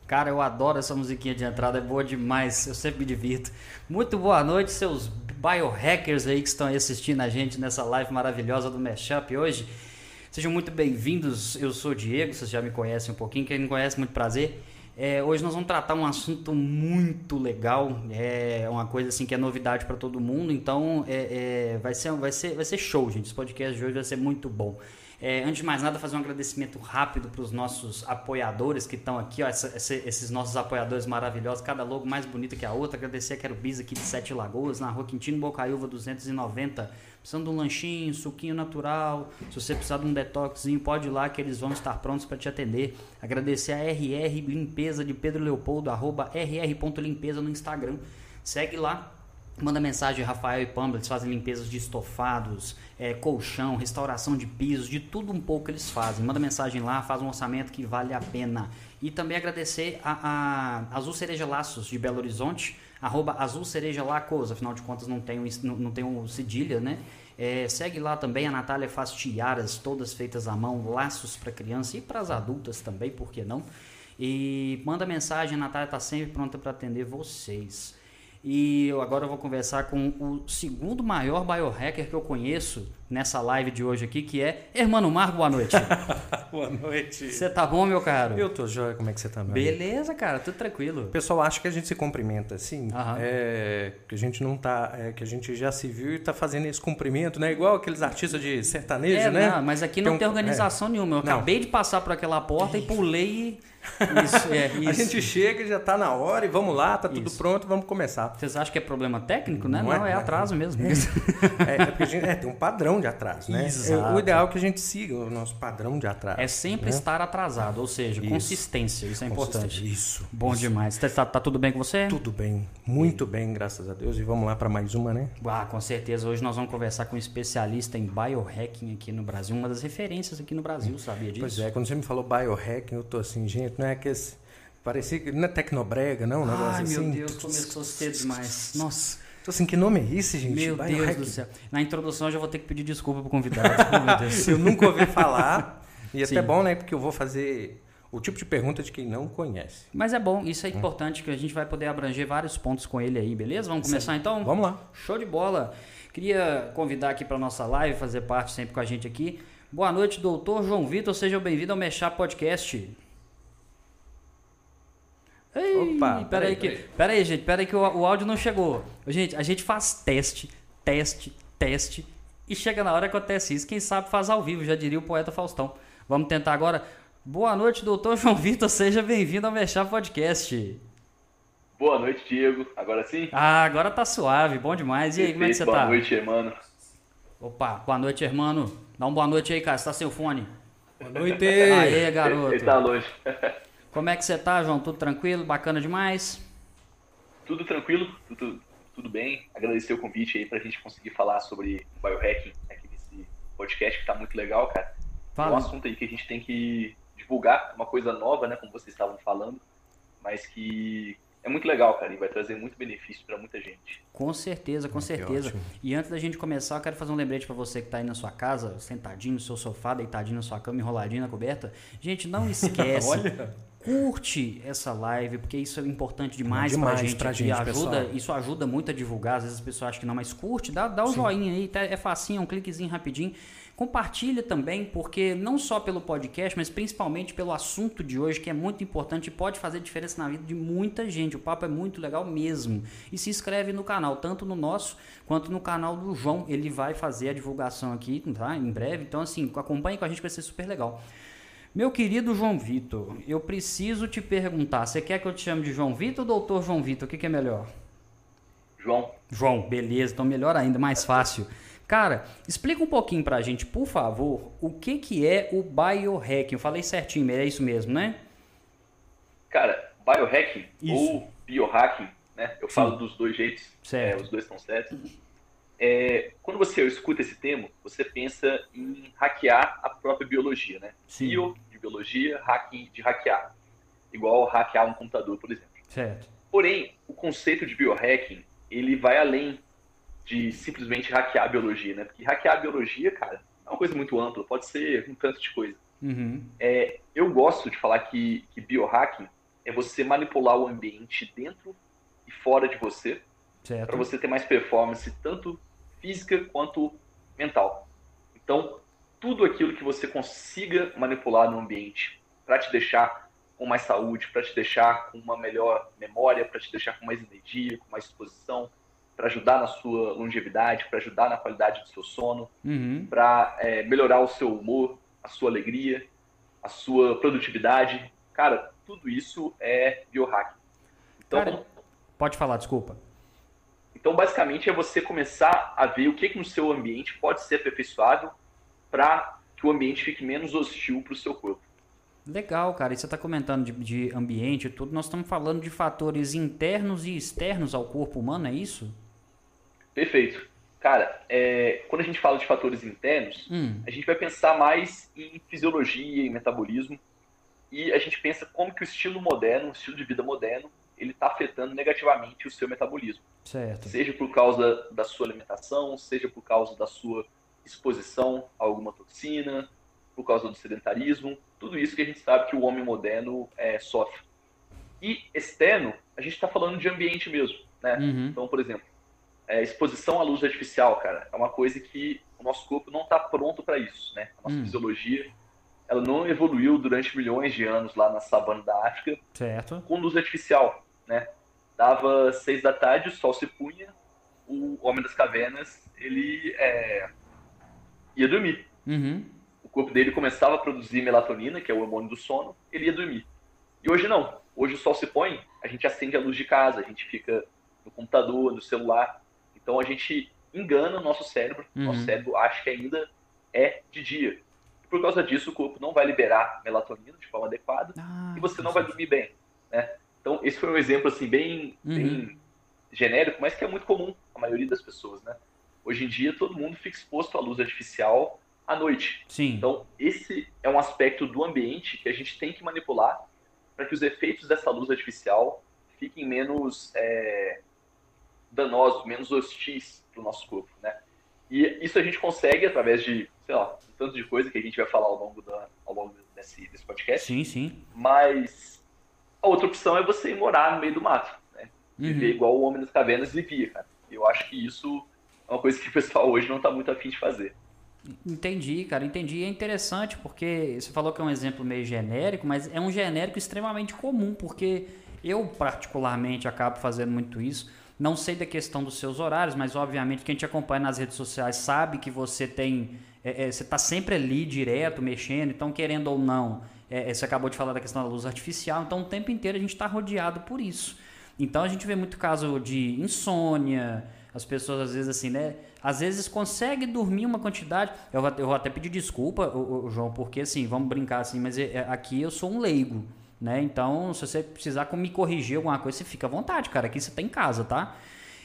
Cara, eu adoro essa musiquinha de entrada, é boa demais, eu sempre me divirto. Muito boa noite, seus biohackers aí que estão aí assistindo a gente nessa live maravilhosa do Mashup hoje. Sejam muito bem-vindos, eu sou o Diego, vocês já me conhecem um pouquinho, quem não conhece, muito prazer. Hoje nós vamos tratar um assunto muito legal, é uma coisa assim que é novidade para todo mundo, então vai ser show, gente. Esse podcast de hoje vai ser muito bom. Antes de mais nada, fazer um agradecimento rápido para os nossos apoiadores que estão aqui, ó, esses nossos apoiadores maravilhosos, cada logo mais bonita que a outra. Agradecer a Quero Bis aqui de Sete Lagoas, na rua Quintino Bocaiúva 290. Precisando de um lanchinho, suquinho natural, se você precisar de um detoxinho, pode ir lá que eles vão estar prontos para te atender. Agradecer a RR Limpeza de Pedro Leopoldo, @rr.limpeza no Instagram. Segue lá. Manda mensagem, Rafael e Pamela, eles fazem limpezas de estofados, colchão, restauração de pisos, de tudo um pouco eles fazem. Manda mensagem lá, faz um orçamento que vale a pena. E também agradecer a Azul Cereja Laços de Belo Horizonte, @Azul Cereja Lacos, afinal de contas não tem um cedilha, né? Segue lá também, a Natália faz tiaras, todas feitas à mão, laços para criança e para as adultas também, por que não? E manda mensagem, a Natália está sempre pronta para atender vocês. E agora eu vou conversar com o segundo maior biohacker que eu conheço nessa live de hoje aqui, que é Hermano Marco. Boa noite. Boa noite. Você tá bom, meu caro? Eu tô jóia, como é que você tá, meu Beleza, amigo? Cara, tudo tranquilo. O pessoal acha que a gente se cumprimenta assim, que a gente não tá, que a gente já se viu e tá fazendo esse cumprimento, né? Igual aqueles artistas de sertanejo, né? Não, mas aqui não tem organização nenhuma. Eu acabei de passar por aquela porta e pulei e... Isso. A gente chega e já tá na hora e vamos lá, tá tudo pronto, vamos começar. Vocês acham que é problema técnico, né? Não, é atraso mesmo. Porque a gente tem um padrão de atraso, né? O ideal é que a gente siga o nosso padrão de atraso. É sempre estar atrasado, ou seja, consistência, isso é importante. Isso. Bom demais. Tá tudo bem com você? Tudo bem, muito bem, graças a Deus. E vamos lá para mais uma, né? Com certeza. Hoje nós vamos conversar com um especialista em biohacking aqui no Brasil, uma das referências aqui no Brasil, sabia disso? Pois é, quando você me falou biohacking, eu tô assim, gente, não é que parecia que não é tecnobrega, não, um negócio assim. Ai, meu Deus, começou cedo demais. Nossa. Tô assim, que nome é esse, gente? Meu Deus do céu. Na introdução eu já vou ter que pedir desculpa pro convidado. Meu Deus. Eu nunca ouvi falar. E até bom, né? Porque eu vou fazer o tipo de pergunta de quem não conhece. Mas é bom, isso é importante, que a gente vai poder abranger vários pontos com ele aí, beleza? Vamos começar então? Vamos lá. Show de bola. Queria convidar aqui para nossa live, fazer parte sempre com a gente aqui. Boa noite, doutor João Vitor. Seja bem-vindo ao Mashup Podcast. Ei, Opa, peraí, gente, que o áudio não chegou. Gente, a gente faz teste, e chega na hora que acontece isso. Quem sabe faz ao vivo, já diria o poeta Faustão. Vamos tentar agora. Boa noite, doutor João Vitor, seja bem-vindo ao Mashup Podcast. Boa noite, Diego. Agora sim? Agora tá suave, bom demais. E aí, como é que você tá? Boa noite, irmão. Opa, boa noite, irmão. Dá uma boa noite aí, cara, você tá sem o fone. Boa noite. Aê, garoto. Ele tá longe. Como é que você tá, João? Tudo tranquilo? Bacana demais? Tudo tranquilo, tudo bem. Agradecer o convite aí pra gente conseguir falar sobre biohacking aqui nesse podcast que tá muito legal, cara. Fala. É um assunto aí que a gente tem que divulgar, uma coisa nova, né, como vocês estavam falando, mas que é muito legal, cara, e vai trazer muito benefício pra muita gente. Com certeza, com certeza. Ótimo. E antes da gente começar, eu quero fazer um lembrete pra você que tá aí na sua casa, sentadinho no seu sofá, deitadinho na sua cama, enroladinho na coberta. Gente, não esquece. Olha. Curte essa live, porque isso é importante demais pra gente. Isso ajuda muito a divulgar. Às vezes as pessoas acham que não, mas curte, dá um joinha aí, é facinho, um cliquezinho rapidinho. Compartilha também, porque não só pelo podcast, mas principalmente pelo assunto de hoje, que é muito importante e pode fazer diferença na vida de muita gente. O papo é muito legal mesmo. E se inscreve no canal, tanto no nosso quanto no canal do João. Ele vai fazer a divulgação aqui, tá? Em breve. Então, assim, acompanhe com a gente, vai ser super legal. Meu querido João Vitor, eu preciso te perguntar, você quer que eu te chame de João Vitor ou doutor João Vitor? O que é melhor? João, beleza, então melhor ainda, mais fácil. Cara, explica um pouquinho pra gente, por favor, o que é o biohacking? Eu falei certinho, é isso mesmo, né? Cara, biohacking ou biohacking, né? Eu Sim. falo dos dois jeitos, os dois estão certos. Quando você escuta esse termo, você pensa em hackear a própria biologia, né? Sim. Bio de biologia, hacking de hackear. Igual hackear um computador, por exemplo. Certo. Porém, o conceito de biohacking, ele vai além de simplesmente hackear a biologia, né? Porque hackear a biologia, cara, é uma coisa muito ampla, pode ser um tanto de coisa. Uhum. Eu gosto de falar que biohacking é você manipular o ambiente dentro e fora de você, para você ter mais performance, tanto física quanto mental. Então, tudo aquilo que você consiga manipular no ambiente para te deixar com mais saúde, para te deixar com uma melhor memória, para te deixar com mais energia, com mais disposição, para ajudar na sua longevidade, para ajudar na qualidade do seu sono, para melhorar o seu humor, a sua alegria, a sua produtividade. Cara, tudo isso é biohacking. Então, cara, pode falar, desculpa. Então, basicamente, é você começar a ver o que no seu ambiente pode ser aperfeiçoável para que o ambiente fique menos hostil para o seu corpo. Legal, cara. E você está comentando de ambiente e tudo. Nós estamos falando de fatores internos e externos ao corpo humano, é isso? Perfeito. Cara, quando a gente fala de fatores internos, a gente vai pensar mais em fisiologia, em metabolismo, e a gente pensa como que o estilo moderno, o estilo de vida moderno, ele está afetando negativamente o seu metabolismo. Certo. Seja por causa da sua alimentação, seja por causa da sua exposição a alguma toxina, por causa do sedentarismo, tudo isso que a gente sabe que o homem moderno sofre. E externo, a gente está falando de ambiente mesmo, né? Então, por exemplo, exposição à luz artificial, cara, é uma coisa que o nosso corpo não está pronto para isso, né? A nossa fisiologia, ela não evoluiu durante milhões de anos lá na savana da África, certo, com luz artificial, né? Dava 6 da tarde, o sol se punha, o homem das cavernas, ele ia dormir. O corpo dele começava a produzir melatonina, que é o hormônio do sono, ele ia dormir. E hoje não. Hoje o sol se põe, a gente acende a luz de casa, a gente fica no computador, no celular. Então a gente engana o nosso cérebro. Nosso cérebro acha que ainda é de dia. E por causa disso, o corpo não vai liberar melatonina de forma adequada e você não vai dormir bem, né? Então esse foi um exemplo assim, bem genérico, mas que é muito comum a maioria das pessoas, né? Hoje em dia todo mundo fica exposto à luz artificial à noite. Sim. Então, esse é um aspecto do ambiente que a gente tem que manipular para que os efeitos dessa luz artificial fiquem menos danosos, menos hostis para o nosso corpo, né? E isso a gente consegue através de, sei lá, um tanto de coisa que a gente vai falar ao longo desse podcast. Sim, sim. Mas a outra opção é você ir morar no meio do mato, né? Viver igual o homem das cavernas vivia, cara. Eu acho que isso é uma coisa que o pessoal hoje não está muito afim de fazer. Entendi, cara, entendi. É interessante porque você falou que é um exemplo meio genérico, mas é um genérico extremamente comum, porque eu particularmente acabo fazendo muito isso. Não sei da questão dos seus horários, mas obviamente quem te acompanha nas redes sociais sabe que você tem, você está sempre ali direto, mexendo, então querendo ou não, você acabou de falar da questão da luz artificial, então o tempo inteiro a gente está rodeado por isso. Então a gente vê muito caso de insônia, as pessoas às vezes assim, né? Às vezes consegue dormir uma quantidade. Eu vou até pedir desculpa, João, porque assim, vamos brincar assim, mas aqui eu sou um leigo, né? Então, se você precisar me corrigir alguma coisa, você fica à vontade, cara. Aqui você tá em casa, tá?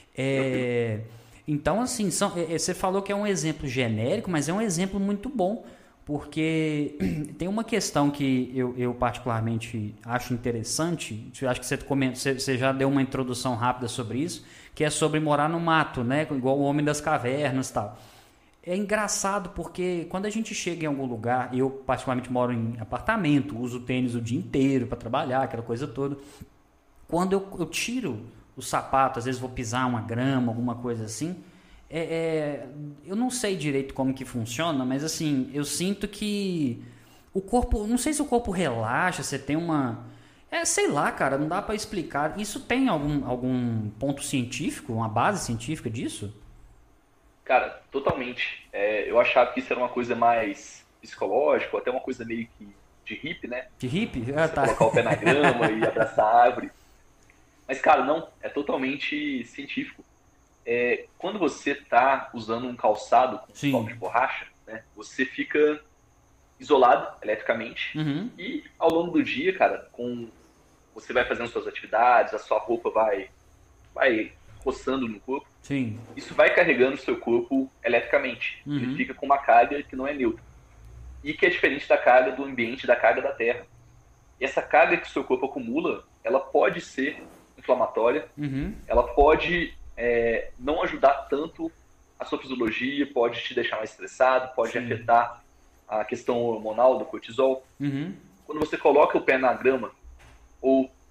Então, assim, você falou que é um exemplo genérico, mas é um exemplo muito bom, porque tem uma questão que eu particularmente acho interessante. Acho que você já deu uma introdução rápida sobre isso, que é sobre morar no mato, né? Igual o homem das cavernas e tal. É engraçado porque quando a gente chega em algum lugar, eu particularmente moro em apartamento, uso tênis o dia inteiro para trabalhar, aquela coisa toda. Quando eu tiro o sapato, às vezes vou pisar uma grama, alguma coisa assim, eu não sei direito como que funciona, mas assim, eu sinto que o corpo, não sei se o corpo relaxa, você tem uma... sei lá, cara, não dá pra explicar. Isso tem algum ponto científico, uma base científica disso? Cara, totalmente. Eu achava que isso era uma coisa mais psicológica, ou até uma coisa meio que de hippie, né? De hippie? Você colocar o pé na grama e abraçar a árvore. Mas, cara, não. É totalmente científico. Quando você tá usando um calçado com solo de borracha, né? Você fica isolado eletricamente. E ao longo do dia, cara, você vai fazendo suas atividades, a sua roupa vai roçando no corpo. Sim. Isso vai carregando o seu corpo eletricamente. Ele fica com uma carga que não é neutra. E que é diferente da carga do ambiente, da carga da Terra. E essa carga que o seu corpo acumula, ela pode ser inflamatória, ela pode não ajudar tanto a sua fisiologia, pode te deixar mais estressado, pode afetar a questão hormonal do cortisol. Quando você coloca o pé na grama, ou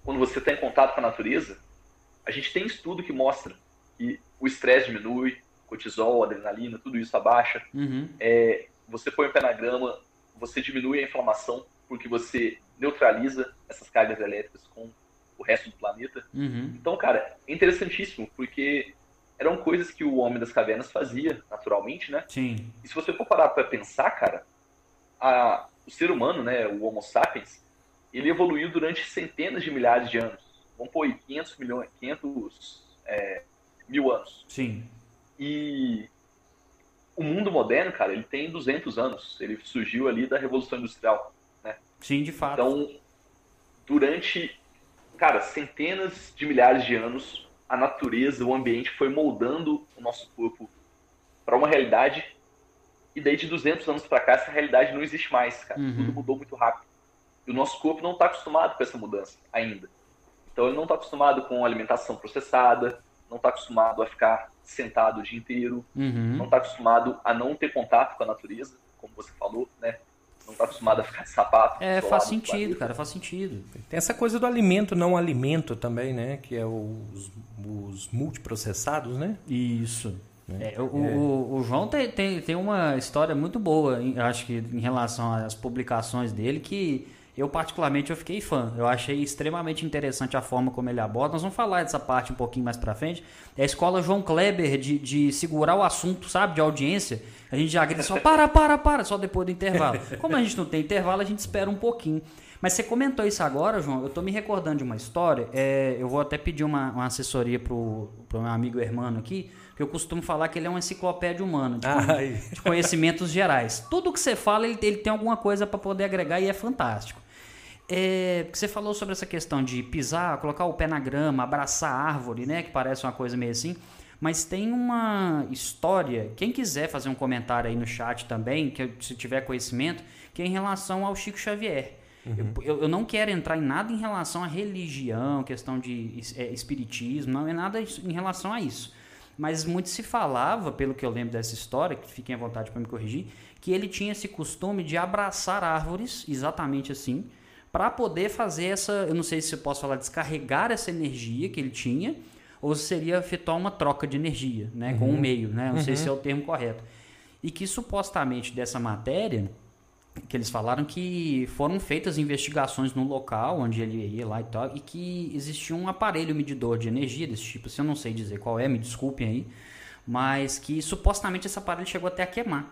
quando você está em contato com a natureza, a gente tem estudo que mostra que o estresse diminui, cortisol, adrenalina, tudo isso abaixa. Você põe o pé na grama, você diminui a inflamação, porque você neutraliza essas cargas elétricas com o resto do planeta. Então, cara, é interessantíssimo, porque eram coisas que o homem das cavernas fazia naturalmente, né? Sim. E se você for parar para pensar, cara, o ser humano, né, o Homo sapiens, ele evoluiu durante centenas de milhares de anos. Vamos pôr aí 500 mil anos. Sim. E o mundo moderno, cara, ele tem 200 anos. Ele surgiu ali da Revolução Industrial, né? Sim, de fato. Então, durante, cara, centenas de milhares de anos, a natureza, o ambiente foi moldando o nosso corpo para uma realidade. E daí de 200 anos para cá, essa realidade não existe mais, cara. Tudo mudou muito rápido. E o nosso corpo não está acostumado com essa mudança ainda. Então ele não está acostumado com alimentação processada, não está acostumado a ficar sentado o dia inteiro, não está acostumado a não ter contato com a natureza, como você falou, né? Não está acostumado a ficar de sapato. Faz sentido, cara, faz sentido. Tem essa coisa do alimento, não alimento também, né? Que é os multiprocessados, né? Isso. O João tem uma história muito boa, acho que em relação às publicações dele, que eu particularmente eu fiquei fã. Eu achei extremamente interessante a forma como ele aborda. Nós vamos falar dessa parte um pouquinho mais pra frente. É a escola João Kleber de segurar o assunto, sabe, de audiência. A gente já grita só para, só depois do intervalo. Como a gente não tem intervalo, a gente espera um pouquinho. Mas você comentou isso agora, João, eu tô me recordando de uma história, eu vou até pedir uma assessoria pro meu amigo Hermano aqui, que eu costumo falar que ele é uma enciclopédia humana, de conhecimentos gerais. Tudo que você fala, ele tem alguma coisa para poder agregar e é fantástico. Você falou sobre essa questão de pisar, colocar o pé na grama, abraçar a árvore, né, que parece uma coisa meio assim, mas tem uma história, quem quiser fazer um comentário aí no chat também, que se tiver conhecimento, que é em relação ao Chico Xavier. Eu não quero entrar em nada em relação à religião, questão de espiritismo, não é nada em relação a isso. Mas muito se falava, pelo que eu lembro dessa história, que fiquem à vontade para me corrigir, que ele tinha esse costume de abraçar árvores, exatamente assim, para poder fazer eu não sei se eu posso falar, descarregar essa energia que ele tinha, ou se seria efetuar uma troca de energia, né, com o meio, né, não sei se é o termo correto. E que supostamente dessa matéria, que eles falaram que foram feitas investigações no local onde ele ia lá e tal, e que existia um aparelho medidor de energia desse tipo, se eu não sei dizer qual é, me desculpem aí, mas que supostamente esse aparelho chegou até a queimar,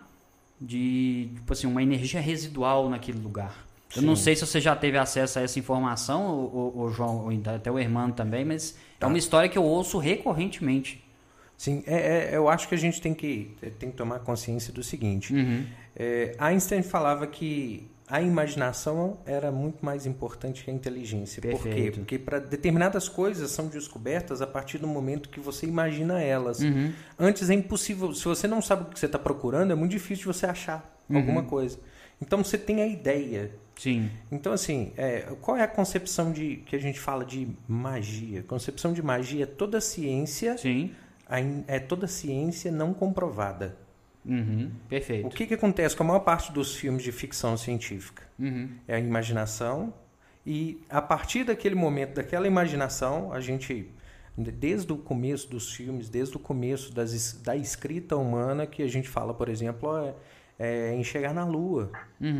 tipo assim, uma energia residual naquele lugar. Eu não sei se você já teve acesso a essa informação, o João, ou até o Hermano também, mas é uma história que eu ouço recorrentemente. Sim, eu acho que a gente tem que tomar consciência do seguinte. Einstein falava que a imaginação era muito mais importante que a inteligência. Perfeito. Por quê? Porque para determinadas coisas são descobertas a partir do momento que você imagina elas. Antes é impossível. Se você não sabe o que você está procurando, é muito difícil de você achar alguma coisa. Então você tem a ideia. Sim. Então, assim, qual é a concepção que a gente fala de magia? Concepção de magia é toda ciência... Sim. É toda ciência não comprovada. Perfeito. O que acontece com a maior parte dos filmes de ficção científica? É a imaginação, e a partir daquele momento, daquela imaginação, a gente, desde o começo dos filmes, desde o começo da escrita humana, que a gente fala, por exemplo, em chegar na Lua.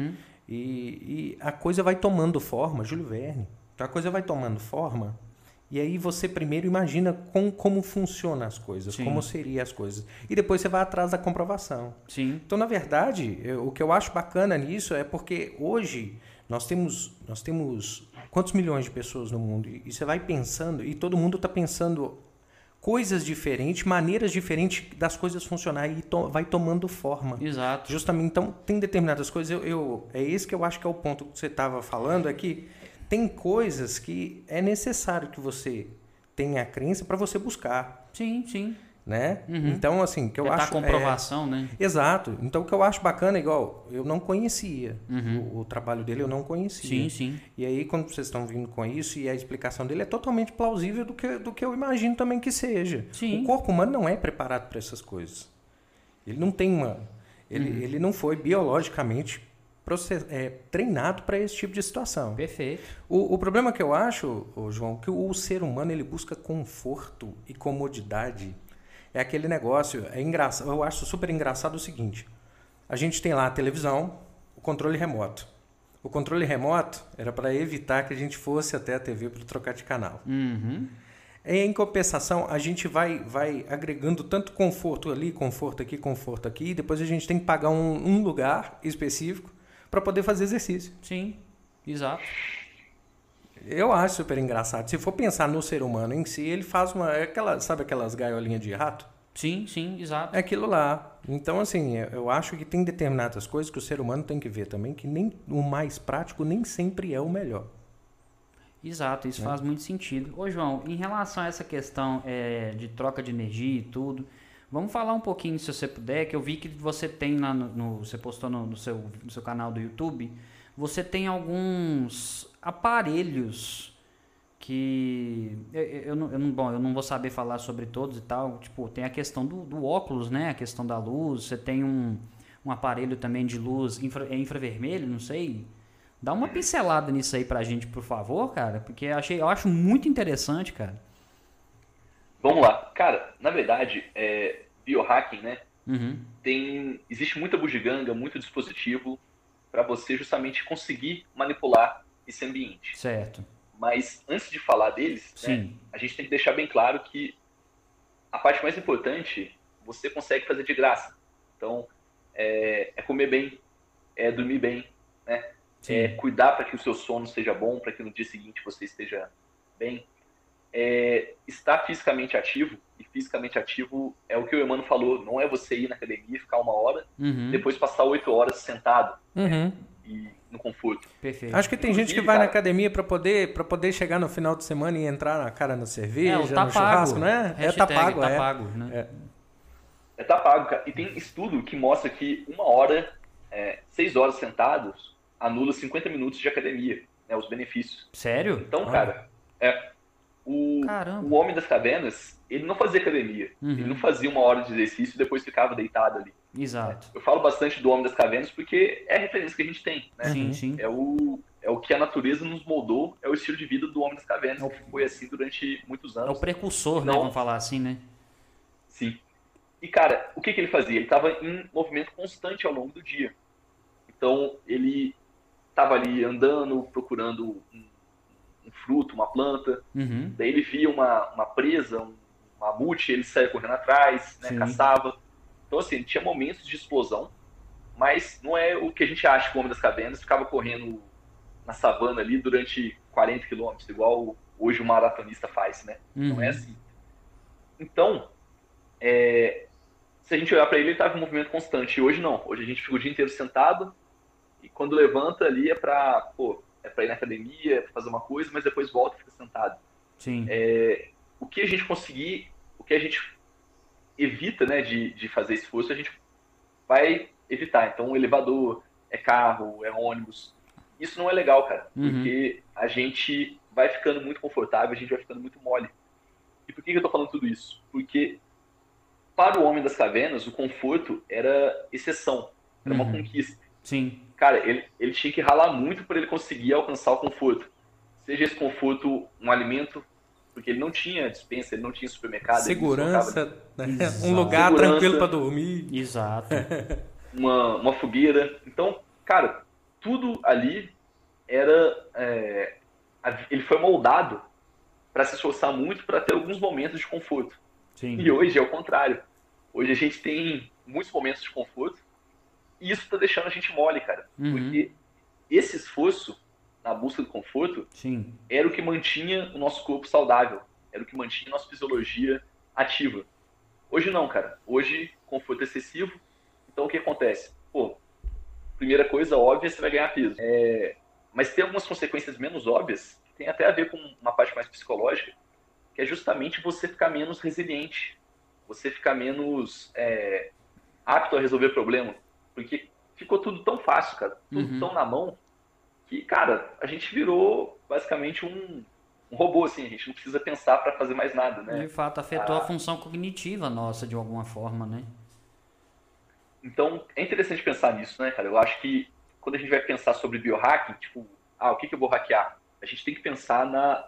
E a coisa vai tomando forma, Júlio Verne, então a coisa vai tomando forma. E aí você primeiro imagina como funcionam as coisas, Sim. como seriam as coisas. E depois você vai atrás da comprovação. Sim. Então, na verdade, o que eu acho bacana nisso é porque hoje nós temos quantos milhões de pessoas no mundo? E você vai pensando, e todo mundo está pensando coisas diferentes, maneiras diferentes das coisas funcionarem, e vai tomando forma. Exato. Justamente, então, tem determinadas coisas, é esse que eu acho que é o ponto que você estava falando, é que tem coisas que é necessário que você tenha a crença para você buscar. Sim, sim. Né? Então, assim, que eu acho... a comprovação, né? Exato. Então, o que eu acho bacana, igual, eu não conhecia o trabalho dele, eu não conhecia. Sim, sim. E aí, quando vocês estão vindo com isso, e a explicação dele é totalmente plausível do que eu imagino também que seja. Sim. O corpo humano não é preparado para essas coisas. Ele não tem ele não foi biologicamente treinado para esse tipo de situação. Perfeito. O problema que eu acho, João, que o ser humano ele busca conforto e comodidade. É aquele negócio, é engraçado. Eu acho super engraçado o seguinte: a gente tem lá a televisão, o controle remoto. O controle remoto era para evitar que a gente fosse até a TV para trocar de canal. Uhum. Em compensação, a gente vai agregando tanto conforto ali, conforto aqui, e depois a gente tem que pagar um lugar específico para poder fazer exercício. Sim, exato. Eu acho super engraçado. Se for pensar no ser humano em si, ele faz sabe aquelas gaiolinhas de rato? Sim, exato. É aquilo lá. Então, assim, eu acho que tem determinadas coisas que o ser humano tem que ver também, que nem o mais prático nem sempre é o melhor. Exato, isso faz muito sentido. Ô João, em relação a essa questão de troca de energia e tudo, vamos falar um pouquinho, se você puder, que eu vi que você tem lá você postou no seu canal do YouTube, você tem alguns aparelhos que eu não vou saber falar sobre todos e tal, tipo, tem a questão do óculos, né, a questão da luz, você tem um aparelho também de luz infravermelho, não sei. Dá uma pincelada nisso aí pra gente, por favor, cara, porque eu acho muito interessante, cara. Vamos lá. Cara, na verdade, biohacking, né? Uhum. Existe muita bugiganga, muito dispositivo para você justamente conseguir manipular esse ambiente. Certo. Mas antes de falar deles, né, a gente tem que deixar bem claro que a parte mais importante você consegue fazer de graça. Então, é comer bem, é dormir bem, né? É cuidar para que o seu sono seja bom, para que no dia seguinte você esteja bem. Estar fisicamente ativo, e fisicamente ativo é o que o Emmanuel falou, não é você ir na academia, ficar 1 hora, depois passar 8 horas sentado e no conforto. Perfeito. Acho que tem gente que vai na academia para poder chegar no final de semana e entrar na cara na cerveja, no churrasco, não é? Tá pago, né? Tá pago, cara. E tem estudo que mostra que 1 hora, 6 horas sentados, anula 50 minutos de academia, né, os benefícios. Sério? Então, cara, o homem das cavernas, ele não fazia academia. Ele não fazia 1 hora de exercício e depois ficava deitado ali. Exato. Eu falo bastante do homem das cavernas porque é a referência que a gente tem, né? Sim. É o que a natureza nos moldou, é o estilo de vida do homem das cavernas, que foi assim durante muitos anos. É o precursor, né? Vamos falar assim, né? Sim. E, cara, o que ele fazia? Ele estava em movimento constante ao longo do dia. Então, ele estava ali andando, procurando um fruto, uma planta. Daí ele via uma presa, um mamute, ele saía correndo atrás, né, caçava. Então, assim, ele tinha momentos de explosão, mas não é o que a gente acha que o homem das cavernas ficava correndo na savana ali durante 40 quilômetros, igual hoje o maratonista faz, né? Não é assim. Então, se a gente olhar para ele estava em movimento constante. E hoje não. Hoje a gente fica o dia inteiro sentado e quando levanta ali é para ir na academia, é pra fazer uma coisa, mas depois volta e fica sentado. Sim. O que a gente conseguir, o que a gente evita, né, de fazer esforço, a gente vai evitar. Então, o elevador, é carro, é ônibus. Isso não é legal, cara, porque a gente vai ficando muito confortável, a gente vai ficando muito mole. E por que eu tô falando tudo isso? Porque para o homem das cavernas, o conforto era exceção, era uma conquista. Sim. Cara, ele tinha que ralar muito para ele conseguir alcançar o conforto. Seja esse conforto um alimento, porque ele não tinha dispensa, ele não tinha supermercado. Segurança, né? Um lugar tranquilo para dormir. Exato. Uma fogueira. Então, cara, tudo ali ele foi moldado para se esforçar muito para ter alguns momentos de conforto. Sim. E hoje é o contrário. Hoje a gente tem muitos momentos de conforto e isso tá deixando a gente mole, cara. Porque esse esforço na busca do conforto era o que mantinha o nosso corpo saudável, era o que mantinha a nossa fisiologia ativa. Hoje não, cara. Hoje, conforto excessivo. Então, o que acontece? Primeira coisa óbvia, você vai ganhar peso. Mas tem algumas consequências menos óbvias, que tem até a ver com uma parte mais psicológica, que é justamente você ficar menos resiliente, você ficar menos apto a resolver problema. Porque ficou tudo tão fácil, cara. Tudo tão na mão, que, cara, a gente virou basicamente um robô, assim. A gente não precisa pensar para fazer mais nada, né? De fato, afetou a função cognitiva nossa de alguma forma, né? Então, é interessante pensar nisso, né, cara? Eu acho que quando a gente vai pensar sobre biohacking, tipo, o que eu vou hackear? A gente tem que pensar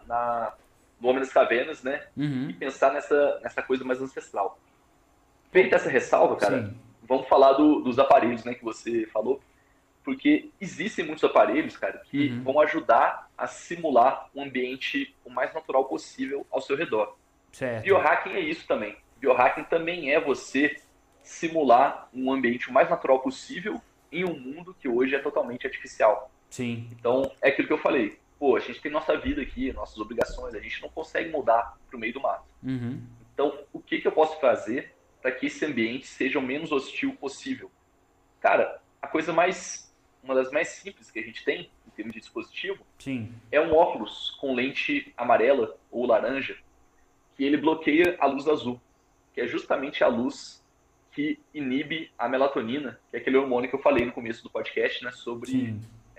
no Homem das Cavernas, né? E pensar nessa coisa mais ancestral. Feita essa ressalva, cara, Sim. vamos falar dos aparelhos, né, que você falou, porque existem muitos aparelhos, cara, que vão ajudar a simular um ambiente o mais natural possível ao seu redor. Certo. Biohacking é isso também. Biohacking também é você simular um ambiente o mais natural possível em um mundo que hoje é totalmente artificial. Sim. Então, é aquilo que eu falei. Pô, a gente tem nossa vida aqui, nossas obrigações, a gente não consegue mudar pro meio do mato. Então, o que eu posso fazer para que esse ambiente seja o menos hostil possível? Cara, uma das mais simples que a gente tem, em termos de dispositivo, Sim. é um óculos com lente amarela ou laranja, que ele bloqueia a luz azul, que é justamente a luz que inibe a melatonina, que é aquele hormônio que eu falei no começo do podcast, né, sobre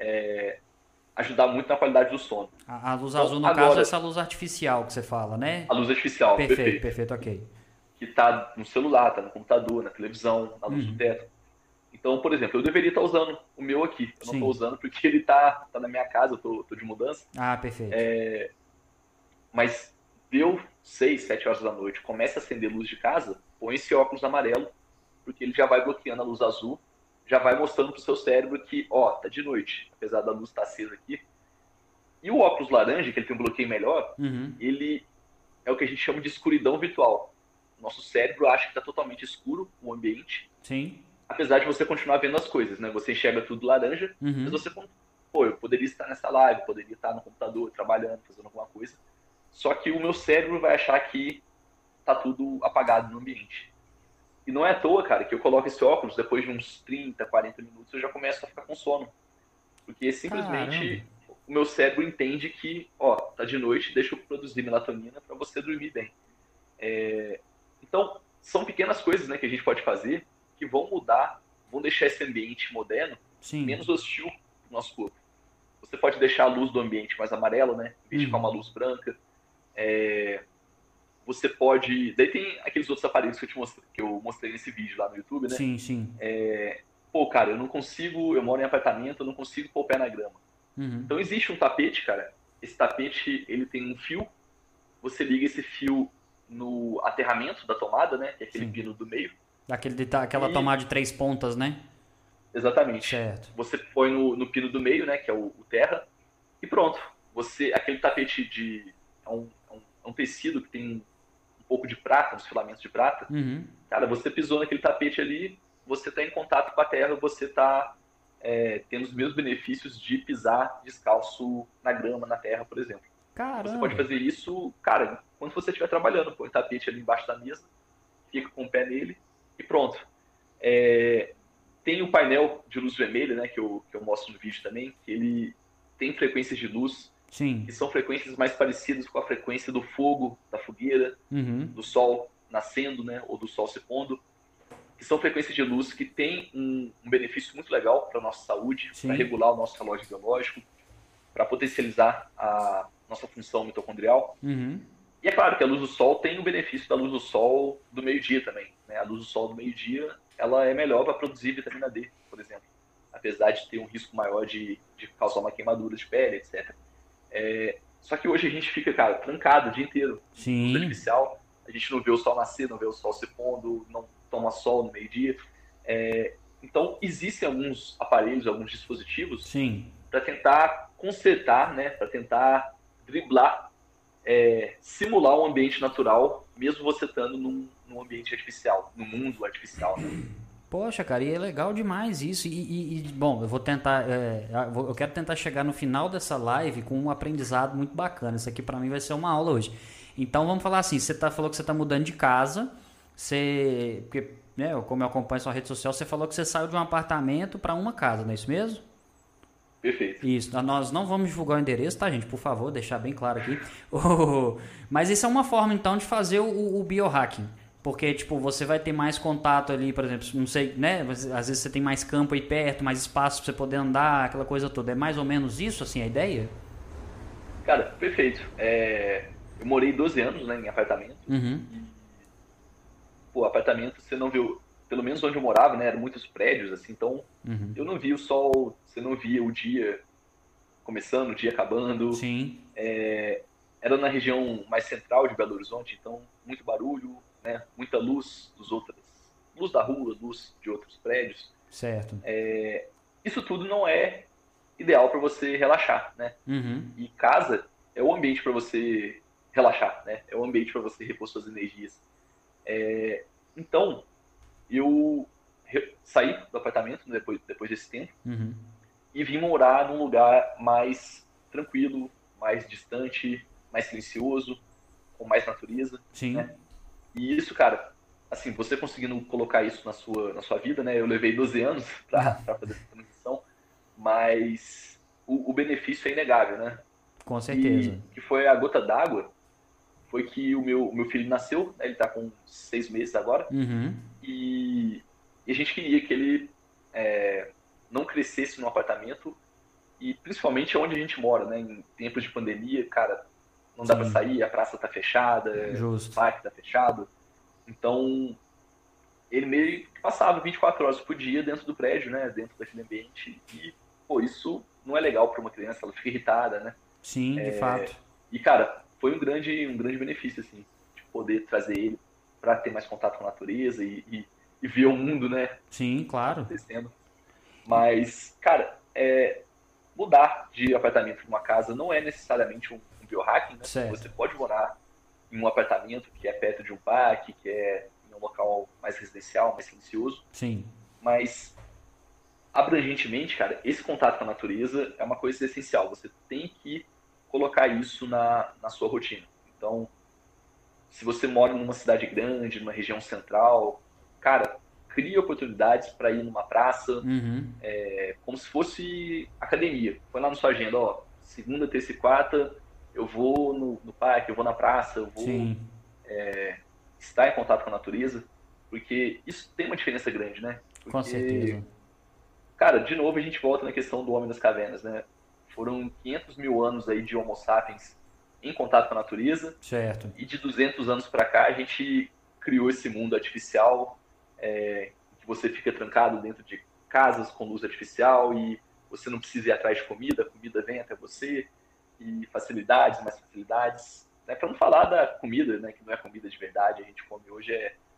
ajudar muito na qualidade do sono. A luz azul, no caso, é essa luz artificial que você fala, né? A luz artificial, Perfeito, ok. Que está no celular, está no computador, na televisão, na luz do teto. Então, por exemplo, eu deveria estar usando o meu aqui. Eu não estou usando porque ele tá na minha casa, eu tô de mudança. Perfeito. Mas deu 6, 7 horas da noite, começa a acender luz de casa, põe esse óculos amarelo, porque ele já vai bloqueando a luz azul, já vai mostrando pro seu cérebro que, tá de noite, apesar da luz estar acesa aqui. E o óculos laranja, que ele tem um bloqueio melhor, ele é o que a gente chama de escuridão virtual. Nosso cérebro acha que está totalmente escuro o ambiente. Sim. Apesar de você continuar vendo as coisas, né? Você enxerga tudo laranja, mas você, eu poderia estar nessa live, poderia estar no computador, trabalhando, fazendo alguma coisa. Só que o meu cérebro vai achar que tá tudo apagado no ambiente. E não é à toa, cara, que eu coloco esse óculos, depois de uns 30, 40 minutos, eu já começo a ficar com sono. Porque simplesmente o meu cérebro entende que, tá de noite, deixa eu produzir melatonina para você dormir bem. Então, são pequenas coisas, né, que a gente pode fazer que vão mudar, vão deixar esse ambiente moderno menos hostil pro nosso corpo. Você pode deixar a luz do ambiente mais amarela, né, em vez de ficar uma luz branca. Você pode... Daí tem aqueles outros aparelhos que eu mostrei nesse vídeo lá no YouTube, né? Sim. Cara, eu moro em apartamento, eu não consigo pôr o pé na grama. Então existe um tapete, cara. Esse tapete, ele tem um fio. Você liga esse fio no aterramento da tomada, né? Que é aquele pino do meio. Aquela tomada de 3 pontas, né? Exatamente. Certo. Você põe no pino do meio, né? Que é o terra. E pronto. Aquele tapete é um tecido que tem um pouco de prata, uns filamentos de prata. Cara, você pisou naquele tapete ali, você está em contato com a terra, você está tendo os mesmos benefícios de pisar descalço na grama, na terra, por exemplo. Caramba. Você pode fazer isso, cara, quando você estiver trabalhando. Põe o tapete ali embaixo da mesa, fica com o pé nele e pronto. Tem o painel de luz vermelha, né, que eu mostro no vídeo também, que ele tem frequências de luz que são frequências mais parecidas com a frequência do fogo, da fogueira, do sol nascendo, né, ou do sol se pondo, que são frequências de luz que têm um benefício muito legal para a nossa saúde, para regular o nosso relógio biológico, para potencializar a nossa função mitocondrial. E é claro que a luz do sol tem o benefício da luz do sol do meio-dia também, né? A luz do sol do meio-dia, ela é melhor para produzir vitamina D, por exemplo, apesar de ter um risco maior de causar uma queimadura de pele, etc. Só que hoje a gente fica, cara, trancado o dia inteiro. Luz artificial, a gente não vê o sol nascer, não vê o sol se pondo, não toma sol no meio-dia. Então, existem alguns aparelhos, alguns dispositivos para tentar consertar, né, para tentar driblar, simular um ambiente natural, mesmo você estando num ambiente artificial, num mundo artificial, né? Poxa, cara, e é legal demais isso. Bom, eu vou tentar. Eu quero tentar chegar no final dessa live com um aprendizado muito bacana. Isso aqui pra mim vai ser uma aula hoje. Então vamos falar assim: você falou que você tá mudando de casa. Porque, né, como eu acompanho sua rede social, você falou que você saiu de um apartamento para uma casa, não é isso mesmo? Perfeito. Isso, nós não vamos divulgar o endereço, tá, gente? Por favor, deixar bem claro aqui. Mas isso é uma forma, então, de fazer o biohacking. Porque, tipo, você vai ter mais contato ali, por exemplo, não sei, né? Às vezes você tem mais campo aí perto, mais espaço pra você poder andar, aquela coisa toda. É mais ou menos isso, assim, a ideia? Cara, perfeito. Eu morei 12 anos, né, em apartamento. Pô, apartamento, você não vê pelo menos onde eu morava, né, eram muitos prédios, assim, então eu não via o sol, você não via o dia começando, o dia acabando. Sim. Era na região mais central de Belo Horizonte, então muito barulho, né, muita luz luz da rua, luz de outros prédios. Certo. Isso tudo não é ideal para você relaxar, né? E casa é o ambiente para você relaxar, né? É o ambiente para você repor suas energias. Então, eu saí do apartamento depois desse tempo e vim morar num lugar mais tranquilo, mais distante, mais silencioso, com mais natureza. Sim. Né? E isso, cara, assim, você conseguindo colocar isso na sua vida, né? Eu levei 12 anos para fazer essa transição, mas o benefício é inegável, né? Com certeza. E que foi a gota d'água, foi que o meu filho nasceu, né? Ele tá com 6 meses agora, e a gente queria que ele não crescesse num apartamento, e principalmente onde a gente mora, né? Em tempos de pandemia, cara, não dá para sair, a praça tá fechada, o parque tá fechado. Então, ele meio que passava 24 horas por dia dentro do prédio, né? Dentro daquele ambiente. E, pô, isso não é legal para uma criança, ela fica irritada, né? Sim, de fato. E, cara, foi um grande benefício, assim, de poder trazer ele para ter mais contato com a natureza e ver o mundo, né? Sim, claro. Acontecendo. Mas, cara, mudar de apartamento para uma casa não é necessariamente um biohacking, né? Certo. Você pode morar em um apartamento que é perto de um parque, que é em um local mais residencial, mais silencioso. Sim. Mas, abrangentemente, cara, esse contato com a natureza é uma coisa essencial. Você tem que colocar isso na sua rotina. Então, se você mora numa cidade grande, numa região central, cara, cria oportunidades para ir numa praça, como se fosse academia. Põe lá na sua agenda, ó, segunda, terça e quarta, eu vou no parque, eu vou na praça, eu vou estar em contato com a natureza, porque isso tem uma diferença grande, né? Porque, com certeza. Cara, de novo a gente volta na questão do homem das cavernas, né? Foram 500 mil anos aí de Homo sapiens em contato com a natureza. Certo. E de 200 anos para cá a gente criou esse mundo artificial, que você fica trancado dentro de casas com luz artificial e você não precisa ir atrás de comida, a comida vem até você, e facilidades, mais facilidades. Né? Para não falar da comida, né, que não é comida de verdade, a gente come hoje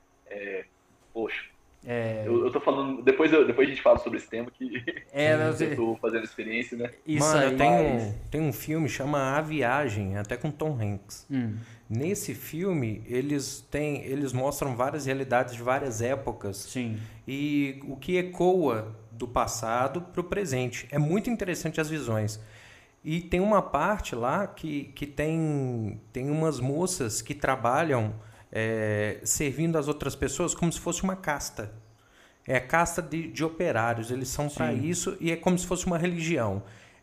poxa. Eu tô falando, depois a gente fala sobre esse tema que eu tô fazendo experiência, né? Isso. Mano, aí, tem um filme chama A Viagem, até com Tom Hanks. Nesse filme, eles mostram várias realidades de várias épocas. Sim. E o que ecoa do passado para o presente. É muito interessante as visões. E tem uma parte lá que tem umas moças que trabalham servindo as outras pessoas como se fosse uma casta. É a casta de operários. Eles são para isso e é como se fosse uma religião.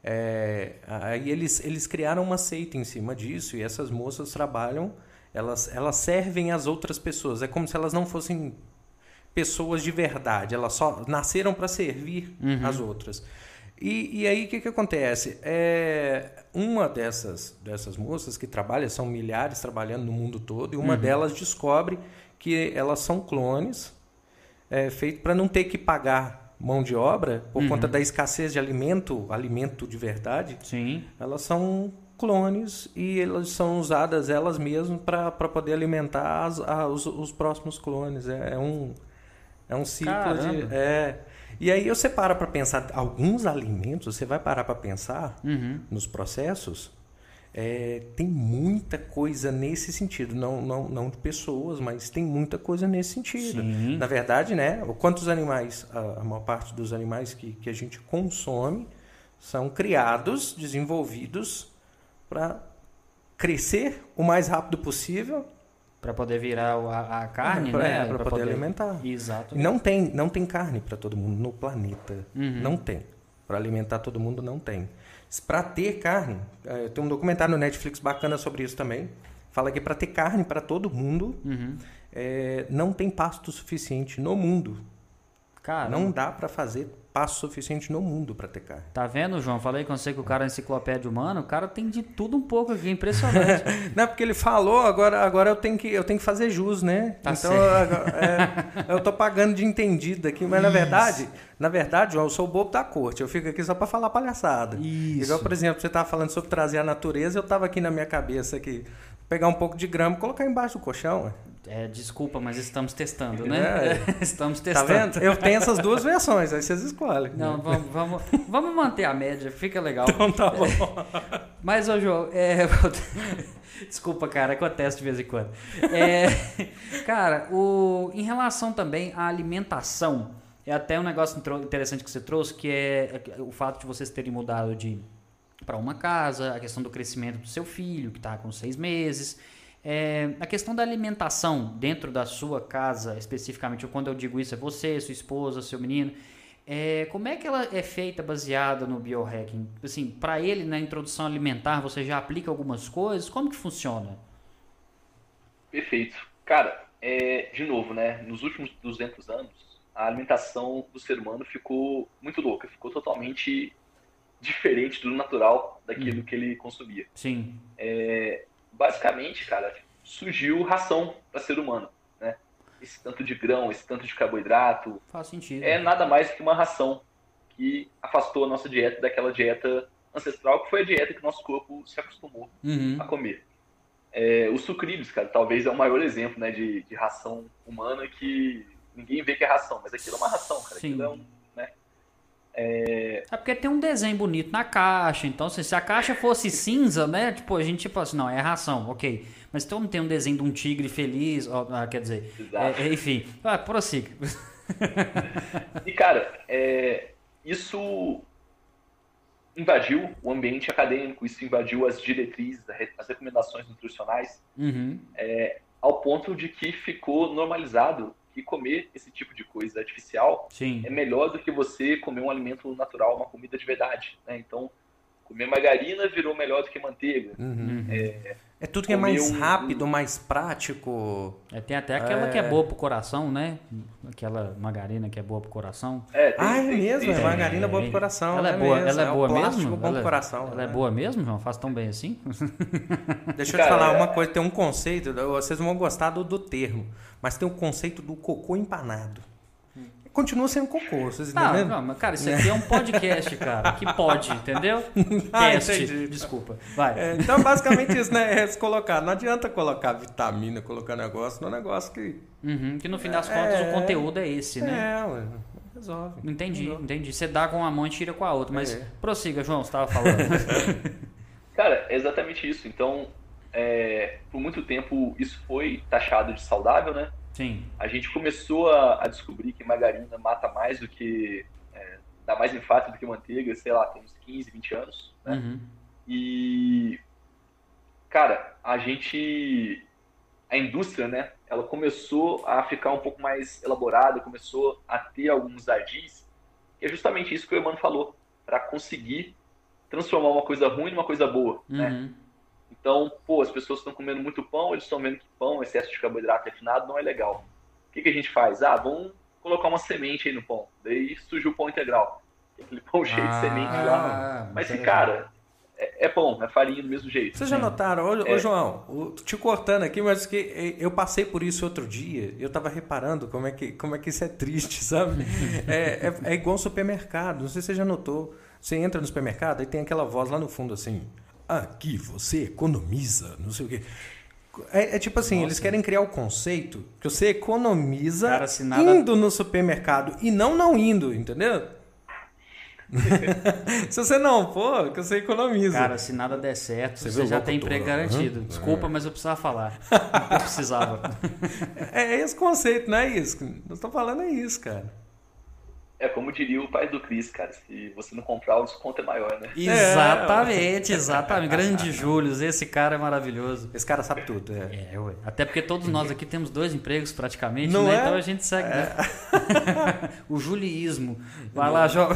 Aí eles criaram uma seita em cima disso e essas moças trabalham, elas servem as outras pessoas. É como se elas não fossem pessoas de verdade. Elas só nasceram para servir as outras. E aí o que acontece? Uma dessas moças que trabalha, são milhares trabalhando no mundo todo, e uma delas descobre que elas são clones, feito para não ter que pagar mão de obra por conta da escassez de alimento de verdade. Sim. Elas são clones e elas são usadas elas mesmas para poder alimentar os próximos clones. É um ciclo. Caramba. E aí você para pensar, alguns alimentos, você vai parar para pensar nos processos, tem muita coisa nesse sentido, não de pessoas, mas tem muita coisa nesse sentido. Sim. Na verdade, né, quantos animais, a maior parte dos animais que a gente consome são criados, desenvolvidos para crescer o mais rápido possível, para poder virar a carne, né? Para poder alimentar. Exato. Não tem carne para todo mundo no planeta. Não tem. Para alimentar todo mundo, não tem. Para ter carne, tem um documentário no Netflix bacana sobre isso também. Fala que para ter carne para todo mundo, não tem pasto suficiente no mundo. Caramba. Não dá para fazer espaço suficiente no mundo para ter carne. Tá vendo, João? Falei com você que o cara é enciclopédia humana, o cara tem de tudo um pouco aqui, impressionante. Não, porque ele falou, agora eu tenho que fazer jus, né? Tá então certo. eu tô pagando de entendido aqui, mas na verdade, João, eu sou o bobo da corte, eu fico aqui só para falar palhaçada. Isso. Igual, por exemplo, você tava falando sobre trazer a natureza, eu tava aqui na minha cabeça aqui, pegar um pouco de grama e colocar embaixo do colchão. Desculpa, mas estamos testando, né? Estamos testando. Tá vendo? Eu tenho essas duas versões, aí vocês escolhem. Não, vamos manter a média, fica legal. Então tá bom. Mas, ô João, desculpa, cara, acontece de vez em quando. Cara, em relação também à alimentação, é até um negócio interessante que você trouxe, que é o fato de vocês terem mudado para uma casa, a questão do crescimento do seu filho, que está com 6 meses. A questão da alimentação dentro da sua casa, especificamente, quando eu digo isso, é você, sua esposa, seu menino, como é que ela é feita baseada no biohacking? Assim, para ele, na introdução alimentar, você já aplica algumas coisas? Como que funciona? Perfeito. Cara, de novo, né? Nos últimos 200 anos, a alimentação do ser humano ficou muito louca, ficou totalmente diferente do natural daquilo que ele consumia. Sim. Basicamente, cara, surgiu ração para ser humano, né? Esse tanto de grão, esse tanto de carboidrato. Faz sentido. É nada mais que uma ração que afastou a nossa dieta daquela dieta ancestral, que foi a dieta que o nosso corpo se acostumou a comer. Os sucrilhos, cara, talvez é o maior exemplo, né, de ração humana que ninguém vê que é ração, mas aquilo é uma ração, cara. Sim. Aquilo porque tem um desenho bonito na caixa, então assim, se a caixa fosse cinza, né, tipo, a gente fala assim, não, é ração, ok, mas então não tem um desenho de um tigre feliz, quer dizer, enfim, prossiga. E cara, isso invadiu o ambiente acadêmico, isso invadiu as diretrizes, as recomendações nutricionais, ao ponto de que ficou normalizado que comer esse tipo de coisa artificial Sim. é melhor do que você comer um alimento natural, uma comida de verdade, né? Então, comer margarina virou melhor do que manteiga. É tudo que é mais rápido, mais prático. Tem até aquela que é boa pro coração, né? Aquela margarina que é boa pro coração. É mesmo, margarina boa pro coração. Ela é boa, ela é boa mesmo? Bom pro coração. Ela é boa mesmo, João? Faz tão bem assim? Deixa eu te falar uma coisa, tem um conceito, vocês vão gostar do termo, mas tem o conceito do cocô empanado. Continua sendo cocô, vocês entendem? Não, mas cara, isso aqui é um podcast, cara, que pode, entendeu? Entendi. Desculpa, vai. Então, basicamente isso, né? Não adianta colocar vitamina, colocar negócio, não é um negócio que... Que no fim das contas o conteúdo é esse, né? Resolve. Entendi. Você dá com uma mão e tira com a outra, mas prossiga, João, você estava falando. Cara, é exatamente isso. Então, por muito tempo isso foi taxado de saudável, né? Sim. A gente começou a descobrir que margarina mata mais do que... dá mais infarto do que manteiga, sei lá, tem uns 15, 20 anos, né? E, cara, a indústria, né, ela começou a ficar um pouco mais elaborada, começou a ter alguns ardis, e é justamente isso que o Emmanuel falou, para conseguir transformar uma coisa ruim numa coisa boa, né? Então, as pessoas estão comendo muito pão, eles estão vendo que pão, excesso de carboidrato refinado, não é legal. O que a gente faz? Vamos colocar uma semente aí no pão. Daí surgiu o pão integral. Aquele pão cheio de semente lá. Mas, cara, é pão, é farinha do mesmo jeito. Vocês já notaram? Ô João, te cortando aqui, mas que eu passei por isso outro dia, eu tava reparando como é que isso é triste, sabe? É igual supermercado, não sei se você já notou. Você entra no supermercado e tem aquela voz lá no fundo assim... Aqui você economiza, não sei o quê. Tipo assim, eles querem criar o conceito que você economiza indo no supermercado e não indo, entendeu? Se você não for, que você economiza. Cara, se nada der certo, você já tem emprego garantido. Desculpa, mas eu precisava falar. Eu precisava. É esse conceito, não é isso? Nós estamos falando isso, cara. Como diria o pai do Cris, cara, se você não comprar, o desconto é maior, né? Exatamente. Grande Júlio, esse cara é maravilhoso. Esse cara sabe tudo, ué. Até porque todos nós aqui temos 2 empregos praticamente, não né? É? Então a gente segue, né? O juliísmo. Vai lá, João.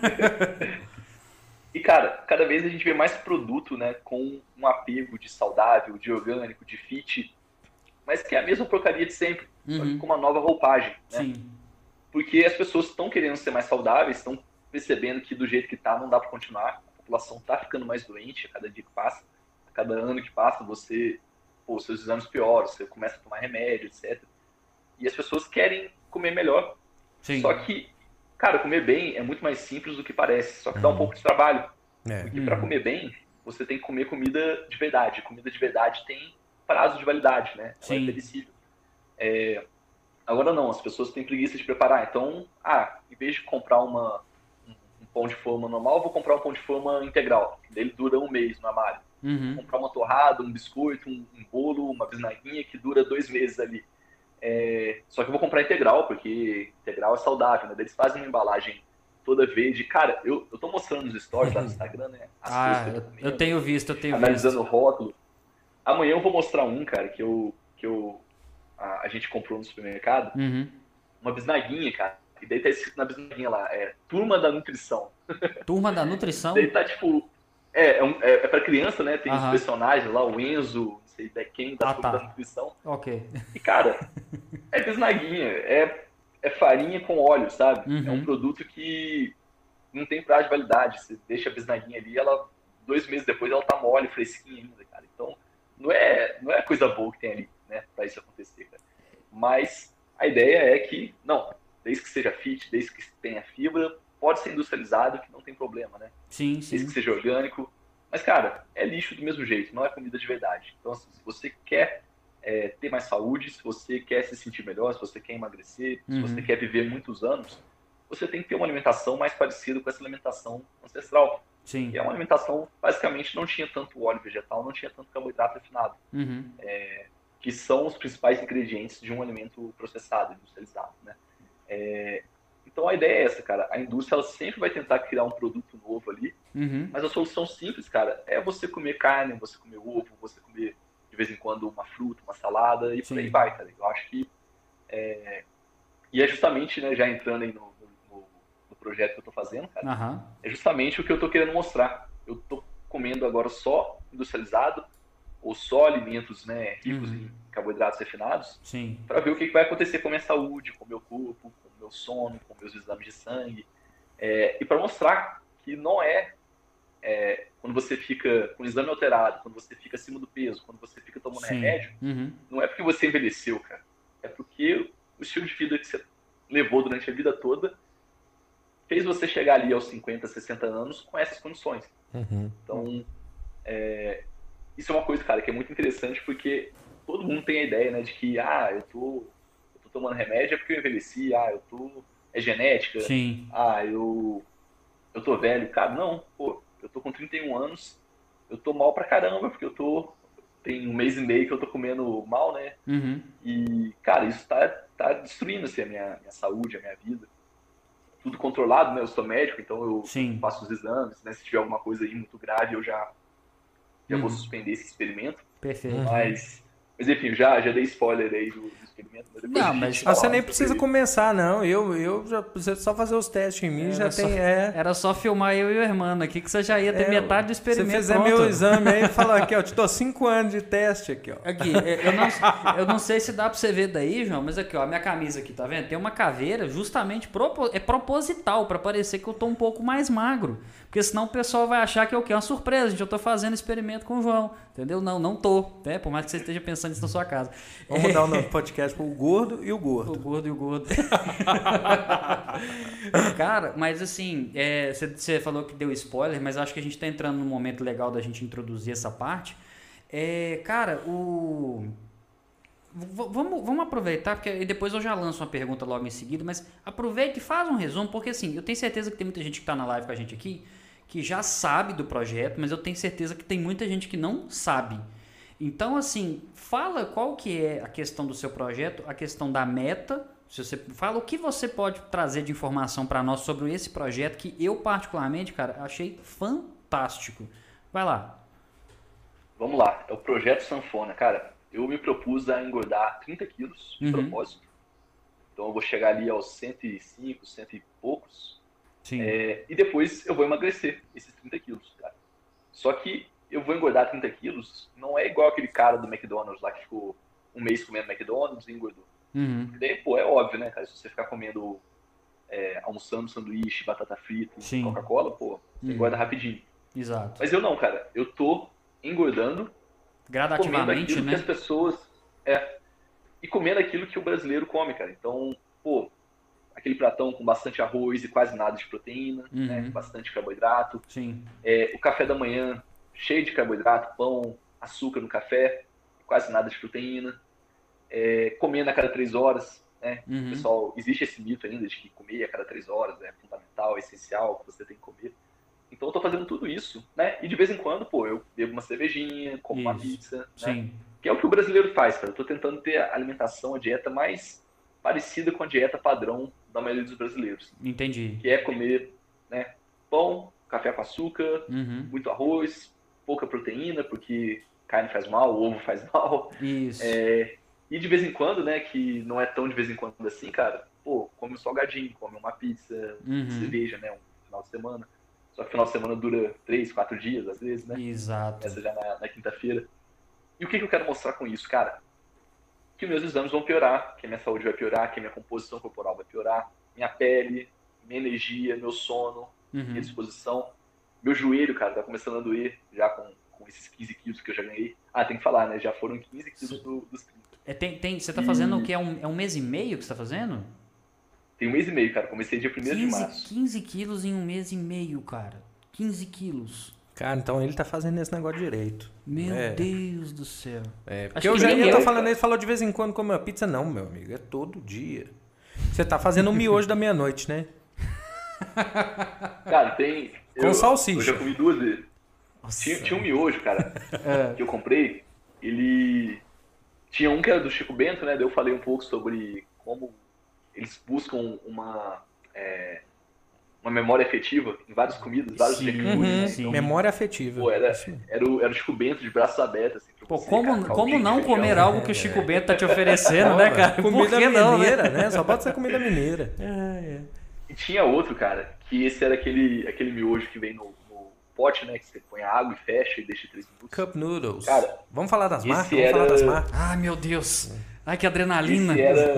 E, cara, cada vez a gente vê mais produto, né, com um apego de saudável, de orgânico, de fit, mas que é a mesma porcaria de sempre, só que com uma nova roupagem, né? Sim. Porque as pessoas estão querendo ser mais saudáveis, estão percebendo que do jeito que tá, não dá para continuar. A população tá ficando mais doente a cada dia que passa. A cada ano que passa, seus exames pioram, você começa a tomar remédio, etc. E as pessoas querem comer melhor. Sim. Só que, cara, comer bem é muito mais simples do que parece. Só que dá um pouco de trabalho. Porque para comer bem, você tem que comer comida de verdade. Comida de verdade tem prazo de validade, né? Ela é perecível. Agora não, as pessoas têm preguiça de preparar. Então, em vez de comprar um pão de forma normal, eu vou comprar um pão de forma integral. Ele dura um mês no armário. Vou comprar uma torrada, um biscoito, um bolo, uma bisnaguinha que dura 2 meses ali. Só que eu vou comprar integral, porque integral é saudável, né? Eles fazem uma embalagem toda verde. Cara, eu tô mostrando nos stories lá no Instagram, né? As coisas que eu tô comendo, eu tenho visto. Analisando o rótulo. Amanhã eu vou mostrar um, cara, que a gente comprou no supermercado. Uma bisnaguinha, cara. E daí tá escrito na bisnaguinha lá, Turma da Nutrição. Turma da Nutrição? Daí tá tipo... É pra criança, né? Tem os personagens lá, o Enzo, não sei quem, da Turma da Nutrição. Ok. E, cara, é bisnaguinha, é farinha com óleo, sabe? É um produto que não tem prazo de validade. Você deixa a bisnaguinha ali, 2 meses depois ela tá mole, fresquinha ainda, cara. Então, não é coisa boa que tem ali, né? Pra isso acontecer, cara. Mas a ideia é que, desde que seja fit, desde que tenha fibra, pode ser industrializado, que não tem problema, né? Sim. Desde que seja orgânico. Mas, cara, é lixo do mesmo jeito, não é comida de verdade. Então, assim, se você quer ter mais saúde, se você quer se sentir melhor, se você quer emagrecer, se você quer viver muitos anos, você tem que ter uma alimentação mais parecida com essa alimentação ancestral. Sim. E a uma alimentação, basicamente, não tinha tanto óleo vegetal, não tinha tanto carboidrato refinado. Que são os principais ingredientes de um alimento processado, industrializado, né? Então a ideia é essa, cara. A indústria ela sempre vai tentar criar um produto novo ali, mas a solução simples, cara, é você comer carne, você comer ovo, você comer de vez em quando uma fruta, uma salada e por aí vai, cara. Eu acho que e é justamente, né, já entrando aí no projeto que eu tô fazendo, cara, é justamente o que eu tô querendo mostrar. Eu tô comendo agora só industrializado ou só alimentos, né, ricos em carboidratos refinados, para ver o que vai acontecer com a minha saúde, com o meu corpo, com o meu sono, com meus exames de sangue, e para mostrar que não quando você fica com o exame alterado, quando você fica acima do peso, quando você fica tomando remédio, não é porque você envelheceu, cara, é porque o estilo de vida que você levou durante a vida toda fez você chegar ali aos 50, 60 anos com essas condições. Então, isso é uma coisa, cara, que é muito interessante, porque todo mundo tem a ideia, né, de que, eu tô tomando remédio é porque eu envelheci, é genética, eu tô velho. Cara, não, eu tô com 31 anos, eu tô mal pra caramba, porque tem 1 mês e meio que eu tô comendo mal, né, e, cara, isso tá destruindo, assim, a minha saúde, a minha vida. Tudo controlado, né, eu sou médico, então eu faço os exames, né, se tiver alguma coisa aí muito grave, eu já vou suspender esse experimento. Perfeito. Mas enfim, já dei spoiler aí do experimento. Mas você nem precisa começar, não. Eu já preciso só fazer os testes em mim. Era só filmar eu e o irmão aqui, que você já ia ter metade do experimento. Se você fizer meu exame aí e falar aqui, eu te dou 5 anos de teste aqui, ó. Aqui, eu não sei se dá pra você ver daí, João, mas aqui, ó, a minha camisa aqui, tá vendo? Tem uma caveira justamente proposital, pra parecer que eu tô um pouco mais magro. Porque senão o pessoal vai achar que é o quê? Uma surpresa, gente. Eu tô fazendo experimento com o João. Entendeu? Não tô. Né? Por mais que você esteja pensando isso na sua casa. Vamos mudar o nome do podcast pro Gordo e o Gordo. O Gordo e o Gordo. Cara, mas assim, você falou que deu spoiler, mas acho que a gente tá entrando num momento legal da gente introduzir essa parte. Cara, Vamos aproveitar, porque depois eu já lanço uma pergunta logo em seguida, mas aproveita e faz um resumo, porque assim, eu tenho certeza que tem muita gente que está na live com a gente aqui, que já sabe do projeto, mas eu tenho certeza que tem muita gente que não sabe. Então, assim, fala qual que é a questão do seu projeto, a questão da meta, se você fala o que você pode trazer de informação para nós sobre esse projeto, que eu particularmente, cara, achei fantástico. Vai lá. Vamos lá, é o Projeto Sanfona, cara. Eu me propus a engordar 30 quilos de propósito. Então eu vou chegar ali aos 105, 100 e poucos. E depois eu vou emagrecer esses 30 quilos, cara. Só que eu vou engordar 30 quilos, não é igual aquele cara do McDonald's lá que ficou 1 mês comendo McDonald's e engordou. Porque daí, é óbvio, né, cara? Se você ficar comendo almoçando sanduíche, batata frita, Sim. Coca-Cola, pô, você engorda rapidinho. Exato. Mas eu não, cara. Eu tô engordando, comendo Gradativamente, aquilo que né? as pessoas... e comendo aquilo que o brasileiro come, cara. Então, pô, aquele pratão com bastante arroz e quase nada de proteína, né? Bastante carboidrato. Sim. O café da manhã cheio de carboidrato, pão, açúcar no café, quase nada de proteína. Comendo a cada 3 horas, né? Pessoal, existe esse mito ainda de que comer a cada 3 horas é fundamental, é essencial, que você tem que comer. Então eu tô fazendo tudo isso, né? E de vez em quando, pô, eu bebo uma cervejinha, como uma pizza, né? Sim. Que é o que o brasileiro faz, cara. Eu tô tentando ter a alimentação, a dieta mais parecida com a dieta padrão da maioria dos brasileiros. Entendi. Que é comer, né, pão, café com açúcar, muito arroz, pouca proteína, porque carne faz mal, ovo faz mal. Isso. E de vez em quando, né, que não é tão de vez em quando assim, cara, pô, come um salgadinho, come uma pizza, cerveja, né, um final de semana. Só que o final de semana dura 3, 4 dias, às vezes, né? Exato. Essa já na quinta-feira. E o que eu quero mostrar com isso, cara? Que meus exames vão piorar, que a minha saúde vai piorar, que a minha composição corporal vai piorar, minha pele, minha energia, meu sono, minha disposição. Meu joelho, cara, tá começando a doer já com esses 15 quilos que eu já ganhei. Tem que falar, né? Já foram 15 quilos dos 30. Você tá fazendo o que? É um mês e meio que você tá fazendo? Tem 1 mês e meio, cara. Comecei dia 1º de março. 15 quilos em 1 mês e meio, cara. 15 quilos. Cara, então ele tá fazendo esse negócio direito. Meu Deus do céu. Porque eu já ia falando, ele falou de vez em quando come uma pizza. Não, meu amigo, é todo dia. Você tá fazendo um miojo da meia-noite, né? Cara, tem... Com salsicha. Eu já comi 2 vezes. Tinha um miojo, cara, que eu comprei. Ele... Tinha um que era do Chico Bento, né? Daí eu falei um pouco sobre como eles buscam uma memória afetiva em várias comidas, vários junk foods, né? Então, memória afetiva. Pô, era o Chico Bento de braços abertos. Assim, pô, como não comer algo que o Chico Bento tá te oferecendo, né, cara? Comida mineira, né? Só pode ser comida mineira. E tinha outro, cara, que esse era aquele miojo que vem no pote, né? Que você põe água e fecha e deixa 3 minutos. Cup Noodles. Cara, vamos falar das marcas? Ah, meu Deus. Ai, que adrenalina.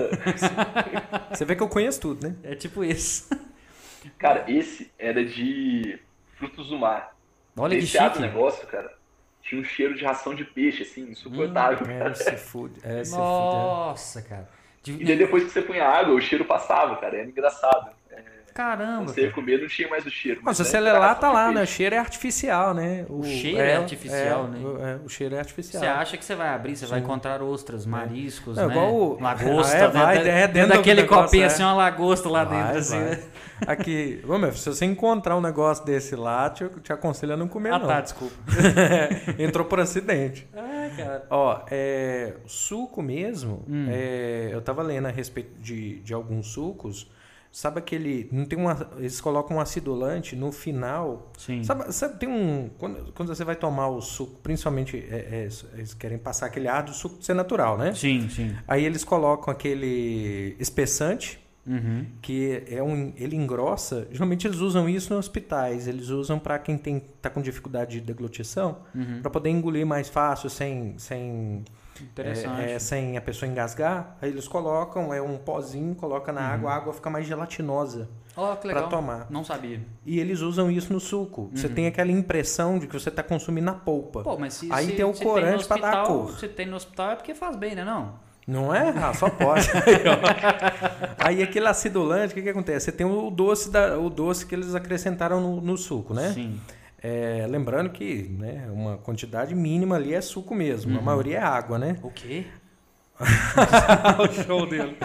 Você vê que eu conheço tudo, né? É tipo isso. Cara, esse era de frutos do mar. Olha que esse chique. Negócio, cara, tinha um cheiro de ração de peixe, assim, insuportável. Seafood. Nossa, cara. E daí depois que você punha água, o cheiro passava, cara. Era engraçado. Caramba. Você ia comer, não tinha mais o cheiro. Mas se você ler lá, tá lá, né? O cheiro é artificial, né? O cheiro é artificial, né? O cheiro é artificial. Você acha que você vai abrir, você vai encontrar ostras, mariscos, né? Igual lagosta, dentro daquele copinho assim, uma lagosta lá dentro, assim, né? Aqui, se você encontrar um negócio desse lá, te aconselho a não comer, não. Tá, desculpa. Entrou por acidente. Cara. Ó, suco mesmo, eu tava lendo a respeito de alguns sucos. Sabe aquele... Não tem eles colocam um acidulante no final. Sim. Sabe tem um... Quando você vai tomar o suco, principalmente eles querem passar aquele ar do suco ser natural, né? Sim, sim. Aí eles colocam aquele espessante, que ele engrossa. Geralmente eles usam isso nos hospitais. Eles usam para quem tá com dificuldade de deglutição, para poder engolir mais fácil, sem a pessoa engasgar. Aí eles colocam um pozinho, coloca na água, a água fica mais gelatinosa para tomar. Não sabia. E eles usam isso no suco. Você tem aquela impressão de que você está consumindo a polpa. Pô, mas aí tem o corante para dar a cor. Se tem no hospital é porque faz bem, né? Não é? Só pode. Aí aquele acidulante, o que acontece? Você tem o doce que eles acrescentaram no suco, né? Sim. Lembrando que, né, uma quantidade mínima ali é suco mesmo. A maioria é água, né? O quê? O show dele.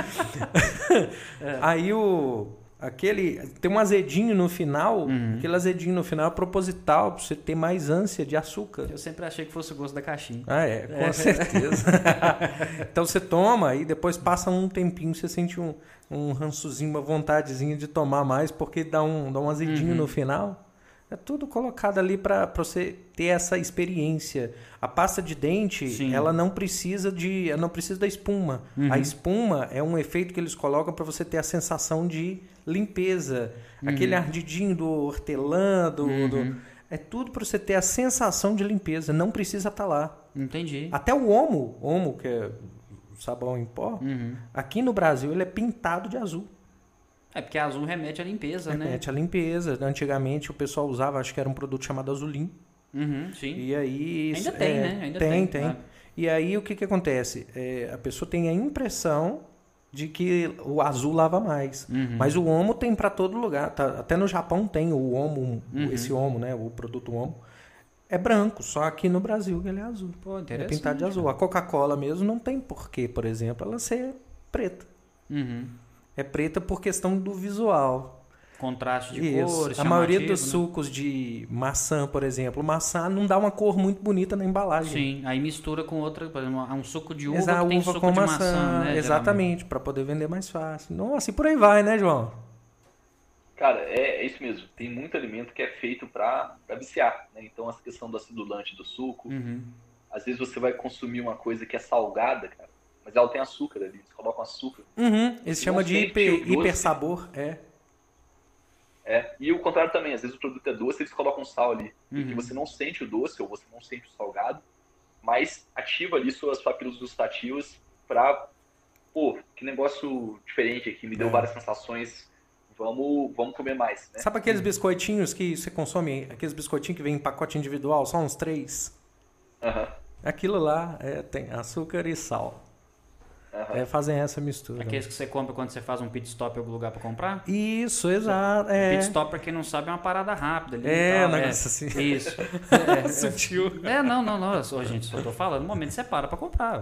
Aí tem um azedinho no final. Aquele azedinho no final é proposital para você ter mais ânsia de açúcar. Eu sempre achei que fosse o gosto da caixinha. Com certeza. Então você toma e depois passa um tempinho, você sente um rançozinho, uma vontadezinha de tomar mais, porque dá um azedinho no final. É tudo colocado ali para você ter essa experiência. A pasta de dente, ela não precisa da espuma. A espuma é um efeito que eles colocam para você ter a sensação de limpeza. Aquele ardidinho do hortelã, é tudo para você ter a sensação de limpeza. Não precisa estar lá. Entendi. Até o Omo, que é sabão em pó, aqui no Brasil ele é pintado de azul. É porque azul remete à limpeza, né? Remete à limpeza. Antigamente o pessoal usava, acho que era um produto chamado Azulim. Sim. E aí... Ainda tem, né? Ainda tem. Ah. E aí o que acontece? A pessoa tem a impressão de que o azul lava mais. Mas o Omo tem para todo lugar. Até no Japão tem o Omo, esse Omo, né? O produto Omo. É branco, só aqui no Brasil que ele é azul. Pô, interessante. É pintado de azul. A Coca-Cola mesmo não tem porquê, por exemplo, ela ser preta. É preta por questão do visual. Contraste de cores, a maioria chamativo, dos né? sucos de maçã, por exemplo, maçã não dá uma cor muito bonita na embalagem. Sim, aí mistura com outra, por exemplo, um suco de uva Exato, que tem uva suco com de maçã, né? exatamente, para poder vender mais fácil. Nossa, e por aí vai, né, João? Cara, é isso mesmo. Tem muito alimento que é feito para viciar, né? Então, essa questão do acidulante do suco. Às vezes você vai consumir uma coisa que é salgada, cara, mas ela tem açúcar ali. Eles colocam açúcar. Eles chamam de hiper sabor, E o contrário também. Às vezes o produto é doce, eles colocam sal ali. Porque você não sente o doce ou você não sente o salgado, mas ativa ali suas papilas gustativas pra... Pô, que negócio diferente aqui. Me deu várias sensações... Vamos comer mais, né? Sabe aqueles biscoitinhos que você consome, aqueles biscoitinhos que vem em pacote individual, só uns 3? Aquilo lá tem açúcar e sal. Fazem essa mistura. Aqueles que você compra quando você faz um pit stop em algum lugar pra comprar? Isso, exato. Pit stop, pra quem não sabe, é uma parada rápida. Ali um negócio assim. Isso. Sutil. Não. Gente, só tô falando, no momento você para pra comprar.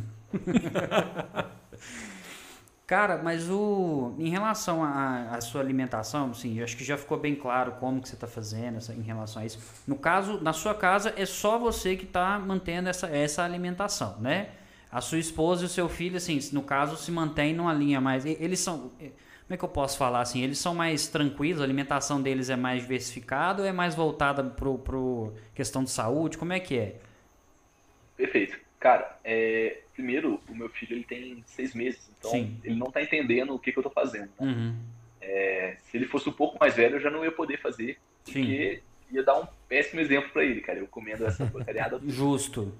Cara, mas em relação à sua alimentação, assim, eu acho que já ficou bem claro como que você está fazendo em relação a isso. No caso, na sua casa, é só você que está mantendo essa alimentação, né? A sua esposa e o seu filho, assim, no caso, se mantém numa linha mais... Eles são... Como é que eu posso falar assim? Eles são mais tranquilos? A alimentação deles é mais diversificada ou é mais voltada pro questão de saúde? Como é que é? Perfeito. Cara, primeiro, o meu filho ele tem 6 meses, então ele não tá entendendo o que eu tô fazendo. Né? Se ele fosse um pouco mais velho, eu já não ia poder fazer, porque ia dar um péssimo exemplo pra ele, cara, eu comendo essa porcariada. Justo.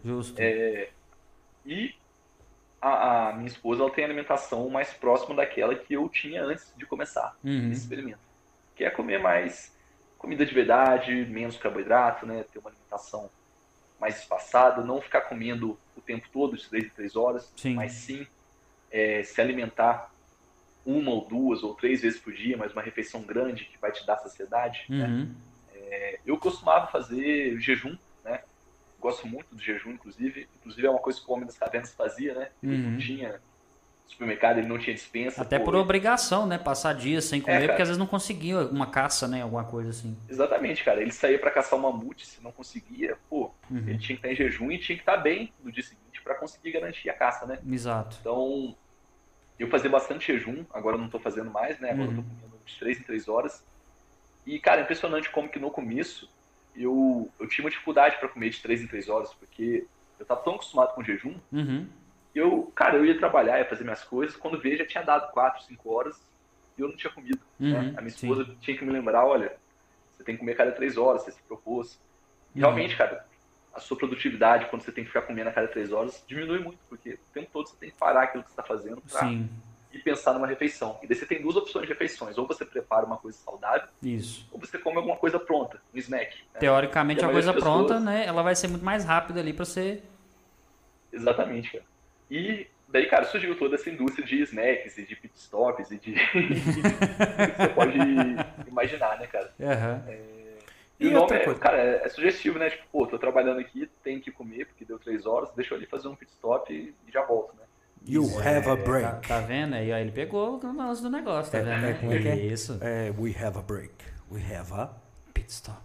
E a minha esposa ela tem a alimentação mais próxima daquela que eu tinha antes de começar esse experimento, que é comer mais comida de verdade, menos carboidrato, né? Ter uma alimentação mais espaçada, não ficar comendo o tempo todo, de 3 em 3 horas, mas sim se alimentar 1 ou 2 ou 3 vezes por dia, mas uma refeição grande que vai te dar saciedade. Né? Eu costumava fazer jejum, né? Gosto muito do jejum, inclusive é uma coisa que o Homem das Cavernas fazia, né? Ele não tinha supermercado, ele não tinha dispensa. Até por obrigação, né? Passar dias sem comer, porque às vezes não conseguia uma caça, né? Alguma coisa assim. Exatamente, cara. Ele saía pra caçar um mamute, se não conseguia, ele tinha que estar em jejum e tinha que estar bem no dia seguinte pra conseguir garantir a caça, né? Exato. Então, eu fazia bastante jejum, agora eu não tô fazendo mais, né? Agora eu tô comendo de 3 em 3 horas. E, cara, impressionante como que no começo eu tinha uma dificuldade pra comer de 3 em 3 horas, porque eu tava tão acostumado com jejum, eu ia trabalhar, ia fazer minhas coisas, quando veio já tinha dado 4, 5 horas e eu não tinha comido. Né? A minha esposa tinha que me lembrar, olha, você tem que comer a cada 3 horas, você se propôs. E realmente, cara, a sua produtividade, quando você tem que ficar comendo a cada 3 horas, diminui muito, porque o tempo todo você tem que parar aquilo que você está fazendo pra ir pensar numa refeição. E daí você tem 2 opções de refeições, ou você prepara uma coisa saudável, ou você come alguma coisa pronta, um snack. Né? Teoricamente, a coisa pronta, né, ela vai ser muito mais rápida ali pra você... Exatamente, cara. E daí, cara, surgiu toda essa indústria de snacks e de pit stops e de... você pode imaginar, né, cara? E o nome, cara, é sugestivo, né? Tipo, tô trabalhando aqui, tenho que comer, porque deu 3 horas, deixa eu ali fazer um pit stop e já volto, né? You have a break. Tá vendo? Aí ele pegou o lance do negócio, tá vendo? Como é que é? Isso. We have a break. We have a... Pit stop.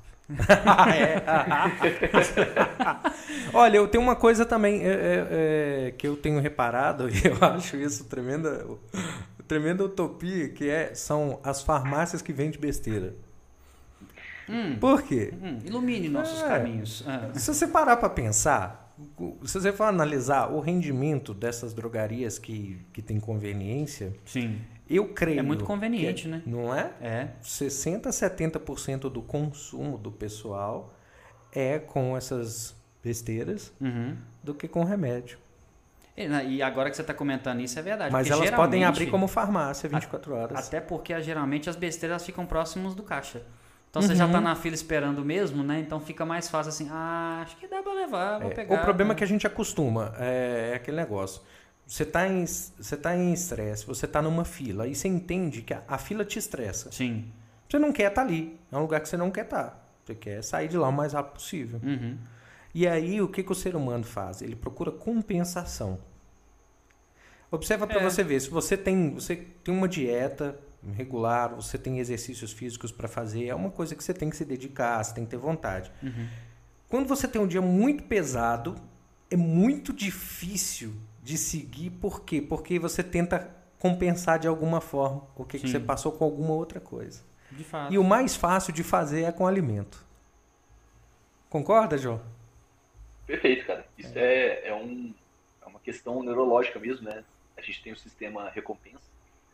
Olha, eu tenho uma coisa também que eu tenho reparado, e eu acho isso tremenda utopia, que são as farmácias que vendem besteira. Por quê? Ilumine nossos caminhos. Se você parar para pensar, se você for analisar o rendimento dessas drogarias que tem conveniência, eu creio... É muito conveniente, né? Não é? 60% a 70% do consumo do pessoal é com essas besteiras do que com remédio. E agora que você está comentando isso, é verdade. Mas elas podem abrir como farmácia 24 horas. Até porque, geralmente, as besteiras ficam próximos do caixa. Então, você já está na fila esperando mesmo, né? Então, fica mais fácil assim, acho que dá para levar, vou pegar. O problema é que a gente acostuma, é aquele negócio. Você está em estresse, você está numa fila, e você entende que a fila te estressa. Sim. Você não quer estar ali, é um lugar que você não quer estar. Você quer sair de lá o mais rápido possível. Uhum. E aí, o que o ser humano faz? Ele procura compensação. Observa para você ver, se você tem uma dieta regular, você tem exercícios físicos para fazer, é uma coisa que você tem que se dedicar, você tem que ter vontade. Uhum. Quando você tem um dia muito pesado, é muito difícil de seguir. Por quê? Porque você tenta compensar de alguma forma o que você passou com alguma outra coisa. De fato. E o mais fácil de fazer é com alimento. Concorda, João? Perfeito, cara. Isso é uma questão neurológica mesmo, né? A gente tem o sistema recompensa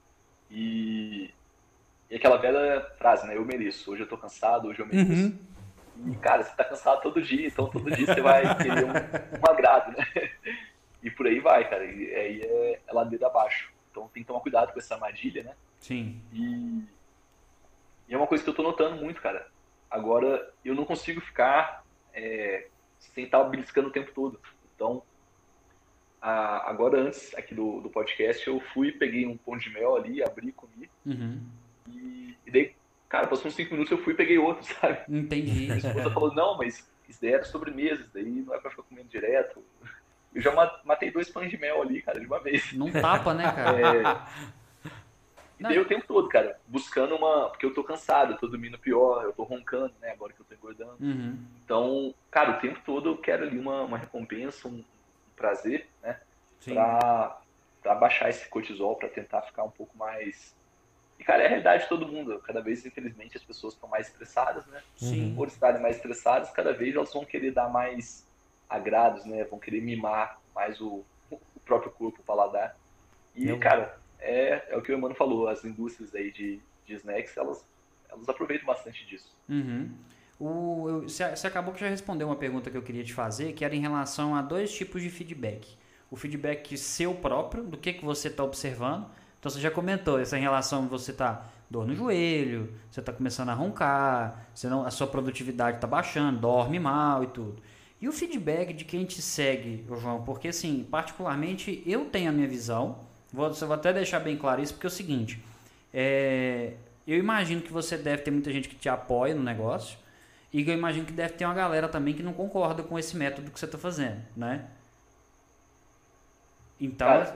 e aquela velha frase, né? Eu mereço. Hoje eu tô cansado, hoje eu mereço. E, cara, você tá cansado todo dia, então todo dia você vai querer um agrado, né? E por aí vai, cara. E aí é ladeira abaixo. Então tem que tomar cuidado com essa armadilha, né? Sim. E é uma coisa que eu tô notando muito, cara. Agora, eu não consigo ficar sem estar beliscando o tempo todo. Então, agora antes aqui do podcast, eu fui, peguei um pão de mel ali, abri, comi. Uhum. E daí, cara, passou uns 5 minutos, eu fui e peguei outro, sabe? Entendi. A esposa falou, não, mas isso daí era sobremesa, isso daí não é pra ficar comendo direto. Eu já matei 2 pães de mel ali, cara, de uma vez. Não tapa, né, cara? E daí o tempo todo, cara, buscando porque eu tô cansado, eu tô dormindo pior, eu tô roncando, né, agora que eu tô engordando. Uhum. Então, cara, o tempo todo eu quero ali uma recompensa, um prazer, né, Sim. pra baixar esse cortisol, pra tentar ficar um pouco mais... E, cara, é a realidade de todo mundo. Cada vez, infelizmente, as pessoas estão mais estressadas, né? Sim. Por estarem mais estressadas, cada vez elas vão querer dar mais agrados, né? Vão querer mimar mais o próprio corpo, o paladar. E, cara, é o que o Emmanuel falou. As indústrias aí de snacks, elas aproveitam bastante disso. Uhum. Você acabou que já respondeu uma pergunta que eu queria te fazer, que era em relação a 2 tipos de feedback. O feedback seu próprio, do que você está observando. Então, você já comentou essa relação de você tá dor no joelho, você está começando a roncar, a sua produtividade está baixando, dorme mal e tudo. E o feedback de quem te segue, João, porque assim, particularmente eu tenho a minha visão, vou até deixar bem claro isso, porque é o seguinte, eu imagino que você deve ter muita gente que te apoia no negócio, e eu imagino que deve ter uma galera também que não concorda com esse método que você está fazendo, né? Então... Cara,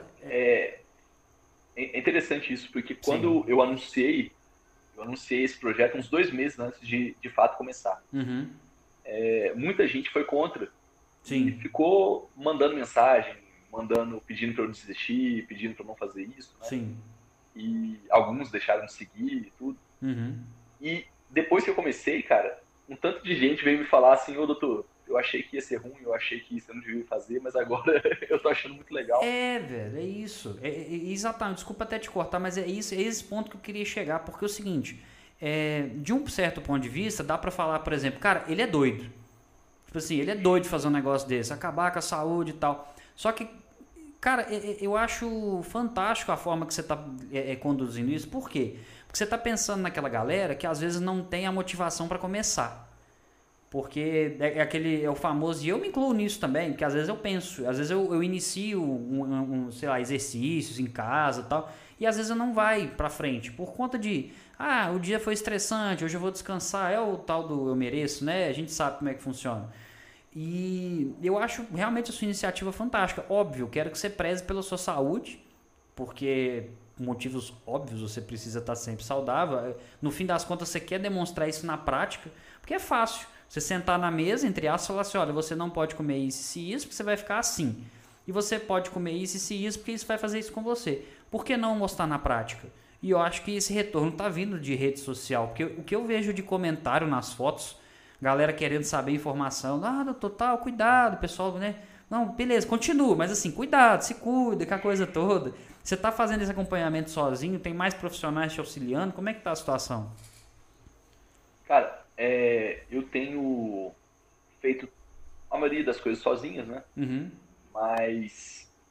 é interessante isso, porque quando eu anunciei esse projeto uns 2 meses antes de fato começar. Uhum. Muita gente foi contra. Sim. E ficou mandando mensagem, pedindo para eu desistir, pedindo para eu não fazer isso, né? Sim. E alguns deixaram de seguir e tudo. Uhum. E depois que eu comecei, cara, um tanto de gente veio me falar assim, ô doutor, eu achei que ia ser ruim, eu achei que isso eu não devia fazer, mas agora eu tô achando muito legal. Velho, é isso. Exatamente, desculpa até te cortar, mas é esse ponto que eu queria chegar, porque é o seguinte, de um certo ponto de vista, dá pra falar, por exemplo, cara, ele é doido. Tipo assim, ele é doido de fazer um negócio desse, acabar com a saúde e tal. Só que, cara, eu acho fantástico a forma que você tá conduzindo isso. Por quê? Porque você tá pensando naquela galera que às vezes não tem a motivação pra começar. Porque é o famoso, e eu me incluo nisso também, porque às vezes eu penso, às vezes eu inicio sei lá, exercícios em casa e tal, e às vezes eu não vai pra frente, por conta de, o dia foi estressante, hoje eu vou descansar, é o tal do eu mereço, né? A gente sabe como é que funciona. E eu acho realmente a sua iniciativa fantástica. Óbvio, quero que você preze pela sua saúde, porque por motivos óbvios você precisa estar sempre saudável. No fim das contas, você quer demonstrar isso na prática, porque é fácil. Você sentar na mesa, entre aspas, e falar assim, olha, você não pode comer isso e isso, porque você vai ficar assim. E você pode comer isso e isso, porque isso vai fazer isso com você. Por que não mostrar na prática? E eu acho que esse retorno está vindo de rede social, porque o que eu vejo de comentário nas fotos, galera querendo saber informação, total, cuidado, pessoal, né? Não, beleza, continua, mas assim, cuidado, se cuida, com a coisa toda. Você está fazendo esse acompanhamento sozinho, tem mais profissionais te auxiliando, como é que está a situação? Cara, eu tenho feito a maioria das coisas sozinhos, né? Uhum. Mas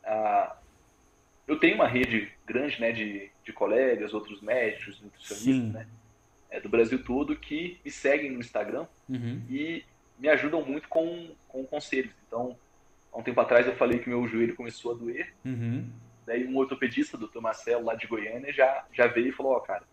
eu tenho uma rede grande, né, de colegas, outros médicos, nutricionistas, né, do Brasil todo, que me seguem no Instagram e me ajudam muito com conselhos. Então, há um tempo atrás eu falei que meu joelho começou a doer. Daí um ortopedista, Dr. Marcelo, lá de Goiânia, já veio e falou, cara,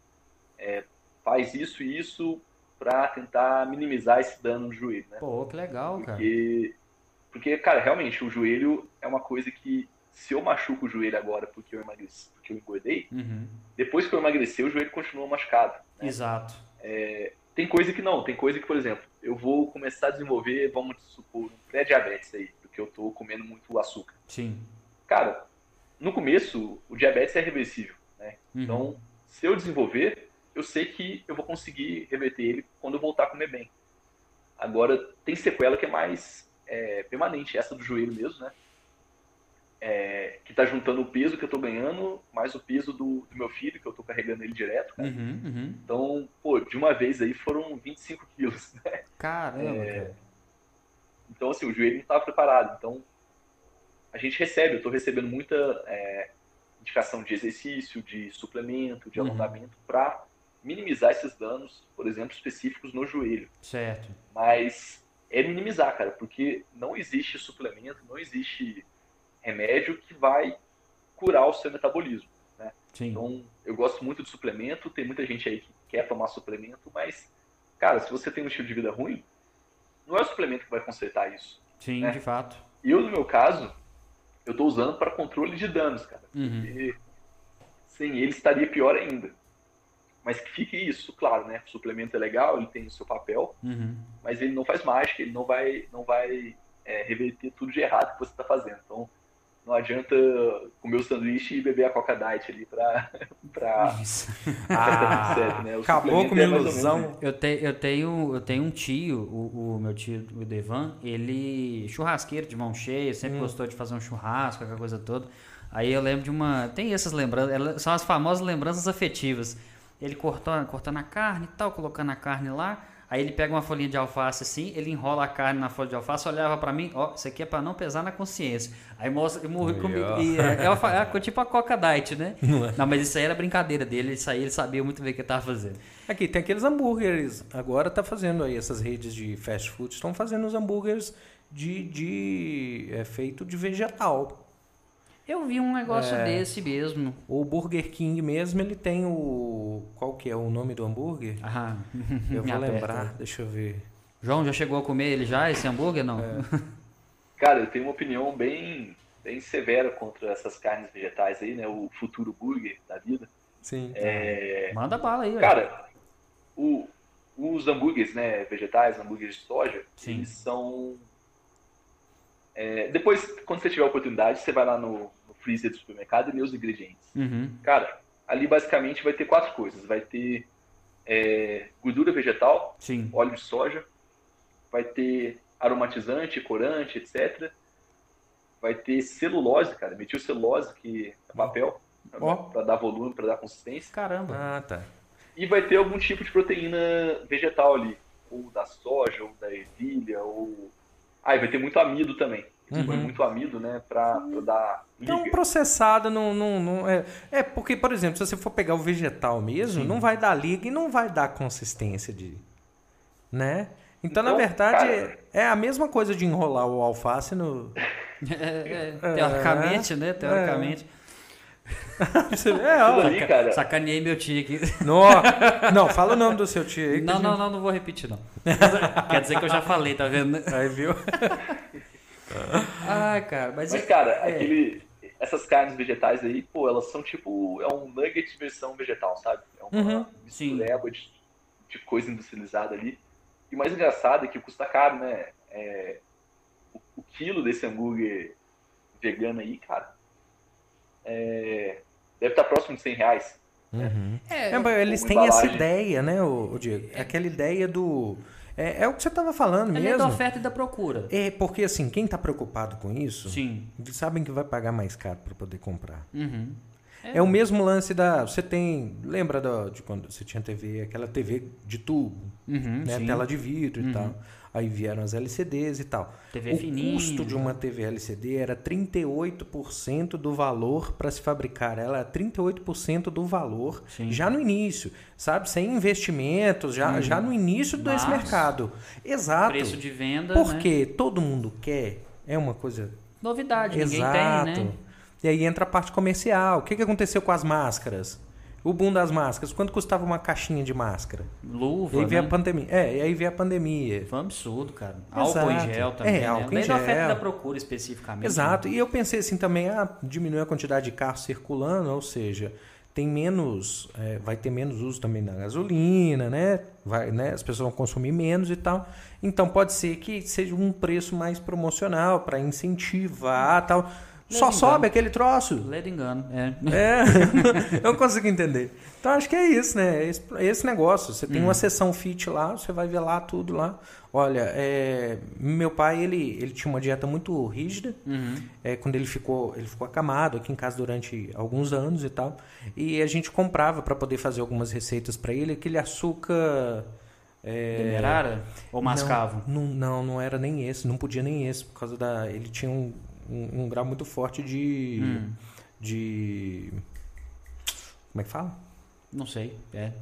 faz isso e isso para tentar minimizar esse dano no joelho, né? Pô, que legal, cara. Porque, cara, realmente, o joelho é uma coisa que, se eu machuco o joelho agora porque eu emagreci, porque eu engordei, depois que eu emagreci, o joelho continua machucado. Né? Exato. Tem coisa que não, tem coisa que, por exemplo, eu vou começar a desenvolver, vamos supor, um pré-diabetes aí, porque eu tô comendo muito açúcar. Sim. Cara, no começo, o diabetes é reversível, né? Então, se eu desenvolver, eu sei que eu vou conseguir reverter ele quando eu voltar a comer bem. Agora, tem sequela que é mais permanente, essa do joelho mesmo, né? Que tá juntando o peso que eu tô ganhando, mais o peso do meu filho, que eu tô carregando ele direto, cara. Então, pô, de uma vez aí foram 25 quilos, né? Caramba, cara. Então, assim, o joelho não estava preparado. Então, a gente eu estou recebendo muita indicação de exercício, de suplemento, de alongamento, para minimizar esses danos, por exemplo, específicos no joelho. Certo. Mas é minimizar, cara, porque não existe suplemento, não existe remédio que vai curar o seu metabolismo, né? Sim. Então, eu gosto muito de suplemento, tem muita gente aí que quer tomar suplemento, mas, cara, se você tem um estilo de vida ruim, não é o suplemento que vai consertar isso. Sim, né? De fato. Eu, no meu caso, eu estou usando para controle de danos, cara. Porque sem ele estaria pior ainda. Mas que fique isso, claro, né? O suplemento é legal, ele tem o seu papel, mas ele não faz mágica, ele não vai reverter tudo de errado que você está fazendo. Então, não adianta comer o sanduíche e beber a Coca Diet ali pra Ah, certo, né? acabou com a minha ilusão. Eu tenho um tio, o meu tio, o Devan, ele churrasqueiro de mão cheia, sempre gostou de fazer um churrasco, aquela coisa toda. Aí eu lembro de tem essas lembranças, são as famosas lembranças afetivas. Ele cortando a carne e tal, colocando a carne lá. Aí ele pega uma folhinha de alface assim, ele enrola a carne na folha de alface, olhava pra mim, isso aqui é pra não pesar na consciência. Aí mostra, ele morreu comigo. E tipo a Coca Diet, né? Não, mas isso aí era brincadeira dele, isso aí ele sabia muito bem o que ele tava fazendo. Aqui, tem aqueles hambúrgueres, agora tá fazendo aí, essas redes de fast food, estão fazendo os hambúrgueres feito de vegetal. Eu vi um negócio desse mesmo. O Burger King mesmo, ele tem qual que é o nome do hambúrguer? Eu vou lembrar, deixa eu ver. João, já chegou a comer ele esse hambúrguer, não? Cara, eu tenho uma opinião bem severa contra essas carnes vegetais aí, né? O futuro burger da vida. Sim. Manda bala aí, cara, os hambúrgueres, né, vegetais, hambúrgueres de soja, sim, eles são... depois, quando você tiver a oportunidade, você vai lá no freezer do supermercado e lê os ingredientes. Cara, ali basicamente vai ter 4 coisas. Vai ter gordura vegetal, sim, óleo de soja, vai ter aromatizante, corante, etc. Vai ter celulose, cara, metilcelulose, que é papel, para dar volume, para dar consistência. Caramba. Ah, tá. E vai ter algum tipo de proteína vegetal ali, ou da soja, ou da ervilha, ou... e vai ter muito amido também. Eles põem muito amido, né, pra dar liga. Então, processada não porque, por exemplo, se você for pegar o vegetal mesmo, não vai dar liga e não vai dar consistência né? Então, na verdade, cara, é a mesma coisa de enrolar o alface no... Teoricamente, né? Teoricamente. Ali, cara. Sacaneei meu tio aqui. Não, fala o nome do seu tio aí. Não vou repetir, não. Quer dizer que eu já falei, tá vendo? Aí, viu? Ai, cara, mas cara, essas carnes vegetais aí, pô, elas são tipo, um nugget versão vegetal, sabe? É uma mistureba de coisa industrializada ali. E o mais engraçado é que custa caro, né? O quilo desse hambúrguer vegano aí, cara, deve estar próximo de R$100. Né? Eles têm essa ideia, né, o Diego? Aquela ideia do... É o que você estava falando mesmo. É da oferta e da procura. Porque, assim, quem está preocupado com isso, sim, eles sabem que vai pagar mais caro para poder comprar. É o mesmo lance você lembra de quando você tinha TV, aquela TV de tubo, né? Tela de vidro e tal. Aí vieram as LCDs e tal. TV o fininha. custo de uma TV LCD era 38% do valor para se fabricar. Ela era 38% do valor já no início, sabe? Sem investimentos, já no início desse mercado. Exato. Preço de venda, porque todo mundo quer. É uma coisa... Novidade, Exato. Ninguém tem, né? E aí entra a parte comercial. O que aconteceu com as máscaras? O boom das máscaras. Quanto custava uma caixinha de máscara? Luva, e aí veio né? a pandemia. E aí veio a pandemia. Foi um absurdo, cara. Exato. Álcool em gel também, álcool né? em gel. Da oferta e da procura especificamente. Exato. Né? E eu pensei assim também, diminuir a quantidade de carros circulando, ou seja, tem menos, vai ter menos uso também da gasolina, né? As pessoas vão consumir menos e tal. Então pode ser que seja um preço mais promocional para incentivar tal. Só sobe aquele troço. Ledo engano, Eu não consigo entender. Então acho que é isso, né? Esse negócio. Você tem uma seção fit lá, você vai ver lá tudo lá. Olha, meu pai, ele tinha uma dieta muito rígida. Quando ele ficou acamado aqui em casa durante alguns anos e tal. E a gente comprava para poder fazer algumas receitas para ele, aquele açúcar... Demerara? Ou mascavo? Não era nem esse. Não podia nem esse, por causa da... Ele tinha um grau muito forte de... Como é que fala? Não sei.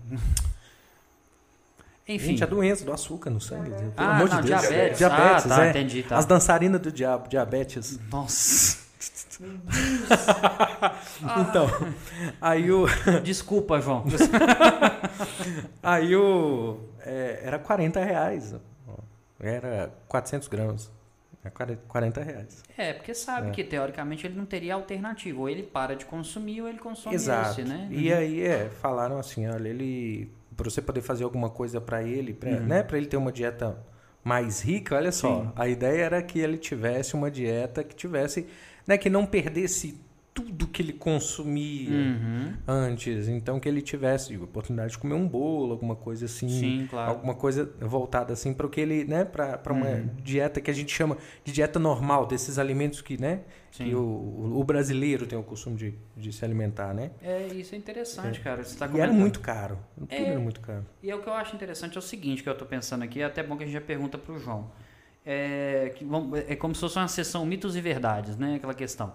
Enfim. Gente, a doença do açúcar no sangue. Pelo Ah, amor não, de Deus. diabetes. Diabetes, Ah, tá, entendi, tá. As dançarinas do diabo, diabetes. Nossa. Então, aí o... Desculpa, João. Aí era R$40. Era 400 gramas. É R$40. Porque sabe que teoricamente ele não teria alternativa. Ou ele para de consumir ou ele consome Exato. esse, né? E aí falaram assim, olha, para você poder fazer alguma coisa para ele, né, para ele ter uma dieta mais rica, olha só, a ideia era que ele tivesse uma dieta que tivesse, né, que não perdesse tudo que ele consumia antes, então que ele tivesse a oportunidade de comer um bolo, alguma coisa assim. Sim, claro. Alguma coisa voltada assim para o que ele, né, para uma dieta que a gente chama de dieta normal, desses alimentos que, né, que o brasileiro tem o costume de se alimentar, né? Isso é interessante, cara. Você tá E comentando. era muito caro. Tudo era muito caro. E o que eu acho interessante é o seguinte, que eu tô pensando aqui, é até bom que a gente já pergunta pro João. É como se fosse uma sessão mitos e verdades, né, aquela questão.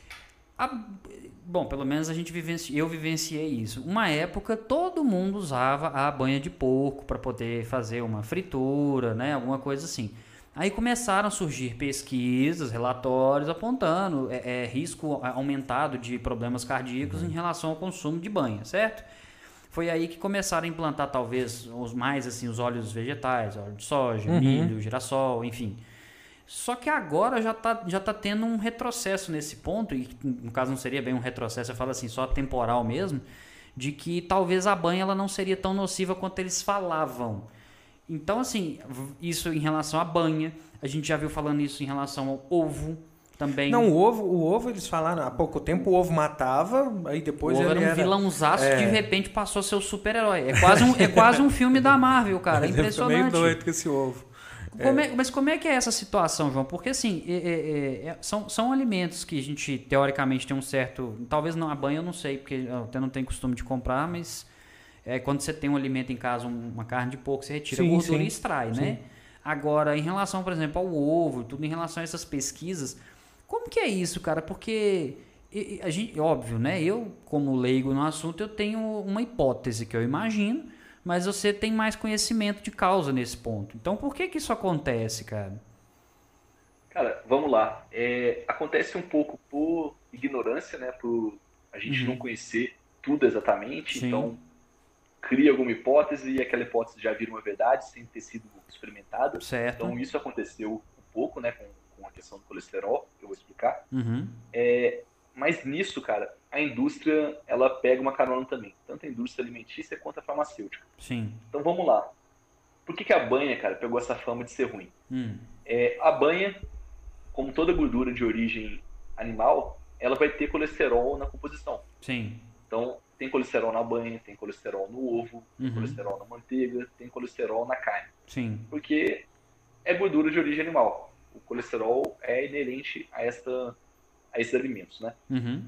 Bom, pelo menos eu vivenciei isso. Uma época todo mundo usava a banha de porco para poder fazer uma fritura, né, alguma coisa assim. Aí começaram a surgir pesquisas, relatórios apontando risco aumentado de problemas cardíacos em relação ao consumo de banha, certo? Foi aí que começaram a implantar talvez os óleos vegetais, óleo de soja, milho, girassol, enfim. Só que agora já tá tendo um retrocesso nesse ponto, e no caso não seria bem um retrocesso, eu falo assim, só temporal mesmo, de que talvez a banha ela não seria tão nociva quanto eles falavam. Então, assim, isso em relação à banha, a gente já viu falando isso em relação ao ovo também. Não, o ovo eles falaram, há pouco tempo o ovo matava, aí depois o ovo ele era um vilãozaço, de repente passou a ser o super-herói. É quase um filme da Marvel, cara, é impressionante. Eu tô meio doido com esse ovo. Mas como é que é essa situação, João? Porque assim, são alimentos que a gente teoricamente tem um certo... Talvez não a banha, eu não sei, porque eu até não tenho costume de comprar, mas quando você tem um alimento em casa, uma carne de porco, você retira a gordura e extrai, né? Agora, em relação, por exemplo, ao ovo, tudo em relação a essas pesquisas, como que é isso, cara? Porque, a gente, óbvio, né? Eu, como leigo no assunto, eu tenho uma hipótese que eu imagino, mas você tem mais conhecimento de causa nesse ponto. Então, por que isso acontece, cara? Cara, vamos lá. Acontece um pouco por ignorância, né? Por a gente não conhecer tudo exatamente. Sim. Então, cria alguma hipótese e aquela hipótese já vira uma verdade sem ter sido experimentada. Certo. Então, isso aconteceu um pouco, né? Com a questão do colesterol, que eu vou explicar. Mas nisso, cara, a indústria, ela pega uma carona também. Tanto a indústria alimentícia quanto a farmacêutica. Sim. Então, vamos lá. Por que a banha, cara, pegou essa fama de ser ruim? A banha, como toda gordura de origem animal, ela vai ter colesterol na composição. Sim. Então, tem colesterol na banha, tem colesterol no ovo, tem colesterol na manteiga, tem colesterol na carne. Sim. Porque é gordura de origem animal. O colesterol é inerente a esses alimentos, né?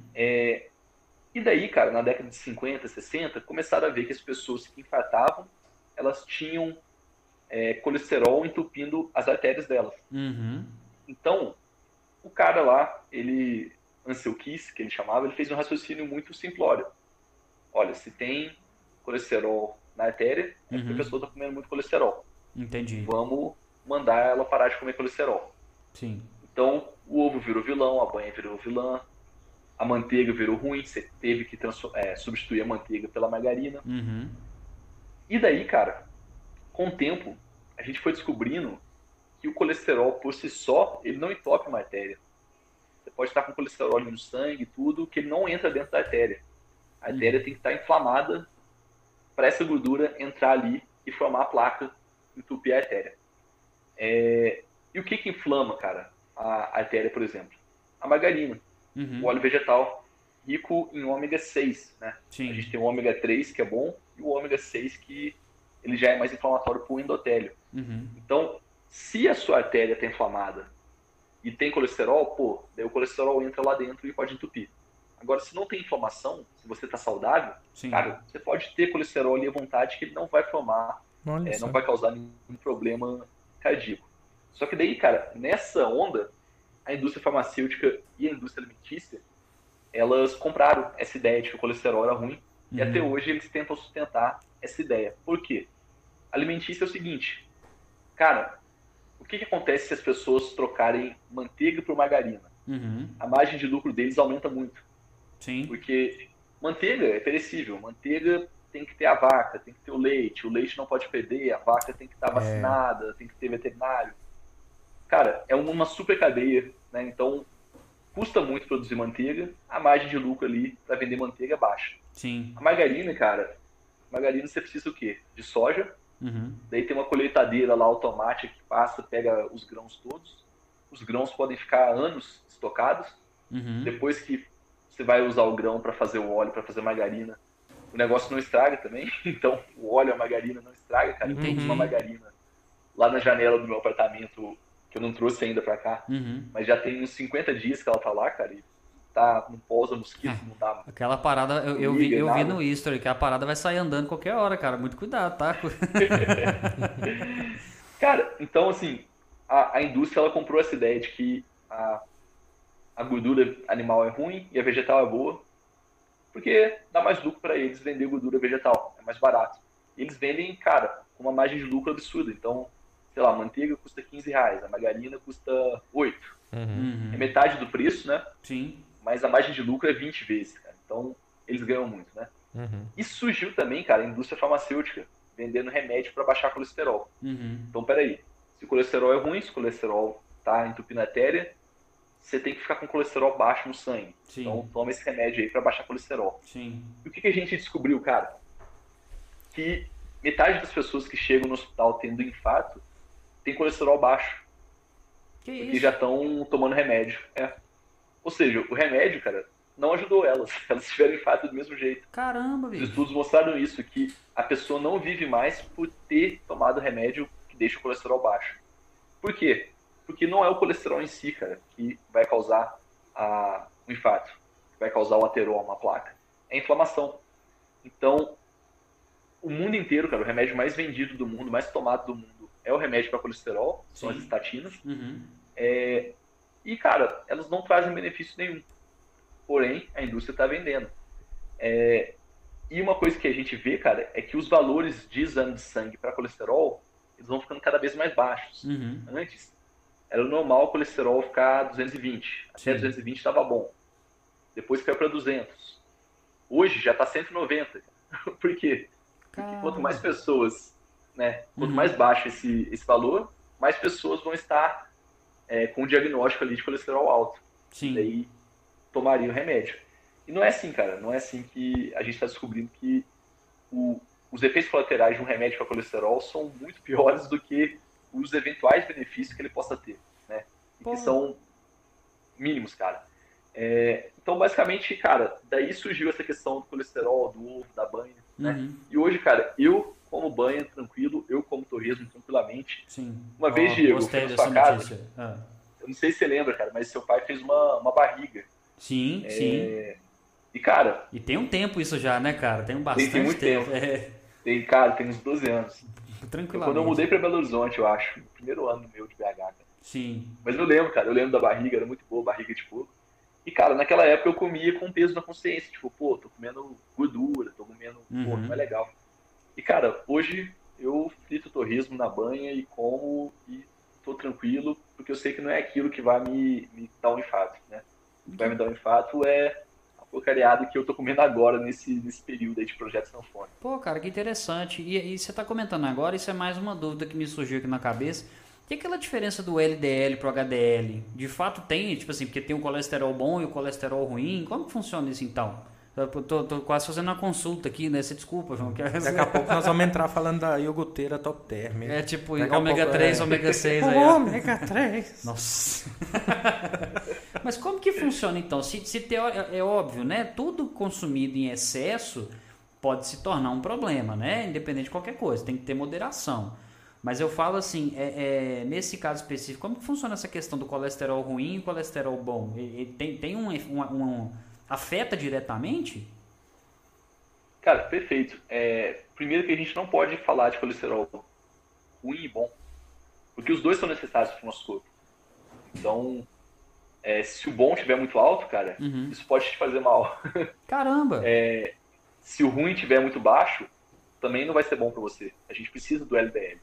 E daí, cara, na década de 50, 60, começaram a ver que as pessoas que infartavam, elas tinham colesterol entupindo as artérias delas. Uhum. Então, o cara lá, Ansel Keys, que ele chamava, ele fez um raciocínio muito simplório. Olha, se tem colesterol na artéria, é porque a pessoa está comendo muito colesterol. Entendi. Vamos mandar ela parar de comer colesterol. Sim. Então, o ovo virou vilão, a banha virou vilã, a manteiga virou ruim, você teve que substituir a manteiga pela margarina. Uhum. E daí, cara, com o tempo, a gente foi descobrindo que o colesterol, por si só, ele não entope uma artéria. Você pode estar com colesterol no sangue e tudo, que ele não entra dentro da artéria. A artéria tem que estar inflamada para essa gordura entrar ali e formar a placa e entupir a artéria. E o que inflama, cara, a artéria, por exemplo? A margarina, o óleo vegetal, rico em ômega 6, né? Sim. A gente tem o ômega 3, que é bom, e o ômega 6, que ele já é mais inflamatório para o endotélio. Então, se a sua artéria está inflamada e tem colesterol, daí o colesterol entra lá dentro e pode entupir. Agora, se não tem inflamação, se você está saudável, cara, você pode ter colesterol ali à vontade que ele não vai formar, não vai causar nenhum problema cardíaco. Só que daí, cara, nessa onda, a indústria farmacêutica e a indústria alimentícia, elas compraram essa ideia de que o colesterol era ruim e até hoje eles tentam sustentar essa ideia. Por quê? Alimentícia é o seguinte, cara, o que acontece se as pessoas trocarem manteiga por margarina? A margem de lucro deles aumenta muito. Sim. Porque manteiga é perecível, manteiga tem que ter a vaca, tem que ter o leite não pode perder, a vaca tem que estar vacinada, tem que ter veterinário. Cara, é uma super cadeia, né? Então, custa muito produzir manteiga, a margem de lucro ali para vender manteiga é baixa. Sim. A margarina, cara, você precisa o quê? De soja, daí tem uma colheitadeira lá automática que passa, pega os grãos todos, os grãos podem ficar anos estocados, depois que você vai usar o grão para fazer o óleo, para fazer margarina, o negócio não estraga também, então o óleo, a margarina não estraga, cara. Eu tenho uma margarina lá na janela do meu apartamento, que eu não trouxe ainda pra cá, mas já tem uns 50 dias que ela tá lá, cara, e tá, não pousa mosquito, não dá. Aquela parada, eu vi no history que a parada vai sair andando qualquer hora, cara, muito cuidado, tá? Cara, então assim, a indústria ela comprou essa ideia de que a gordura animal é ruim e a vegetal é boa, porque dá mais lucro para eles vender gordura vegetal, é mais barato. E eles vendem, cara, com uma margem de lucro absurda. Então, sei lá, a manteiga custa R$15, a margarina custa 8. É metade do preço, né? Sim. Mas a margem de lucro é 20 vezes, cara. Então, eles ganham muito, né? E surgiu também, cara, a indústria farmacêutica, vendendo remédio para baixar colesterol. Então, peraí, se o colesterol é ruim, se o colesterol tá entupindo a artéria, você tem que ficar com colesterol baixo no sangue. Sim. Então, toma esse remédio aí para baixar colesterol. Sim. E o que a gente descobriu, cara? Que metade das pessoas que chegam no hospital tendo infarto tem colesterol baixo. Porque já estão tomando remédio. Ou seja, o remédio, cara, não ajudou elas. Elas tiveram infarto do mesmo jeito. Caramba, bicho. Os estudos mostraram isso, que a pessoa não vive mais por ter tomado remédio que deixa o colesterol baixo. Por quê? Porque não é o colesterol em si, cara, que vai causar o infarto, que vai causar o ateroma, a placa. É a inflamação. Então, o mundo inteiro, cara, o remédio mais vendido do mundo, mais tomado do mundo, é o remédio para colesterol, são as estatinas. E, cara, elas não trazem benefício nenhum. Porém, a indústria está vendendo. E uma coisa que a gente vê, cara, é que os valores de exame de sangue para colesterol, eles vão ficando cada vez mais baixos. Antes, era normal o colesterol ficar 220. Até 220 estava bom. Depois caiu para 200. Hoje já está 190. Por quê? Porque quanto mais pessoas, né, quanto mais baixo esse valor, mais pessoas vão estar com o diagnóstico ali de colesterol alto. Sim. Daí tomaria o remédio. E não é assim, cara. Não é assim que a gente está descobrindo que os efeitos colaterais de um remédio para colesterol são muito piores do que os eventuais benefícios que ele possa ter, né? E que são mínimos, cara. Então, basicamente, cara, daí surgiu essa questão do colesterol, do ovo, da banha, né? E hoje, cara, eu como banha tranquilo, eu como torresmo tranquilamente. Sim. Uma vez, Diego, eu fui na sua casa, eu não sei se você lembra, cara, mas seu pai fez uma barriga. Sim. E, cara... E tem um tempo isso já, né, cara? Tem bastante muito tempo. Tem, cara, tem uns 12 anos. Tranquilamente. Quando eu mudei pra Belo Horizonte, eu acho, no primeiro ano meu de BH, cara. Sim. Mas eu lembro, cara, eu lembro da barriga, era muito boa, barriga de porco. E, cara, naquela época eu comia com peso na consciência, tipo, pô, tô comendo gordura, tô comendo, pô, não é legal. E, cara, hoje eu frito torresmo na banha e como e tô tranquilo, porque eu sei que não é aquilo que vai me dar um infarto, né? O que vai me dar um infarto é a porcariada que eu tô comendo agora, nesse período aí de Projeto Sanfona. Pô, cara, que interessante. E você tá comentando agora, isso é mais uma dúvida que me surgiu aqui na cabeça. E aquela diferença do LDL pro HDL? De fato tem, tipo assim, porque tem o colesterol bom e o colesterol ruim? Como que funciona isso então? Eu tô quase fazendo uma consulta aqui, né? Você desculpa, João. Daqui a pouco nós vamos entrar falando da iogurteira top term. É tipo ômega 3, ômega 6 aí. Ômega 3. Nossa. Mas como que funciona então? É óbvio, né? Tudo consumido em excesso pode se tornar um problema, né? Independente de qualquer coisa, tem que ter moderação. Mas eu falo assim, nesse caso específico, como que funciona essa questão do colesterol ruim e colesterol bom? Tem afeta diretamente? Cara, perfeito. Primeiro que a gente não pode falar de colesterol ruim e bom, porque os dois são necessários para o nosso corpo. Então, se o bom estiver muito alto, cara, isso pode te fazer mal. Caramba! Se o ruim estiver muito baixo, também não vai ser bom para você. A gente precisa do LDL.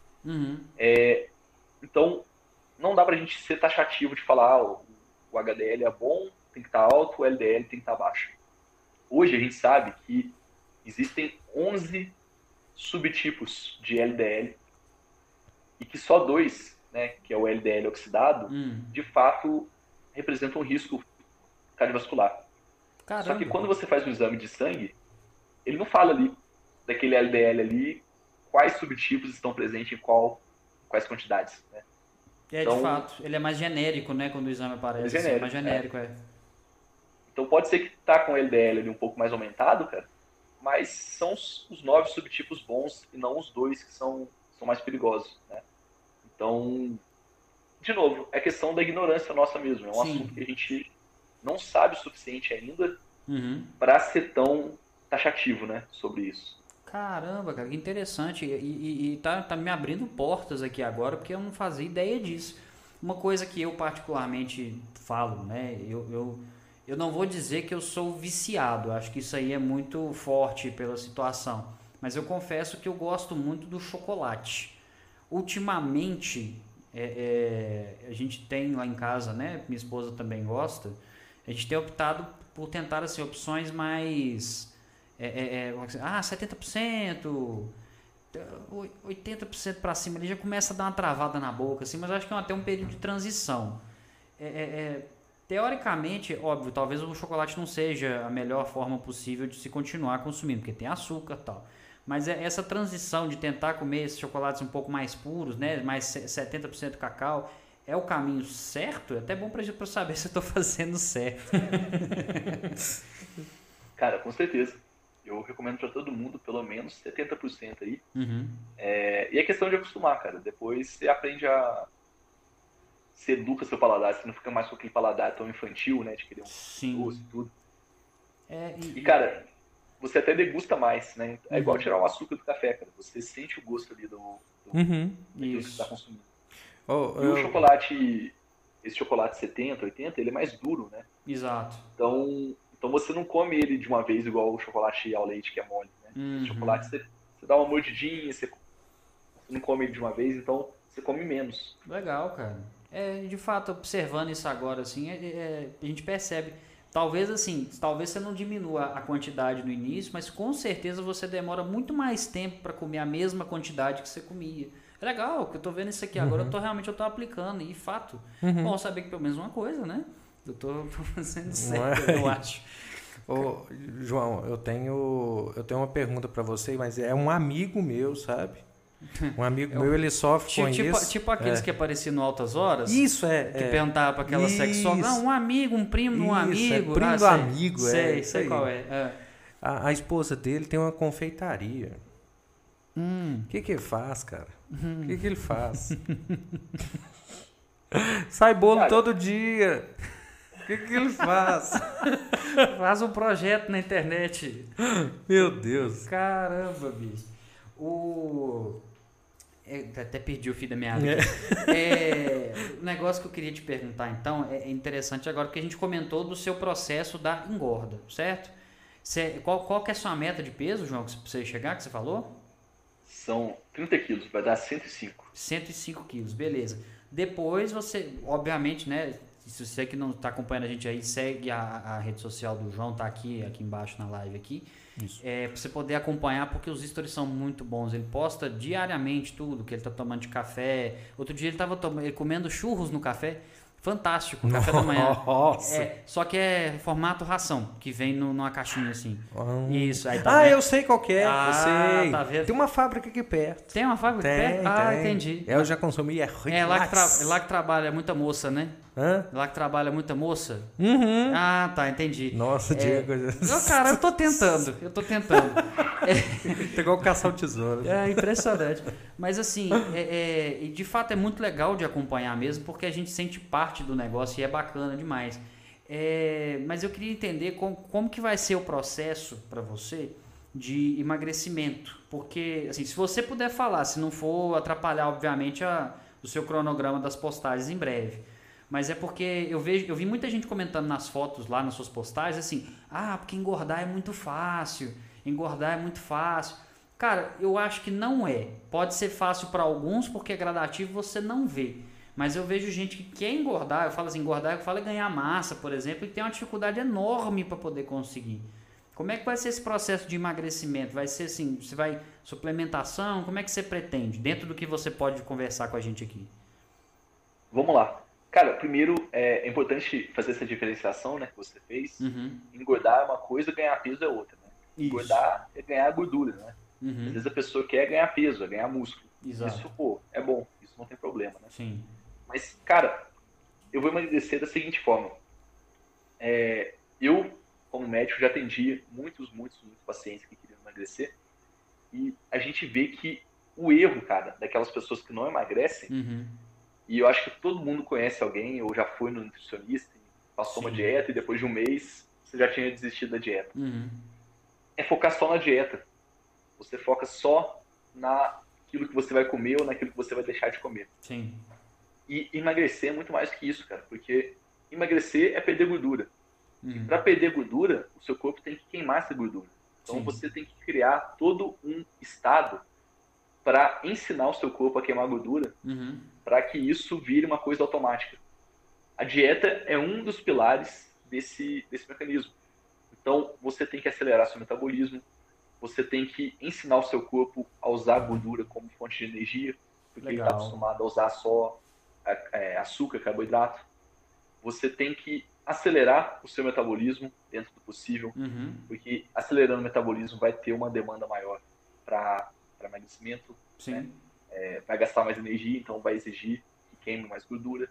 Então, não dá pra gente ser taxativo de falar o HDL é bom, tem que estar alto, o LDL tem que estar baixo. Hoje a gente sabe que existem 11 subtipos de LDL e que só 2, né, que é o LDL oxidado, de fato representam um risco cardiovascular. Caramba. Só que quando você faz um exame de sangue, ele não fala ali daquele LDL ali quais subtipos estão presentes em quais quantidades, né? Então, de fato, ele é mais genérico, né, quando o exame aparece. É mais genérico, Então pode ser que tá com o LDL ali um pouco mais aumentado, cara, mas são os 9 subtipos bons e não os 2 que são mais perigosos, né? Então, de novo, é questão da ignorância nossa mesmo. É um assunto que a gente não sabe o suficiente ainda para ser tão taxativo, né, sobre isso. Caramba, cara, que interessante. E tá me abrindo portas aqui agora, porque eu não fazia ideia disso. Uma coisa que eu particularmente falo, né? Eu não vou dizer que eu sou viciado, acho que isso aí é muito forte pela situação. Mas eu confesso que eu gosto muito do chocolate. Ultimamente, a gente tem lá em casa, né? Minha esposa também gosta. A gente tem optado por tentar assim, opções mais... 70%, 80% para cima, ele já começa a dar uma travada na boca, assim, mas acho que é até um período de transição. Teoricamente, óbvio, talvez o chocolate não seja a melhor forma possível de se continuar consumindo, porque tem açúcar e tal. Mas essa transição de tentar comer esses chocolates um pouco mais puros, né, mais 70% cacau, é o caminho certo? É até bom para saber se eu estou fazendo certo. Cara, com certeza. Eu recomendo para todo mundo, pelo menos 70% aí. E é questão de acostumar, cara. Depois você aprende você educa seu paladar, você não fica mais com aquele paladar tão infantil, né? De querer um doce e tudo. E, cara, você até degusta mais, né? É igual tirar o açúcar do café, cara. Você sente o gosto ali do que você tá consumindo. E o chocolate, esse chocolate 70, 80, ele é mais duro, né? Exato. Então você não come ele de uma vez igual o chocolate ao leite, que é mole, né? O chocolate você dá uma mordidinha, você não come ele de uma vez, então você come menos. Legal, cara. De fato, observando isso agora, assim, a gente percebe. Talvez você não diminua a quantidade no início, mas com certeza você demora muito mais tempo para comer a mesma quantidade que você comia. É legal, que eu tô vendo isso aqui agora, eu tô aplicando, e fato. Bom saber que pelo menos uma coisa, né? Eu tô fazendo certo, eu acho. Ô, João, eu tenho uma pergunta para você, mas é um amigo meu, sabe? Um amigo meu, ele sofre com isso. Tipo aqueles que apareciam no Altas Horas? Isso, Que perguntava para aquela sexóloga, não, um amigo, um primo de um amigo. Primo do amigo, sei qual é. A esposa dele tem uma confeitaria. O que ele faz, cara? O que ele faz? Sai bolo todo dia. O que ele faz? Faz um projeto na internet. Meu Deus. Caramba, bicho. Até perdi o fio da minha vida. O negócio que eu queria te perguntar, então, é interessante agora, porque a gente comentou do seu processo da engorda, certo? Qual que é a sua meta de peso, João, que você chegar, que você falou? São 30 quilos, vai dar 105. 105 quilos, beleza. Depois você, obviamente, né? Se você que não está acompanhando a gente aí, segue a rede social do João, tá aqui embaixo na live aqui. Isso. Para você poder acompanhar, porque os stories são muito bons. Ele posta diariamente tudo que ele tá tomando de café. Outro dia ele estava comendo churros no café. Fantástico, café da manhã. Nossa. Só que é formato ração, que vem numa caixinha assim. Isso, aí eu sei qual que é. Eu sei. Tá vendo? Tem uma fábrica aqui perto. Tem uma fábrica aqui perto? Tem. Entendi. Eu já consumi, é ruim. Lá que trabalha muita moça, né? Hã? Lá que trabalha muita moça? Uhum. Tá, entendi. Nossa, Diego. Cara, eu tô tentando. Tem igual caçar o tesouro. É impressionante. Mas assim, de fato é muito legal de acompanhar mesmo, porque a gente sente parte do negócio e é bacana demais. Mas eu queria entender como que vai ser o processo para você de emagrecimento. Porque, assim, se você puder falar, se não for atrapalhar, obviamente, o seu cronograma das postagens em breve. Mas é porque eu vi muita gente comentando nas fotos lá, nas suas postagens, assim, porque engordar é muito fácil, Cara, eu acho que não é. Pode ser fácil para alguns, porque é gradativo, você não vê. Mas eu vejo gente que quer engordar, eu falo assim, engordar, eu falo ganhar massa, por exemplo, e tem uma dificuldade enorme para poder conseguir. Como é que vai ser esse processo de emagrecimento? Vai ser assim, você vai suplementação? Como é que você pretende? Dentro do que você pode conversar com a gente aqui. Vamos lá. Cara, primeiro é importante fazer essa diferenciação, né, que você fez. Uhum. Engordar é uma coisa, ganhar peso é outra, né? Isso. Engordar é ganhar gordura, né? Uhum. Às vezes a pessoa quer ganhar peso, é ganhar músculo. Exato. Isso, é bom, isso não tem problema, né? Sim. Mas, cara, eu vou emagrecer da seguinte forma. Eu, como médico, já atendi muitos pacientes que queriam emagrecer, e a gente vê que o erro, cara, daquelas pessoas que não emagrecem, e eu acho que todo mundo conhece alguém, ou já foi no nutricionista, passou uma dieta e depois de um mês você já tinha desistido da dieta. É focar só na dieta. Você foca só naquilo que você vai comer ou naquilo que você vai deixar de comer. Sim. E emagrecer é muito mais que isso, cara, porque emagrecer é perder gordura. E para perder gordura, o seu corpo tem que queimar essa gordura. Então você tem que criar todo um estado para ensinar o seu corpo a queimar gordura, para que isso vire uma coisa automática. A dieta é um dos pilares desse mecanismo. Então, você tem que acelerar seu metabolismo, você tem que ensinar o seu corpo a usar a gordura como fonte de energia, porque ele está acostumado a usar só açúcar, carboidrato. Você tem que acelerar o seu metabolismo dentro do possível, porque acelerando o metabolismo vai ter uma demanda maior para emagrecimento, né? Vai gastar mais energia, então vai exigir que queime mais gordura.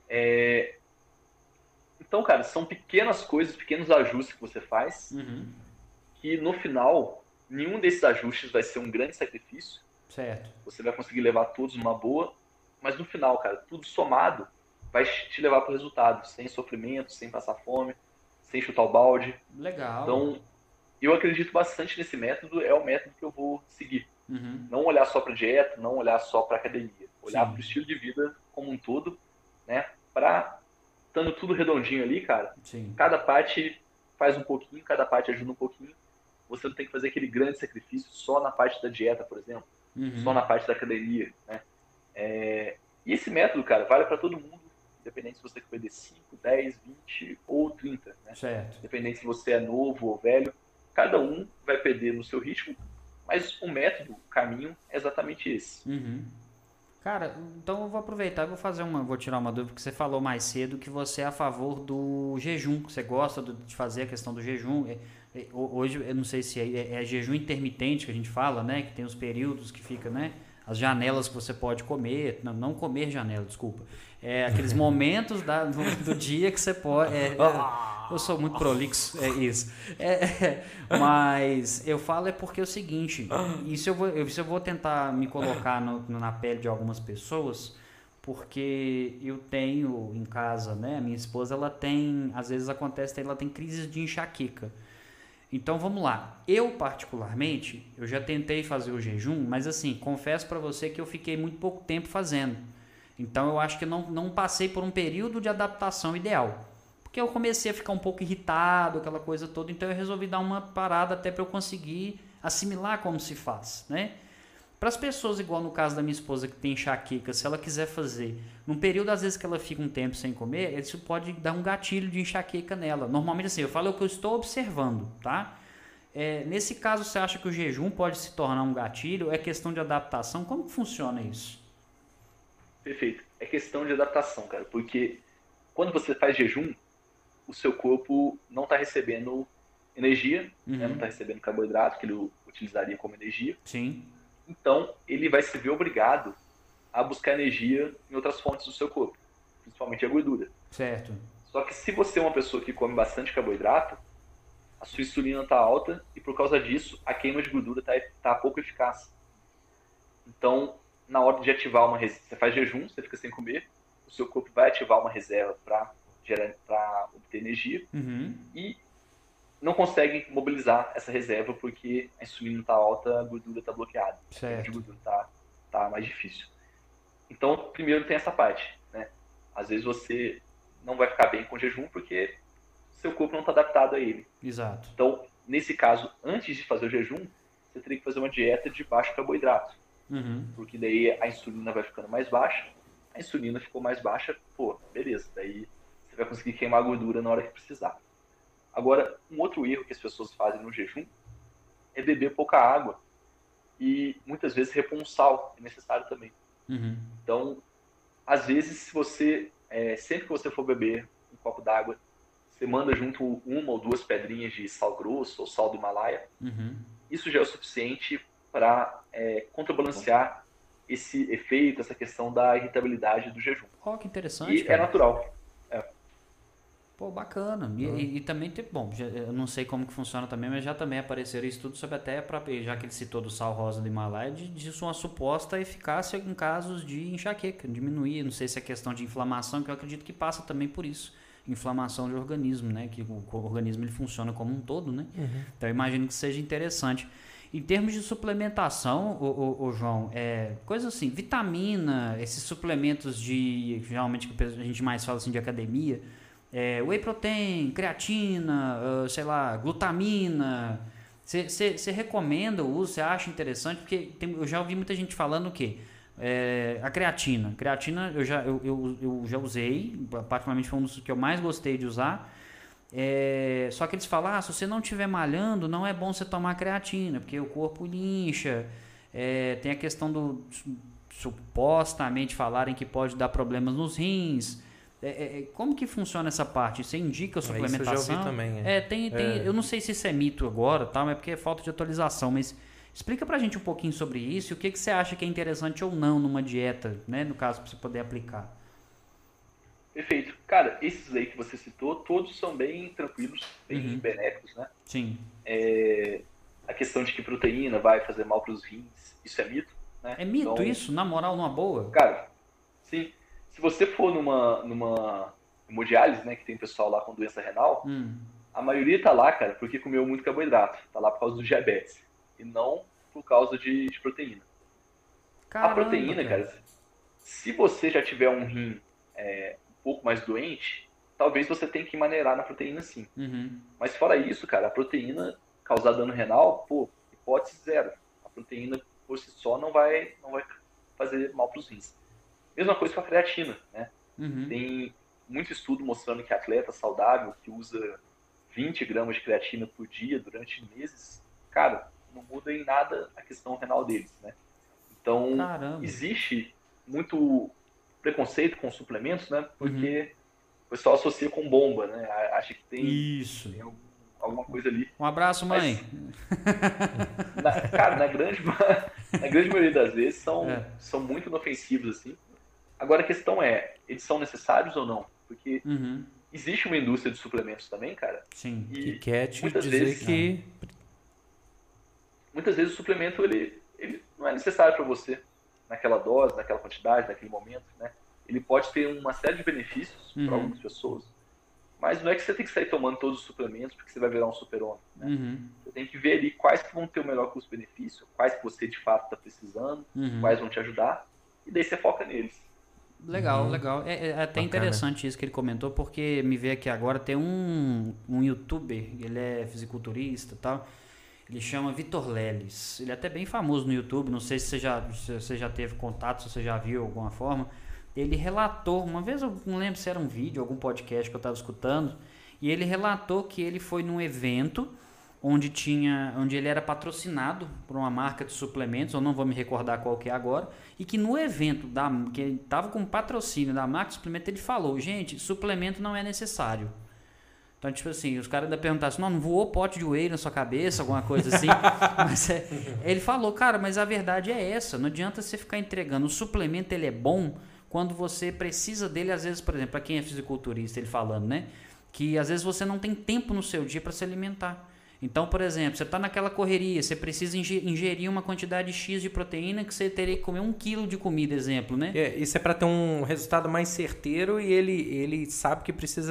Então, cara, são pequenas coisas, pequenos ajustes que você faz, que no final, nenhum desses ajustes vai ser um grande sacrifício. Certo. Você vai conseguir levar todos numa boa, mas no final, cara, tudo somado vai te levar para o resultado, sem sofrimento, sem passar fome, sem chutar o balde. Legal. Então, eu acredito bastante nesse método, é o método que eu vou seguir. Não olhar só para dieta, não olhar só para academia, olhar para o estilo de vida como um todo, né? Para estando tudo redondinho ali, cara. Cada parte faz um pouquinho, cada parte ajuda um pouquinho. Você não tem que fazer aquele grande sacrifício só na parte da dieta, por exemplo, só na parte da academia, né? E esse método, cara, vale para todo mundo, independente se você quer perder 5, 10, 20 ou 30, né? Certo. Independente se você é novo ou velho, cada um vai perder no seu ritmo, mas o método, o caminho é exatamente esse. Cara, então eu vou aproveitar e vou tirar uma dúvida, porque você falou mais cedo que você é a favor do jejum, que você gosta de fazer a questão do jejum. Hoje, eu não sei se é jejum intermitente que a gente fala, né? Que tem os períodos que fica, né? As janelas que você pode comer, não comer janela, desculpa. Aqueles momentos do dia que você pode... eu sou muito prolixo, é isso. Mas eu falo porque é o seguinte, isso eu vou tentar me colocar na pele de algumas pessoas, porque eu tenho em casa, né? A minha esposa, ela tem, às vezes acontece, ela tem crises de enxaqueca. Então vamos lá. Eu particularmente, eu já tentei fazer o jejum, mas assim, confesso para você que eu fiquei muito pouco tempo fazendo. Então eu acho que não passei por um período de adaptação ideal. Porque eu comecei a ficar um pouco irritado, aquela coisa toda, então eu resolvi dar uma parada até para eu conseguir assimilar como se faz, né? Para as pessoas, igual no caso da minha esposa que tem enxaqueca, se ela quiser fazer, num período às vezes que ela fica um tempo sem comer, isso pode dar um gatilho de enxaqueca nela. Normalmente assim, eu falo o que eu estou observando, tá? Nesse caso, você acha que o jejum pode se tornar um gatilho? É questão de adaptação? Como que funciona isso? Perfeito. É questão de adaptação, cara, porque quando você faz jejum, o seu corpo não está recebendo energia, né? Não está recebendo carboidrato que ele utilizaria como energia. Sim. Então, ele vai se ver obrigado a buscar energia em outras fontes do seu corpo, principalmente a gordura. Certo. Só que se você é uma pessoa que come bastante carboidrato, a sua insulina está alta e por causa disso a queima de gordura está pouco eficaz. Então, na hora de ativar uma reserva, você faz jejum, você fica sem comer, o seu corpo vai ativar uma reserva para obter energia e não consegue mobilizar essa reserva porque a insulina está alta, a gordura está bloqueada. Certo. A de gordura tá mais difícil. Então, primeiro tem essa parte, né? Às vezes você não vai ficar bem com o jejum porque seu corpo não está adaptado a ele. Exato. Então, nesse caso, antes de fazer o jejum, você teria que fazer uma dieta de baixo carboidrato. Porque daí a insulina vai ficando mais baixa. A insulina ficou mais baixa, pô, beleza. Daí você vai conseguir queimar a gordura na hora que precisar. Agora, um outro erro que as pessoas fazem no jejum é beber pouca água. E muitas vezes repor um sal é necessário também. Então, às vezes, se você sempre que você for beber um copo d'água, você manda junto uma ou duas pedrinhas de sal grosso ou sal do Himalaia. Isso já é o suficiente para contrabalancear esse efeito, essa questão da irritabilidade do jejum. Que interessante, e cara. É natural. Pô, bacana. E também tem, bom, eu não sei como que funciona também, mas já também apareceram estudos sobre até, já que ele citou do sal rosa do Himalaia, de sua suposta eficácia em casos de enxaqueca, diminuir, não sei se é questão de inflamação, que eu acredito que passa também por isso, inflamação de organismo, né, que o organismo ele funciona como um todo, né, então eu imagino que seja interessante. Em termos de suplementação, o João, coisa assim, vitamina, esses suplementos geralmente que a gente mais fala assim de academia, whey protein, creatina, sei lá, glutamina. Você recomenda o uso? Você acha interessante? Porque eu já ouvi muita gente falando o quê? A creatina. Creatina eu já usei, particularmente foi um dos que eu mais gostei de usar. Só que eles falam, se você não estiver malhando, não é bom você tomar creatina, porque o corpo incha. Tem a questão do supostamente falarem que pode dar problemas nos rins. Como que funciona essa parte? Você indica a suplementação? Isso eu já ouvi também. Eu não sei se isso é mito agora, tá? Mas é porque é falta de atualização. Mas explica pra gente um pouquinho sobre isso e o que você acha que é interessante ou não numa dieta, né? No caso, pra você poder aplicar. Perfeito. Cara, esses aí que você citou, todos são bem tranquilos, bem benéficos, né? Sim. A questão de que proteína vai fazer mal para os rins, isso é mito, né? É mito então, isso? Na moral, numa boa? Cara, sim. Se você for numa hemodiálise, né, que tem pessoal lá com doença renal, a maioria tá lá, cara, porque comeu muito carboidrato. Tá lá por causa do diabetes. E não por causa de proteína. Caramba, a proteína, cara, se você já tiver um rim um pouco mais doente, talvez você tenha que maneirar na proteína sim. Mas fora isso, cara, a proteína causar dano renal, hipótese zero. A proteína por si só não vai fazer mal para os rins. Mesma coisa com a creatina, né? Tem muito estudo mostrando que atleta saudável que usa 20 gramas de creatina por dia durante meses, cara, não muda em nada a questão renal deles, né? Então, existe muito preconceito com suplementos, né? Porque o pessoal associa com bomba, né? Acha que tem alguma coisa ali. Um abraço, mãe. Cara, na grande maioria das vezes são muito inofensivos, assim. Agora a questão eles são necessários ou não? Porque existe uma indústria de suplementos também, cara. Sim. E que quer te dizer que... Muitas vezes o suplemento, ele não é necessário para você naquela dose, naquela quantidade, naquele momento, né? Ele pode ter uma série de benefícios para algumas pessoas, Mas não é que você tem que sair tomando todos os suplementos porque você vai virar um super-homem, né? Você tem que ver ali quais que vão ter o melhor custo-benefício, quais que você de fato está precisando, quais vão te ajudar, e daí você foca neles. Legal, legal. É até interessante isso que ele comentou, porque me veio aqui agora, tem um youtuber, ele é fisiculturista e tal, ele chama Vitor Leles. Ele é até bem famoso no YouTube, não sei se você já teve contato, se você já viu de alguma forma. Ele relatou, uma vez eu não lembro se era um vídeo, algum podcast que eu estava escutando, e ele relatou que ele foi num evento onde ele era patrocinado por uma marca de suplementos, eu não vou me recordar qual que é agora, e que no evento que ele estava com patrocínio da marca de suplemento, ele falou, gente, suplemento não é necessário. Então, tipo assim, os caras ainda perguntaram assim, não voou pote de whey na sua cabeça, alguma coisa assim. Mas ele falou, cara, mas a verdade é essa, não adianta você ficar entregando. O suplemento, ele é bom quando você precisa dele, às vezes, por exemplo, para quem é fisiculturista, ele falando, né? Que às vezes você não tem tempo no seu dia para se alimentar. Então, por exemplo, você está naquela correria, você precisa ingerir uma quantidade X de proteína que você teria que comer 1 quilo de comida, exemplo, né? Isso é para ter um resultado mais certeiro e ele sabe que precisa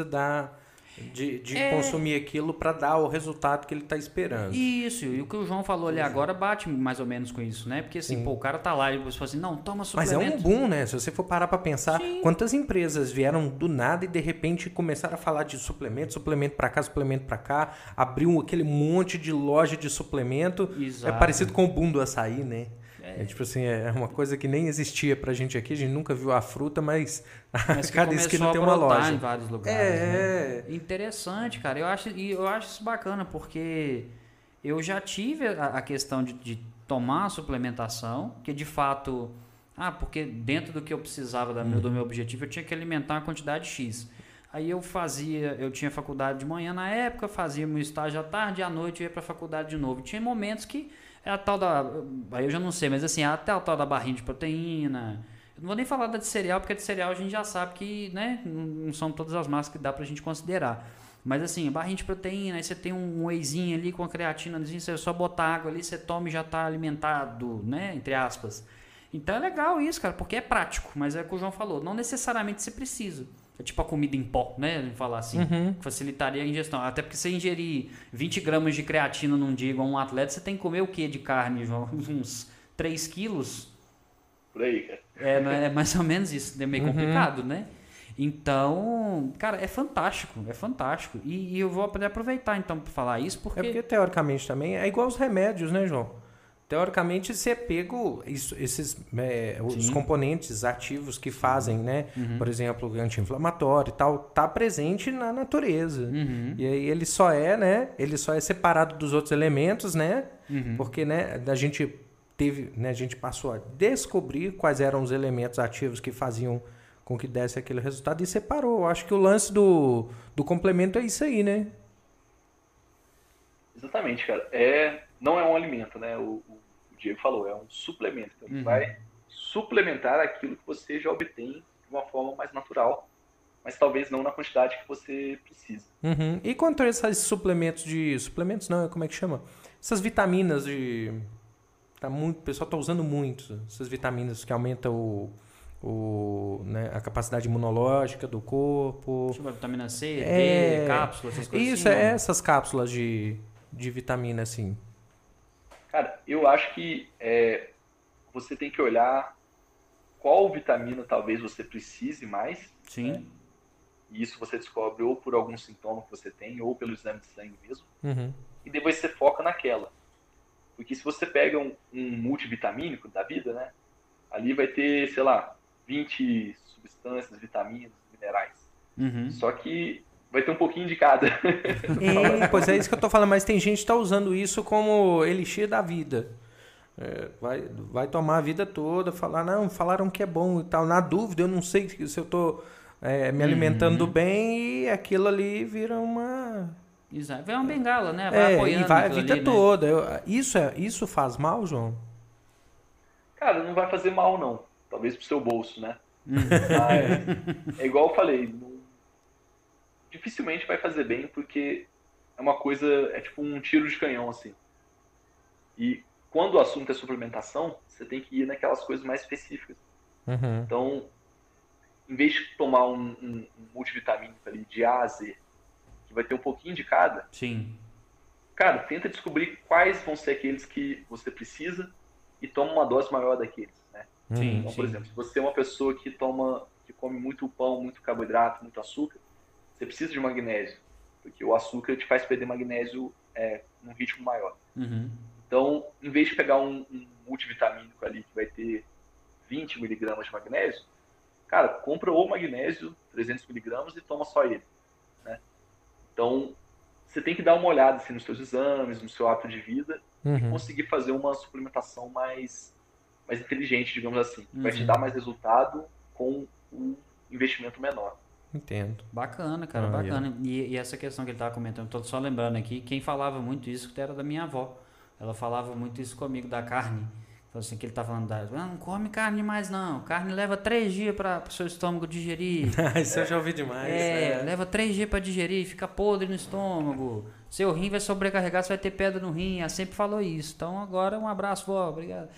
de consumir aquilo para dar o resultado que ele está esperando. Isso, e o que o João falou ali agora bate mais ou menos com isso, né? Porque assim, pô, o cara tá lá e você fala assim, não, toma suplemento. Mas é um boom, né? Se você for parar para pensar, quantas empresas vieram do nada e de repente começaram a falar de suplemento para cá, abriu aquele monte de loja de suplemento. Exato. É parecido com o boom do açaí, né? Tipo assim, é uma coisa que nem existia pra gente aqui, a gente nunca viu a fruta, mas cada esquina tem uma loja. Em vários lugares, né? Interessante, cara. Eu acho isso bacana, porque eu já tive a questão de tomar a suplementação, que de fato, porque dentro do que eu precisava do meu objetivo, eu tinha que alimentar uma quantidade X. Aí eu tinha faculdade de manhã na época, fazia meu estágio à tarde e à noite eu ia pra faculdade de novo. Tinha momentos que é a tal aí eu já não sei, mas assim, até a tal da barrinha de proteína. Eu não vou nem falar da de cereal, porque a de cereal a gente já sabe que, né, não são todas as massas que dá pra gente considerar. Mas assim, barrinha de proteína, aí você tem um wheyzinho ali com a creatina, você só botar água ali, você toma e já tá alimentado, né, entre aspas. Então é legal isso, cara, porque é prático, mas é o que o João falou, não necessariamente você precisa. É tipo a comida em pó, né? Vamos falar assim. Que facilitaria a ingestão. Até porque se você ingerir 20 gramas de creatina num dia igual um atleta, você tem que comer o que de carne, João? Uns 3 quilos? Por aí, cara. É mais ou menos isso. É meio complicado, né? Então, cara, é fantástico. É fantástico. E eu vou aproveitar, então, para falar isso, porque teoricamente também é igual os remédios, né, João? Teoricamente, você pego os componentes ativos que fazem, né? Por exemplo, o anti-inflamatório e tal, tá presente na natureza. E aí ele só é separado dos outros elementos, né? Porque, né, a gente passou a descobrir quais eram os elementos ativos que faziam com que desse aquele resultado e separou. Eu acho que o lance do complemento é isso aí, né? Exatamente, cara. Não é um alimento, né? O Diego falou, é um suplemento. Então, ele vai suplementar aquilo que você já obtém de uma forma mais natural, mas talvez não na quantidade que você precisa. E quanto a esses suplementos não, como é que chama? Essas vitaminas o pessoal está usando muito essas vitaminas que aumentam né, a capacidade imunológica do corpo. Tipo a vitamina C, D, cápsulas, essas coisas isso, assim. Essas cápsulas de vitamina, assim. Cara, eu acho que você tem que olhar qual vitamina talvez você precise mais. Sim. Né? E isso você descobre ou por algum sintoma que você tem, ou pelo exame de sangue mesmo. E depois você foca naquela. Porque se você pega um multivitamínico da vida, né? Ali vai ter, sei lá, 20 substâncias, vitaminas, minerais. Só que vai ter um pouquinho de cada. Pois é isso que eu tô falando, mas tem gente que tá usando isso como elixir da vida. Vai tomar a vida toda, falaram que é bom e tal. Na dúvida, eu não sei se eu tô me alimentando bem e aquilo ali vira uma... Exato. Vai uma bengala, né? Vai apoiando. E vai a vida ali, toda. Né? Isso faz mal, João? Cara, não vai fazer mal, não. Talvez pro seu bolso, né? Mas, é igual eu falei, dificilmente vai fazer bem, porque é uma coisa, é tipo um tiro de canhão, assim. E quando o assunto é suplementação, você tem que ir naquelas coisas mais específicas. Então, em vez de tomar um multivitamínico ali de A a Z, que vai ter um pouquinho de cada. Sim. Cara, tenta descobrir quais vão ser aqueles que você precisa e toma uma dose maior daqueles, né? Sim, Então, por sim. exemplo, se você é uma pessoa que come muito pão, muito carboidrato, muito açúcar, você precisa de magnésio, porque o açúcar te faz perder magnésio num ritmo maior. Uhum. Então, em vez de pegar um multivitamínico ali que vai ter 20 miligramas de magnésio, cara, compra o magnésio, 300 miligramas, e toma só ele, né? Então, você tem que dar uma olhada assim, nos seus exames, no seu hábito de vida, e conseguir fazer uma suplementação mais inteligente, digamos assim, que vai te dar mais resultado com um investimento menor. Entendo. Bacana, cara, bacana. E essa questão que ele estava comentando, tô só lembrando aqui, quem falava muito isso era da minha avó. Ela falava muito isso comigo da carne. Então, assim, que ele tá falando não come carne demais não. Carne leva 3 dias para o seu estômago digerir. Isso eu já ouvi demais. Leva 3 dias para digerir, fica podre no estômago. Seu rim vai sobrecarregar, você vai ter pedra no rim. Ela sempre falou isso. Então, agora um abraço, vó, obrigado.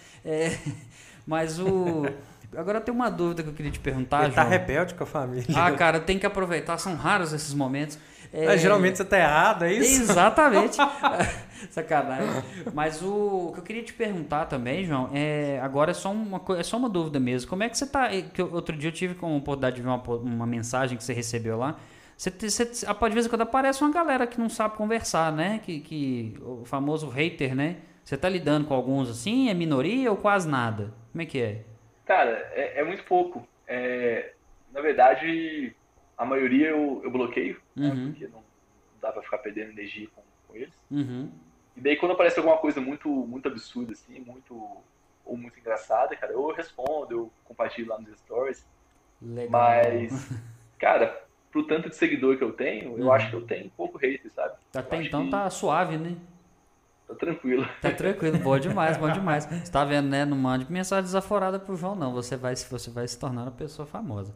Mas agora eu tenho uma dúvida que eu queria te perguntar, Ele João. tá rebelde com a família. Cara, tem que aproveitar, são raros esses momentos. Geralmente você tá errado, é isso? Exatamente. Sacanagem. Mas o que eu queria te perguntar também, João, agora é só uma dúvida mesmo. Como é que você tá? Que outro dia eu tive a oportunidade de ver uma mensagem que você recebeu lá. De vez em quando aparece uma galera que não sabe conversar, né? Que o famoso hater, né? Você tá lidando com alguns assim? É minoria ou quase nada? Como é que é? Cara, é muito pouco. Na verdade, a maioria eu bloqueio, né, porque não dá pra ficar perdendo energia com eles. E daí quando aparece alguma coisa muito, muito absurda, assim, ou muito engraçada, cara, eu respondo, eu compartilho lá nos stories. Legal. Mas, cara, pro tanto de seguidor que eu tenho, eu acho que eu tenho pouco hater, sabe? Até então tá suave, né? Tá tranquilo. Tá tranquilo, bom demais, bom demais. Você tá vendo, né? Não mande mensagem desaforada pro João, não. Você vai se tornar uma pessoa famosa.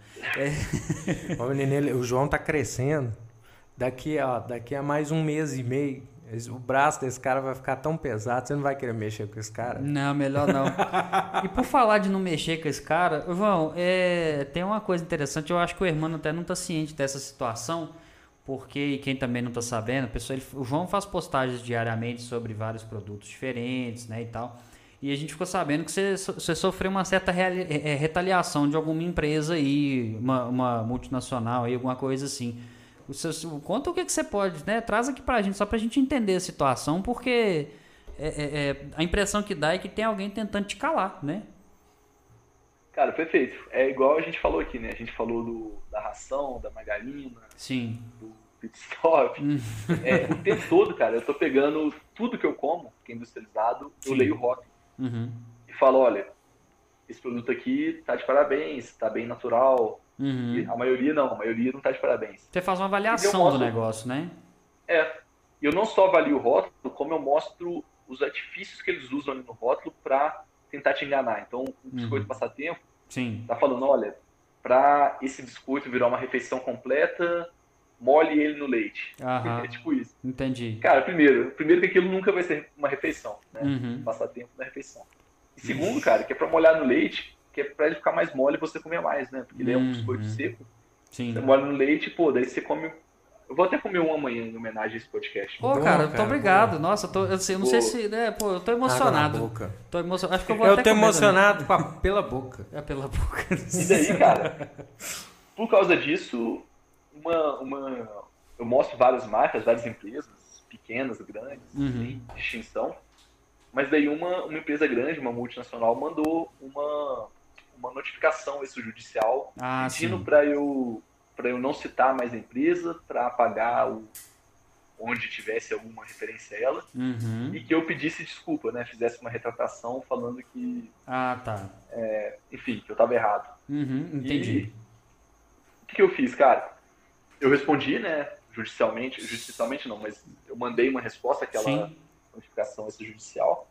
Ô, menino, o João tá crescendo. Daqui a mais 1 mês e meio, o braço desse cara vai ficar tão pesado, você não vai querer mexer com esse cara? Não, melhor não. E por falar de não mexer com esse cara, João, tem uma coisa interessante. Eu acho que o Hermano até não tá ciente dessa situação. Porque, e quem também não está sabendo, o João faz postagens diariamente sobre vários produtos diferentes, né, e tal. E a gente ficou sabendo que você sofreu uma certa retaliação de alguma empresa aí, uma multinacional aí, alguma coisa assim. Conta o que você pode, né? Traz aqui pra gente, só pra gente entender a situação, porque a impressão que dá é que tem alguém tentando te calar, né? Cara, perfeito. É igual a gente falou aqui, né? A gente falou da ração, da margarina, sim, do pit stop. O tempo todo, cara, eu tô pegando tudo que eu como, que é industrializado, eu leio o rótulo. E falo, olha, esse produto aqui tá de parabéns, tá bem natural. E a maioria não tá de parabéns. Você faz uma avaliação do negócio, né? Eu não só avalio o rótulo, como eu mostro os artifícios que eles usam ali no rótulo pra tentar te enganar. Então, o biscoito passatempo tá falando, olha, para esse biscoito virar uma refeição completa, molhe ele no leite. É tipo isso. Entendi. Cara, primeiro que aquilo nunca vai ser uma refeição, né? Passatempo da refeição. E segundo, cara, que é para molhar no leite, que é para ele ficar mais mole e você comer mais, né? Porque ele é um biscoito seco. Sim. Você molha no leite, pô, daí você come. Eu vou até comer um amanhã em homenagem a esse podcast. Cara, muito obrigado. Boa. Nossa, eu não sei se... eu tô emocionado. Tô emocionado. Acho que eu vou até tô emocionado pela boca. Pela boca. E daí, cara, por causa disso, eu mostro várias marcas, várias empresas, pequenas, grandes, sem distinção. Mas daí uma empresa grande, uma multinacional, mandou uma notificação extrajudicial pedindo para eu não citar mais a empresa, para apagar onde tivesse alguma referência a ela, e que eu pedisse desculpa, né? Fizesse uma retratação falando que... enfim, que eu estava errado. Entendi. E o que eu fiz, cara? Eu respondi, né? Judicialmente não, mas eu mandei uma resposta àquela notificação extrajudicial.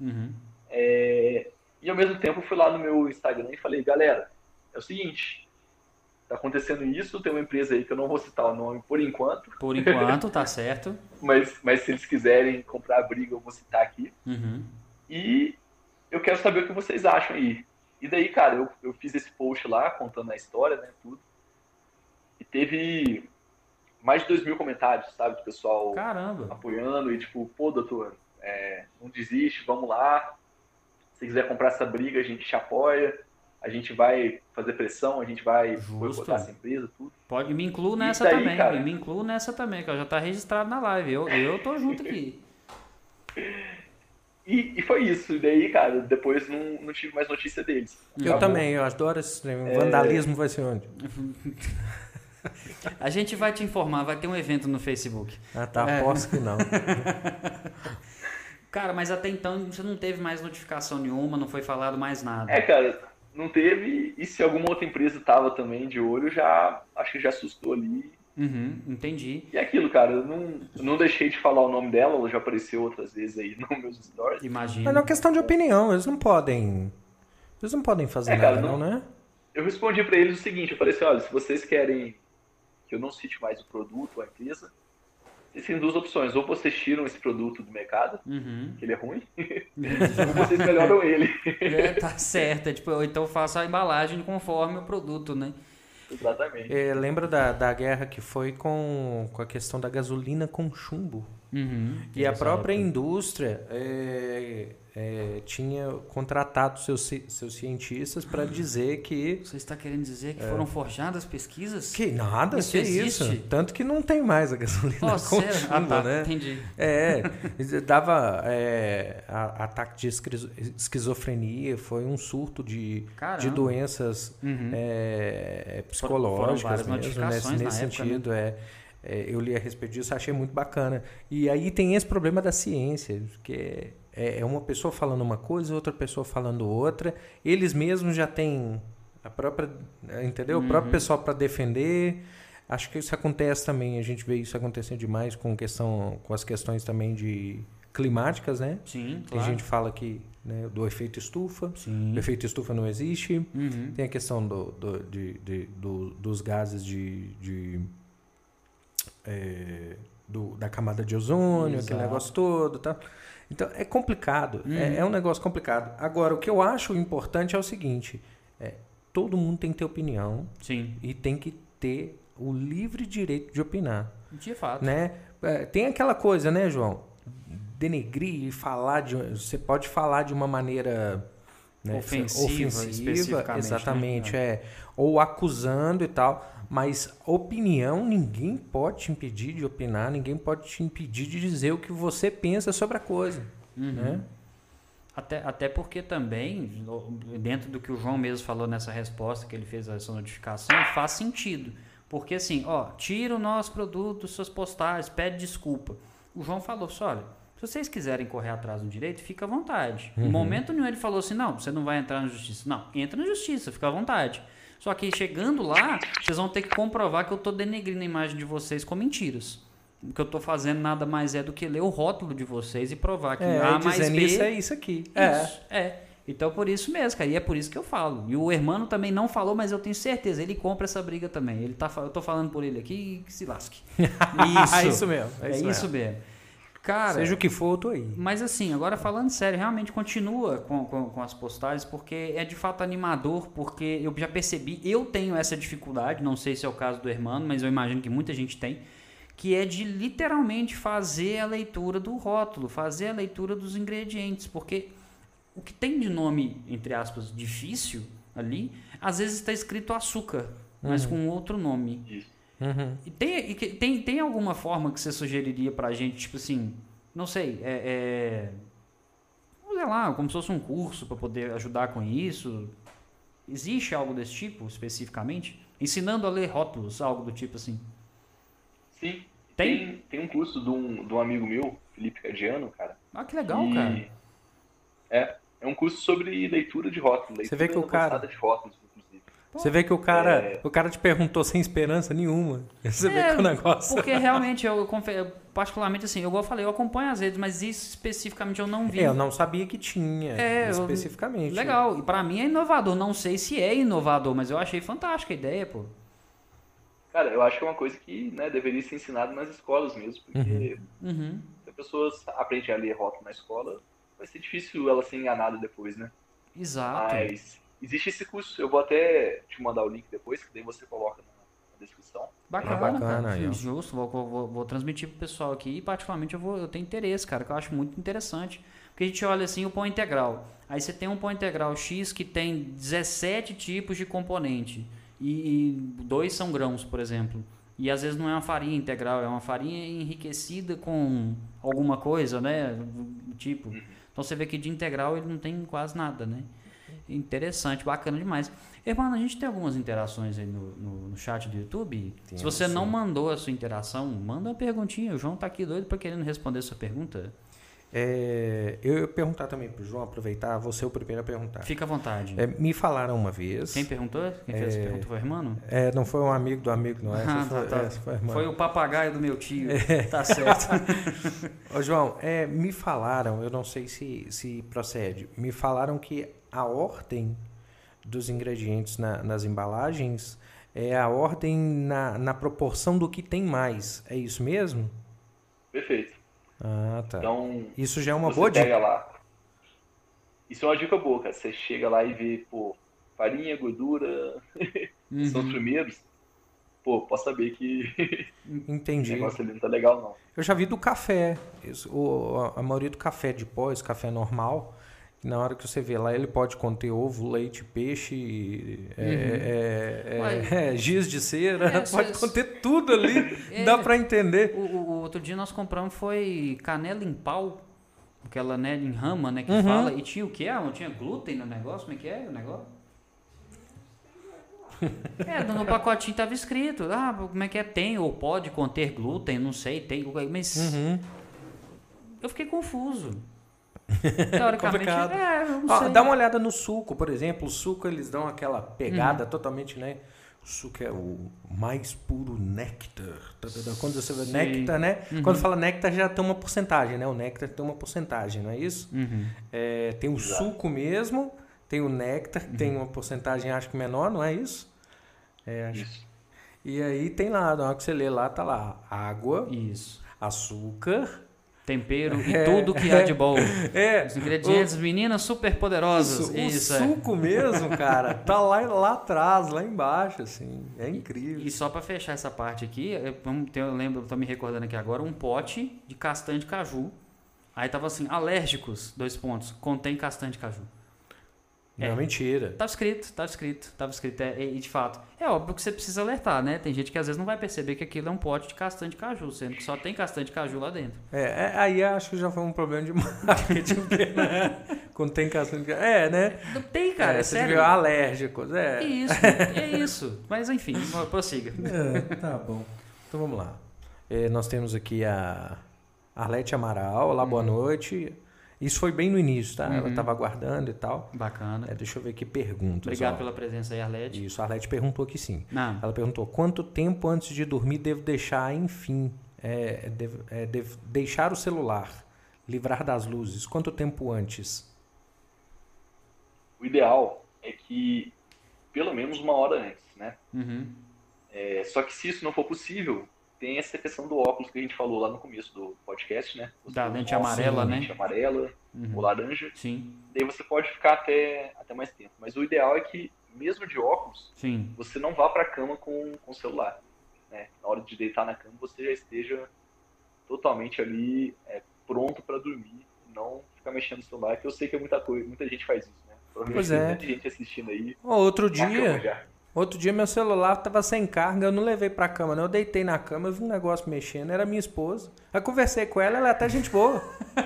E ao mesmo tempo fui lá no meu Instagram e falei, galera, é o seguinte... Tá acontecendo isso, tem uma empresa aí que eu não vou citar o nome por enquanto. Por enquanto, tá certo. mas se eles quiserem comprar a briga, eu vou citar aqui. E eu quero saber o que vocês acham aí. E daí, cara, eu fiz esse post lá, contando a história, né, tudo. E teve mais de 2.000 comentários, sabe? Do pessoal Caramba. apoiando e tipo, pô, doutor, não desiste, vamos lá. Se quiser comprar essa briga, a gente te apoia. A gente vai fazer pressão, a gente vai boicotar essa empresa, tudo. Pode, me incluo nessa daí, também. cara, Me incluo nessa também, que já tá registrado na live. Eu tô junto aqui. E foi isso. E daí, cara, depois não tive mais notícia deles. Eu também, eu adoro esse vandalismo, vai ser onde? A gente vai te informar, vai ter um evento no Facebook. Ah, tá, aposto que não. Cara, mas até então você não teve mais notificação nenhuma, não foi falado mais nada. Cara, não teve. E se alguma outra empresa tava também de olho, acho que já assustou ali. Entendi. E aquilo, cara, eu não deixei de falar o nome dela, ela já apareceu outras vezes aí nos meus stories. Imagino. Mas é uma questão de opinião, eles não podem fazer cara, nada, não, né? Eu respondi pra eles o seguinte, eu falei assim, olha, se vocês querem que eu não cite mais o produto ou a empresa, vocês têm duas opções, ou vocês tiram esse produto do mercado, que ele é ruim, ou vocês melhoram ele. Tá certo, ou então faça a embalagem conforme o produto, né? Exatamente. Lembra da guerra que foi com a questão da gasolina com chumbo? E a própria indústria tinha contratado seus cientistas para dizer que... Você está querendo dizer que foram forjadas pesquisas? Que nada, isso que existe? isso. Tanto que não tem mais a gasolina com chumbo, né? Entendi. Dava ataque de esquizofrenia, foi um surto de doenças psicológicas mesmo, nesse sentido, né? Eu li a respeito disso, achei muito bacana. E aí tem esse problema da ciência, que é uma pessoa falando uma coisa, outra pessoa falando outra. Eles mesmos já têm a própria, entendeu? O próprio pessoal para defender. Acho que isso acontece também, a gente vê isso acontecendo demais com as questões também de climáticas, né? Sim, claro. A gente fala aqui, né, do efeito estufa. Sim. O efeito estufa não existe. Tem a questão dos gases da camada de ozônio, aquele negócio todo, tá? Então é complicado, é um negócio complicado. Agora, o que eu acho importante é o seguinte: todo mundo tem que ter opinião. Sim. E tem que ter o livre direito de opinar. De fato. Né? Tem aquela coisa, né, João? Denegrir e falar você pode falar de uma maneira, né, ofensiva especificamente, exatamente, né? Ou acusando e tal. Mas opinião, ninguém pode te impedir de opinar, ninguém pode te impedir de dizer o que você pensa sobre a coisa. Né? Até porque também, dentro do que o João mesmo falou nessa resposta que ele fez a essa notificação, faz sentido. Porque assim, tira o nosso produto, suas postagens, pede desculpa. O João falou assim, olha, se vocês quiserem correr atrás do direito, fica à vontade. Em momento nenhum ele falou assim, não, você não vai entrar na justiça. Não, entra na justiça, fica à vontade. Só que chegando lá, vocês vão ter que comprovar que eu estou denegrindo a imagem de vocês com mentiras. O que eu estou fazendo nada mais é do que ler o rótulo de vocês e provar que A mais B... isso é isso aqui. Então, por isso mesmo, cara. E é por isso que eu falo. E o Hermano também não falou, mas eu tenho certeza. Ele compra essa briga também. Eu tô falando por ele aqui, que se lasque. Isso mesmo. Isso mesmo. Cara, seja o que for, eu tô aí. Mas assim, agora falando sério, realmente continua com as postagens, porque é de fato animador, porque eu já percebi, eu tenho essa dificuldade, não sei se é o caso do Hermano, mas eu imagino que muita gente tem, que é de literalmente fazer a leitura do rótulo, fazer a leitura dos ingredientes, porque o que tem de nome, entre aspas, difícil ali, às vezes está escrito açúcar, mas com outro nome. Isso. E tem alguma forma que você sugeriria pra gente, tipo assim, não sei, sei lá, como se fosse um curso para poder ajudar com isso? Existe algo desse tipo, especificamente? Ensinando a ler rótulos, algo do tipo assim? Sim, tem um curso de um amigo meu, Felipe Cadiano, cara. Ah, que legal, cara. É um curso sobre leitura de rótulos, leitura Você vê que o cara... de rótulos. Você vê que o cara te perguntou sem esperança nenhuma. Você vê que o negócio... Porque realmente, eu particularmente assim, igual eu falei, eu acompanho as redes, mas isso especificamente eu não vi. Eu não sabia que tinha, especificamente. Legal, e pra mim é inovador. Não sei se é inovador, mas eu achei fantástica a ideia, pô. Cara, eu acho que é uma coisa que, né, deveria ser ensinado nas escolas mesmo, porque se as pessoas aprendem a ler rótulo na escola, vai ser difícil ela ser enganada depois, né? Exato. Mas... existe esse curso, eu vou até te mandar o link depois, que daí você coloca na descrição. Bacana, bacana cara. aí, Justo, vou transmitir pro pessoal aqui e particularmente eu tenho interesse, cara, que eu acho muito interessante. Porque a gente olha assim o pão integral. Aí você tem um pão integral X que tem 17 tipos de componente. E 2 são grãos, por exemplo. E às vezes não é uma farinha integral, é uma farinha enriquecida com alguma coisa, né? Tipo. Então você vê que de integral ele não tem quase nada, né? Interessante, bacana demais. Irmão, a gente tem algumas interações aí no chat do YouTube. Se você não mandou a sua interação, manda uma perguntinha. O João tá aqui doido para querendo responder a sua pergunta. Eu ia perguntar também pro João, aproveitar, você é o primeiro a perguntar. Fica à vontade. Me falaram uma vez... Quem perguntou? Quem fez a pergunta foi o irmão? Não foi um amigo do amigo, não. Foi o papagaio do meu tio. Tá certo. Ô, João, me falaram, eu não sei se procede, me falaram que a ordem dos ingredientes nas embalagens é a ordem na proporção do que tem mais. É isso mesmo? Perfeito. Ah, tá. Então, isso já é uma boa dica. Lá. Isso é uma dica boa, cara. Você chega lá e vê, farinha, gordura, são os primeiros. Posso saber que Entendi. o negócio ali não tá legal, não. Eu já vi do café. A maioria do café de pó, esse café normal, na hora que você vê lá, ele pode conter ovo, leite, peixe, giz de cera, pode conter tudo ali, dá para entender. O outro dia nós compramos foi canela em pau, aquela, né, em rama, né, que fala, e tinha o quê? Não tinha glúten no negócio? Como é que é o negócio? No pacotinho tava escrito, como é que é? Tem ou pode conter glúten, não sei, tem, mas eu fiquei confuso. Teoricamente, não sei. Dá uma olhada no suco, por exemplo. O suco eles dão aquela pegada totalmente, né? O suco é o mais puro néctar. Quando você vê néctar, né? Quando fala néctar já tem uma porcentagem, né? O néctar tem uma porcentagem, não é isso? Tem o suco mesmo, tem o néctar, que tem uma porcentagem acho que menor, não é isso? Isso. E aí tem lá, na hora que você lê lá, tá lá água, açúcar, tempero e tudo que há de bom. Os ingredientes, meninas super poderosas. O suco mesmo, cara, tá lá atrás, lá embaixo, assim. É incrível. E só para fechar essa parte aqui, eu lembro, tô me recordando aqui agora, um pote de castanha de caju. Aí tava assim, alérgicos, 2 pontos, contém castanha de caju. Não, mentira. Tava escrito. E de fato, é óbvio que você precisa alertar, né? Tem gente que às vezes não vai perceber que aquilo é um pote de castanha de caju, sendo que só tem castanha de caju lá dentro. Aí acho que já foi um problema de marketing, né? Quando tem castanha de caju. né? Não tem, cara, é sério. Alérgicos, Isso. Mas enfim, prossiga. Tá bom. Então vamos lá. Nós temos aqui a Arlete Amaral. Olá, boa noite. Isso foi bem no início, tá? Ela estava aguardando e tal. Bacana. Deixa eu ver aqui perguntas. Obrigado pela presença aí, Arlete. Isso, a Arlete perguntou aqui sim. Ela perguntou, quanto tempo antes de dormir devo deixar, enfim, deixar o celular, livrar das luzes? Quanto tempo antes? O ideal é que pelo menos 1 hora antes, né? Só que se isso não for possível, tem essa questão do óculos que a gente falou lá no começo do podcast, né? Da lente amarela, né? Lente amarela ou laranja. Sim. Daí você pode ficar até mais tempo. Mas o ideal é que, mesmo de óculos, você não vá para a cama com o celular. Né? Na hora de deitar na cama, você já esteja totalmente ali pronto para dormir. Não ficar mexendo no celular, que eu sei que é muita gente faz isso, né? Pois é. Tem muita gente assistindo aí. Outro dia meu celular tava sem carga, eu não levei pra cama, não. Eu deitei na cama, eu vi um negócio mexendo, era minha esposa. Aí conversei com ela, ela é até gente boa.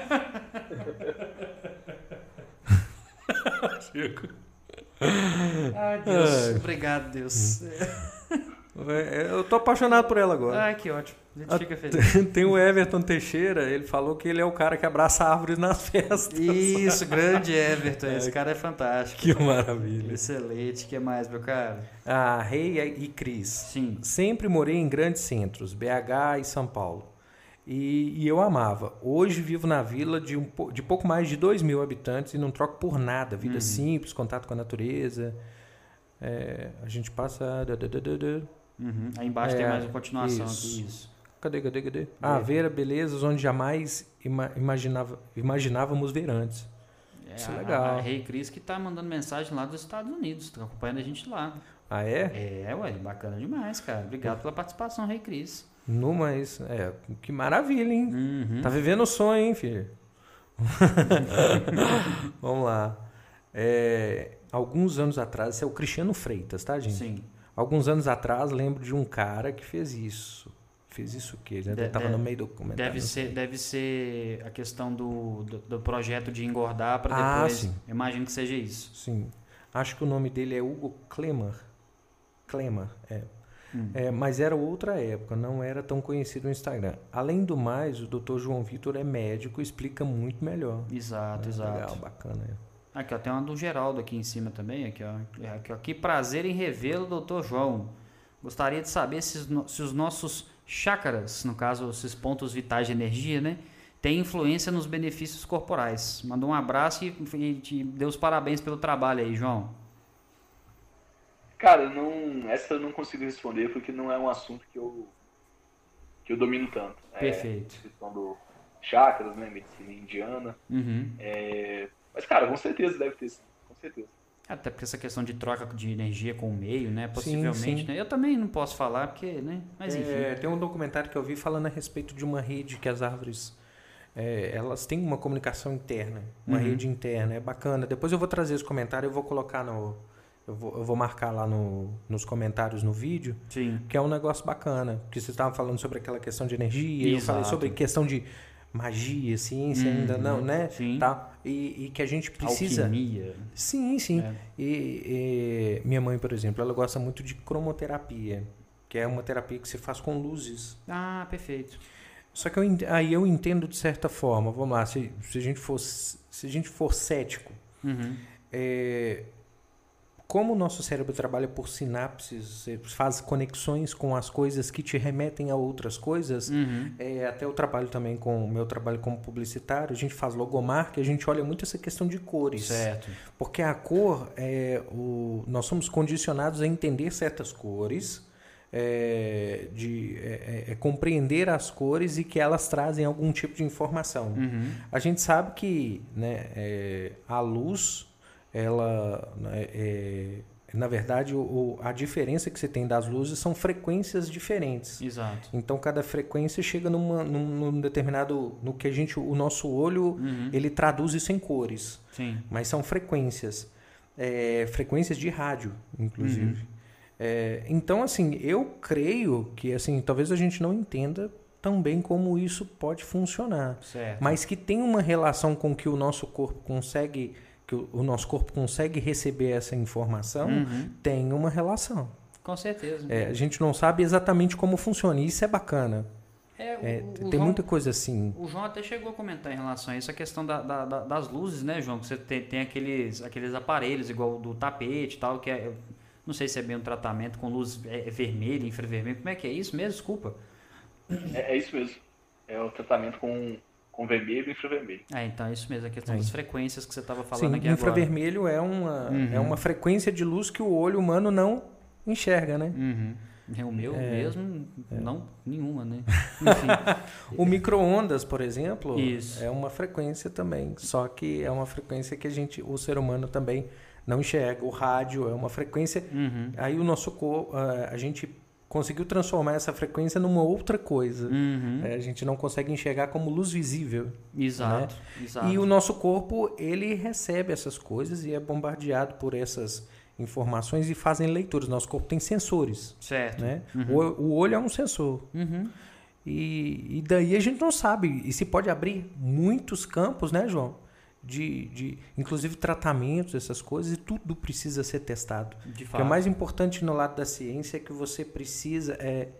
Ai, Deus. Obrigado, Deus. Eu tô apaixonado por ela agora. Ai, que ótimo. A gente fica feliz. Tem o Everton Teixeira, ele falou que ele é o cara que abraça árvores nas festas. Isso, grande Everton. Esse cara é fantástico. Que maravilha. Excelente. O que mais, meu cara? A Rei e Cris. Sim. Sempre morei em grandes centros, BH e São Paulo. E eu amava. Hoje vivo na vila de pouco mais de 2.000 habitantes e não troco por nada. Vida simples, contato com a natureza. A gente passa... Aí embaixo tem mais uma continuação aqui. Isso. Cadê? Ver a belezas onde jamais imaginávamos ver antes. Isso é legal. A Rei Cris que tá mandando mensagem lá dos Estados Unidos, tá acompanhando a gente lá. Ah, é? É, ué, bacana demais, cara. Obrigado pela participação, Rei Cris. Mas, que maravilha, hein? Uhum. Tá vivendo o sonho, hein, filho? Vamos lá. Alguns anos atrás, esse é o Cristiano Freitas, tá, gente? Sim. Alguns anos atrás, lembro de um cara que fez isso. Fez isso o quê? Ele tava no meio do comentário. Deve ser a questão do projeto de engordar para depois... Sim. Imagino que seja isso. Sim. Acho que o nome dele é Hugo Klemer. Mas era outra época, não era tão conhecido no Instagram. Além do mais, o Dr. João Vitor é médico e explica muito melhor. Exato. Legal, bacana. Aqui, ó, tem uma do Geraldo aqui em cima também. Aqui, ó. Que prazer em revê-lo, Dr. João. Gostaria de saber se os nossos chakras, no caso, esses pontos vitais de energia, né, têm influência nos benefícios corporais. Mandou um abraço e te deu os parabéns pelo trabalho aí, João. Cara, essa eu não consigo responder porque não é um assunto que eu domino tanto. Perfeito. A questão do chakras, né, medicina indiana. Uhum. Mas, cara, com certeza deve ter sim, com certeza. Até porque essa questão de troca de energia com o meio, né, possivelmente, sim. Né? Eu também não posso falar porque, né, mas enfim. Tem um documentário que eu vi falando a respeito de uma rede que as árvores... elas têm uma comunicação interna, uma rede interna, é bacana. Depois eu vou trazer esse comentário, eu vou colocar eu vou marcar lá nos comentários no vídeo, Sim. Que é um negócio bacana, porque vocês estavam falando sobre aquela questão de energia, Exato. eu falei sobre questão de magia, ciência ainda não, né? Sim. Tá? E que a gente precisa... Alquimia. Sim. E minha mãe, por exemplo, ela gosta muito de cromoterapia, que é uma terapia que se faz com luzes. Ah, perfeito. Só que aí eu entendo de certa forma, vamos lá, se a gente for cético, como o nosso cérebro trabalha por sinapses, faz conexões com as coisas que te remetem a outras coisas, até eu trabalho também com o meu trabalho como publicitário, a gente faz logomarca, a gente olha muito essa questão de cores. Certo. Porque a cor, nós somos condicionados a entender certas cores, compreender as cores e que elas trazem algum tipo de informação. A gente sabe que, né, a luz, ela, na verdade, a diferença que você tem das luzes são frequências diferentes. Exato. Então, cada frequência chega num determinado... no que o nosso olho, ele traduz isso em cores. Sim. Mas são frequências. Frequências de rádio, inclusive. Então, assim, eu creio que, assim, talvez a gente não entenda tão bem como isso pode funcionar. Certo. Mas que tem uma relação com que o nosso corpo consegue... que o nosso corpo consegue receber essa informação, tem uma relação. Com certeza. A gente não sabe exatamente como funciona, e isso é bacana. Tem muita coisa assim. O João até chegou a comentar em relação a isso, a questão das luzes, né, João? Que você tem aqueles aparelhos, igual do tapete e tal, que não sei se é bem um tratamento com luz vermelha, infravermelha. Como é que é isso mesmo? Desculpa. É isso mesmo. É o tratamento com vermelho e infravermelho. Então é isso mesmo, a questão das frequências que você estava falando aqui agora. Infravermelho é uma frequência de luz que o olho humano não enxerga, né? O meu mesmo, não, nenhuma, né? Enfim. O micro-ondas, por exemplo, isso. É uma frequência também, só que é uma frequência que o ser humano também não enxerga. O rádio é uma frequência, aí o nosso corpo, a gente conseguiu transformar essa frequência numa outra coisa. A gente não consegue enxergar como luz visível. Exato, né? Exato. E o nosso corpo, ele recebe essas coisas e é bombardeado por essas informações e fazem leituras. Nosso corpo tem sensores. Certo. Né? O olho é um sensor. E daí a gente não sabe. E se pode abrir muitos campos, né, João? Inclusive tratamentos, essas coisas, e tudo precisa ser testado. De fato. O que é mais importante no lado da ciência é que você precisa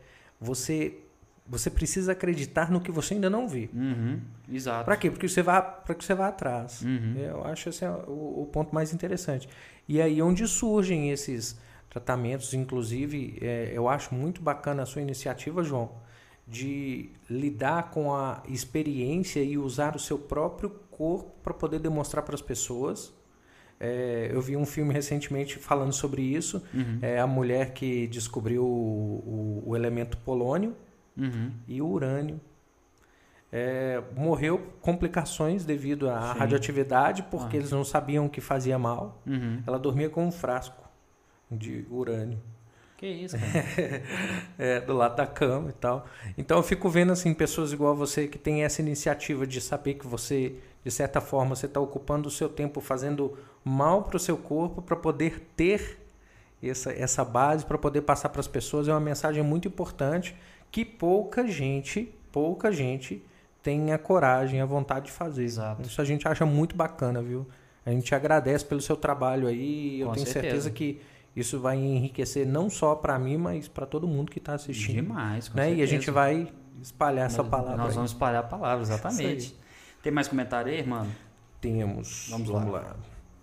você precisa acreditar no que você ainda não vê. Exato. Para quê? Porque você vai atrás. Eu acho esse é o ponto mais interessante. E aí onde surgem esses tratamentos, inclusive, eu acho muito bacana a sua iniciativa, João, de lidar com a experiência e usar o seu próprio corpo para poder demonstrar para as pessoas. Eu vi um filme recentemente falando sobre isso. A mulher que descobriu o elemento polônio e o urânio. morreu complicações devido à radioatividade, porque eles não sabiam que fazia mal. Ela dormia com um frasco de urânio. Que isso, cara? Do lado da cama e tal. Então eu fico vendo assim, pessoas igual a você que tem essa iniciativa de saber que você, de certa forma, você está ocupando o seu tempo fazendo mal para o seu corpo para poder ter essa base, para poder passar para as pessoas. É uma mensagem muito importante que pouca gente tem a coragem, a vontade de fazer. Exato. Isso a gente acha muito bacana, viu? A gente agradece pelo seu trabalho aí. Eu tenho certeza que isso vai enriquecer não só para mim, mas para todo mundo que está assistindo. Demais, com né? certeza. E a gente vai espalhar essa palavra. Nós vamos espalhar a palavra, exatamente. Tem mais comentário aí, mano? Temos. Vamos lá.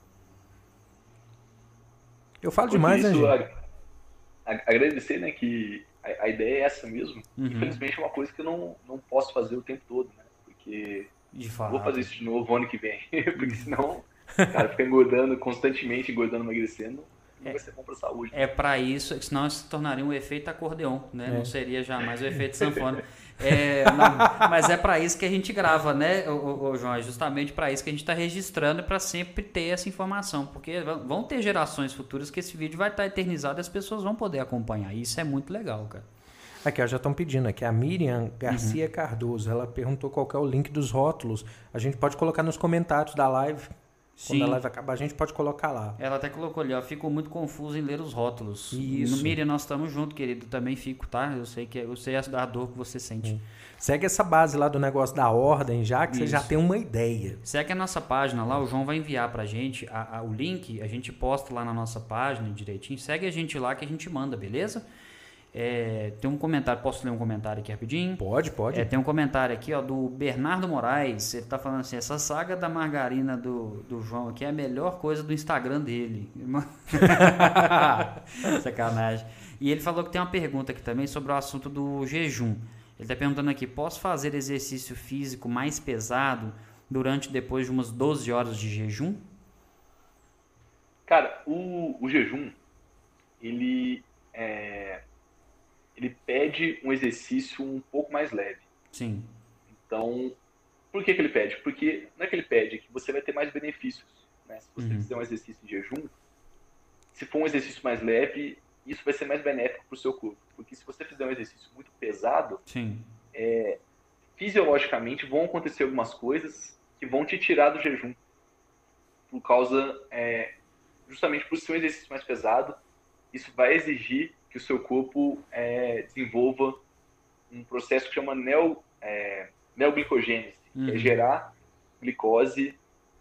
Eu falo demais, isso, né, gente? Agradecer, né, que a ideia é essa mesmo. Infelizmente é uma coisa que eu não posso fazer o tempo todo, né? Porque de fato, vou fazer isso de novo ano que vem. Porque senão, cara, ficar engordando constantemente, emagrecendo, não vai ser bom pra saúde. É para isso, senão isso se tornaria um efeito acordeon, né? Não seria jamais o efeito sanfona. Mas é para isso que a gente grava, né, ô João? É justamente para isso que a gente está registrando, para sempre ter essa informação, porque vão ter gerações futuras que esse vídeo vai estar eternizado e as pessoas vão poder acompanhar. Isso é muito legal, cara. Aqui, ó, já estão pedindo aqui. A Miriam Garcia Cardoso, ela perguntou qual que é o link dos rótulos. A gente pode colocar nos comentários da live. Sim. Quando a live acabar, a gente pode colocar lá. Ela até colocou ali, ó, ficou muito confuso em ler os rótulos. Isso. No Miriam, nós estamos juntos, querido. Também fico, tá? Eu sei a dor que você sente. Segue essa base lá do negócio da ordem, já que você já tem uma ideia. Segue a nossa página lá, o João vai enviar pra gente o link, a gente posta lá na nossa página direitinho. Segue a gente lá que a gente manda, beleza? Tem um comentário, posso ler um comentário aqui rapidinho? Pode. Tem um comentário aqui, ó, do Bernardo Moraes. Ele tá falando assim: essa saga da margarina do João aqui é a melhor coisa do Instagram dele. Sacanagem. E ele falou que tem uma pergunta aqui também sobre o assunto do jejum. Ele tá perguntando aqui: posso fazer exercício físico mais pesado depois de umas 12 horas de jejum? Cara, o jejum, ele pede um exercício um pouco mais leve. Sim. Então, por que ele pede? Porque não é que ele pede, é que você vai ter mais benefícios, né? Se você fizer um exercício em jejum, se for um exercício mais leve, isso vai ser mais benéfico para o seu corpo. Porque se você fizer um exercício muito pesado, fisiologicamente vão acontecer algumas coisas que vão te tirar do jejum. Por causa, justamente por ser um exercício mais pesado, isso vai exigir que o seu corpo desenvolva um processo que chama neoglicogênese, que é gerar glicose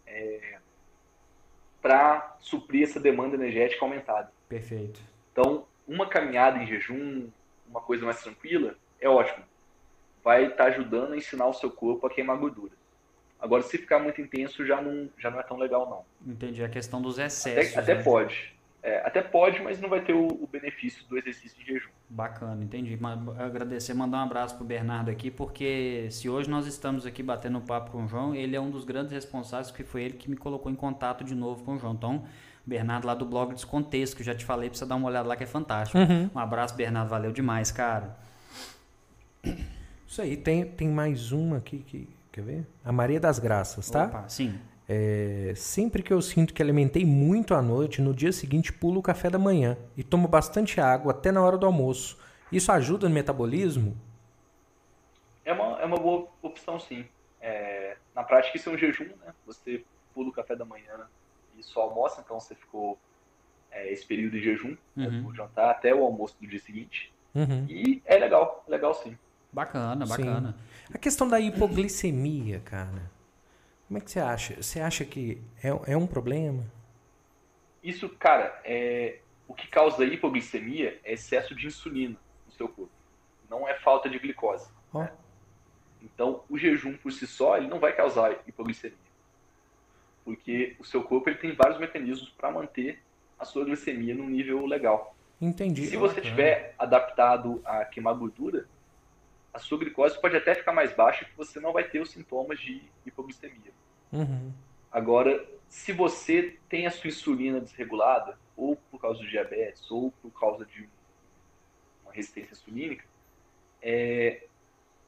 para suprir essa demanda energética aumentada. Perfeito. Então, uma caminhada em jejum, uma coisa mais tranquila, é ótimo. Vai estar ajudando a ensinar o seu corpo a queimar gordura. Agora, se ficar muito intenso, já não é tão legal, não. Entendi. A questão dos excessos. Até pode. Até pode, mas não vai ter o benefício do exercício de jejum. Bacana, entendi. Agradecer, mandar um abraço pro Bernardo aqui, porque se hoje nós estamos aqui batendo um papo com o João, ele é um dos grandes responsáveis, que foi ele que me colocou em contato de novo com o João. Então, Bernardo lá do blog Descontexto, que eu já te falei pra você dar uma olhada lá, que é fantástico. Um abraço, Bernardo, valeu demais, cara. Isso aí, tem mais uma aqui, quer ver? A Maria das Graças, tá? Opa, sim. Sempre que eu sinto que alimentei muito à noite, no dia seguinte pulo o café da manhã e tomo bastante água até na hora do almoço. Isso ajuda no metabolismo? É uma boa opção, sim. Na prática, isso é um jejum, né? Você pula o café da manhã e só almoça, então você ficou esse período de jejum, do jantar até o almoço do dia seguinte. E é legal sim. Bacana. Sim. A questão da hipoglicemia, cara, como é que você acha? Você acha que é um problema? Isso, cara, o que causa hipoglicemia é excesso de insulina no seu corpo. Não é falta de glicose. Né? Então, o jejum por si só, ele não vai causar hipoglicemia. Porque o seu corpo ele tem vários mecanismos para manter a sua glicemia num nível legal. Entendi. Se você estiver adaptado a queimar gordura, a sua glicose pode até ficar mais baixa, que você não vai ter os sintomas de hipoglicemia. Agora, se você tem a sua insulina desregulada, ou por causa do diabetes, ou por causa de uma resistência insulínica,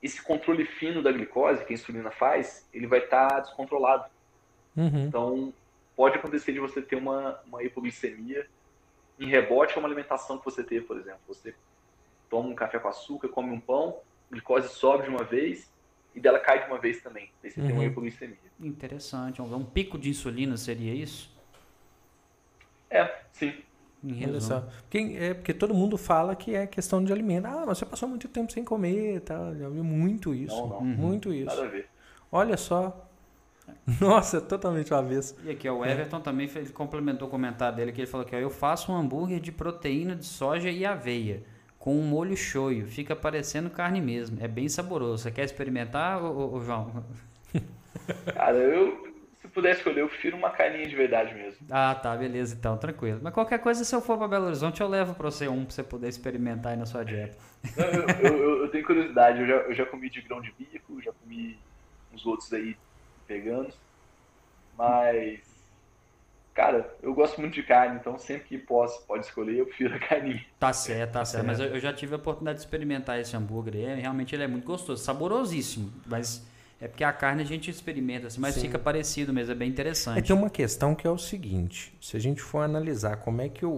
esse controle fino da glicose que a insulina faz, ele vai estar descontrolado. Então, pode acontecer de você ter uma hipoglicemia em rebote a uma alimentação que você teve, por exemplo. Você toma um café com açúcar, come um pão, a glicose sobe de uma vez e dela cai de uma vez também. Aí você tem uma hipoglicemia. Interessante. Um pico de insulina seria isso? Sim. Olha só. Porque todo mundo fala que é questão de alimento. Ah, mas você passou muito tempo sem comer, tá? Já vi muito isso. Não. Muito isso. Nada a ver. Olha só. Nossa, totalmente o avesso. E aqui, ó, o Everton também complementou o comentário dele, que ele falou que ó, eu faço um hambúrguer de proteína de soja e aveia, com um molho shoyu. Fica parecendo carne mesmo. É bem saboroso. Você quer experimentar, ô João? Cara, se puder escolher, eu prefiro uma carninha de verdade mesmo. Ah, tá, beleza, então, tranquilo. Mas qualquer coisa, se eu for para Belo Horizonte, eu levo para você pra você poder experimentar aí na sua dieta. Eu tenho curiosidade, eu já comi de grão de bico, já comi uns outros aí veganos, mas, cara, eu gosto muito de carne, então sempre que pode escolher, eu prefiro a carninha. Tá certo. Mas eu já tive a oportunidade de experimentar esse hambúrguer aí, realmente ele é muito gostoso, saborosíssimo, mas é porque a carne a gente experimenta, assim, mas fica parecido mesmo, é bem interessante. Tem uma questão que é o seguinte, se a gente for analisar como é que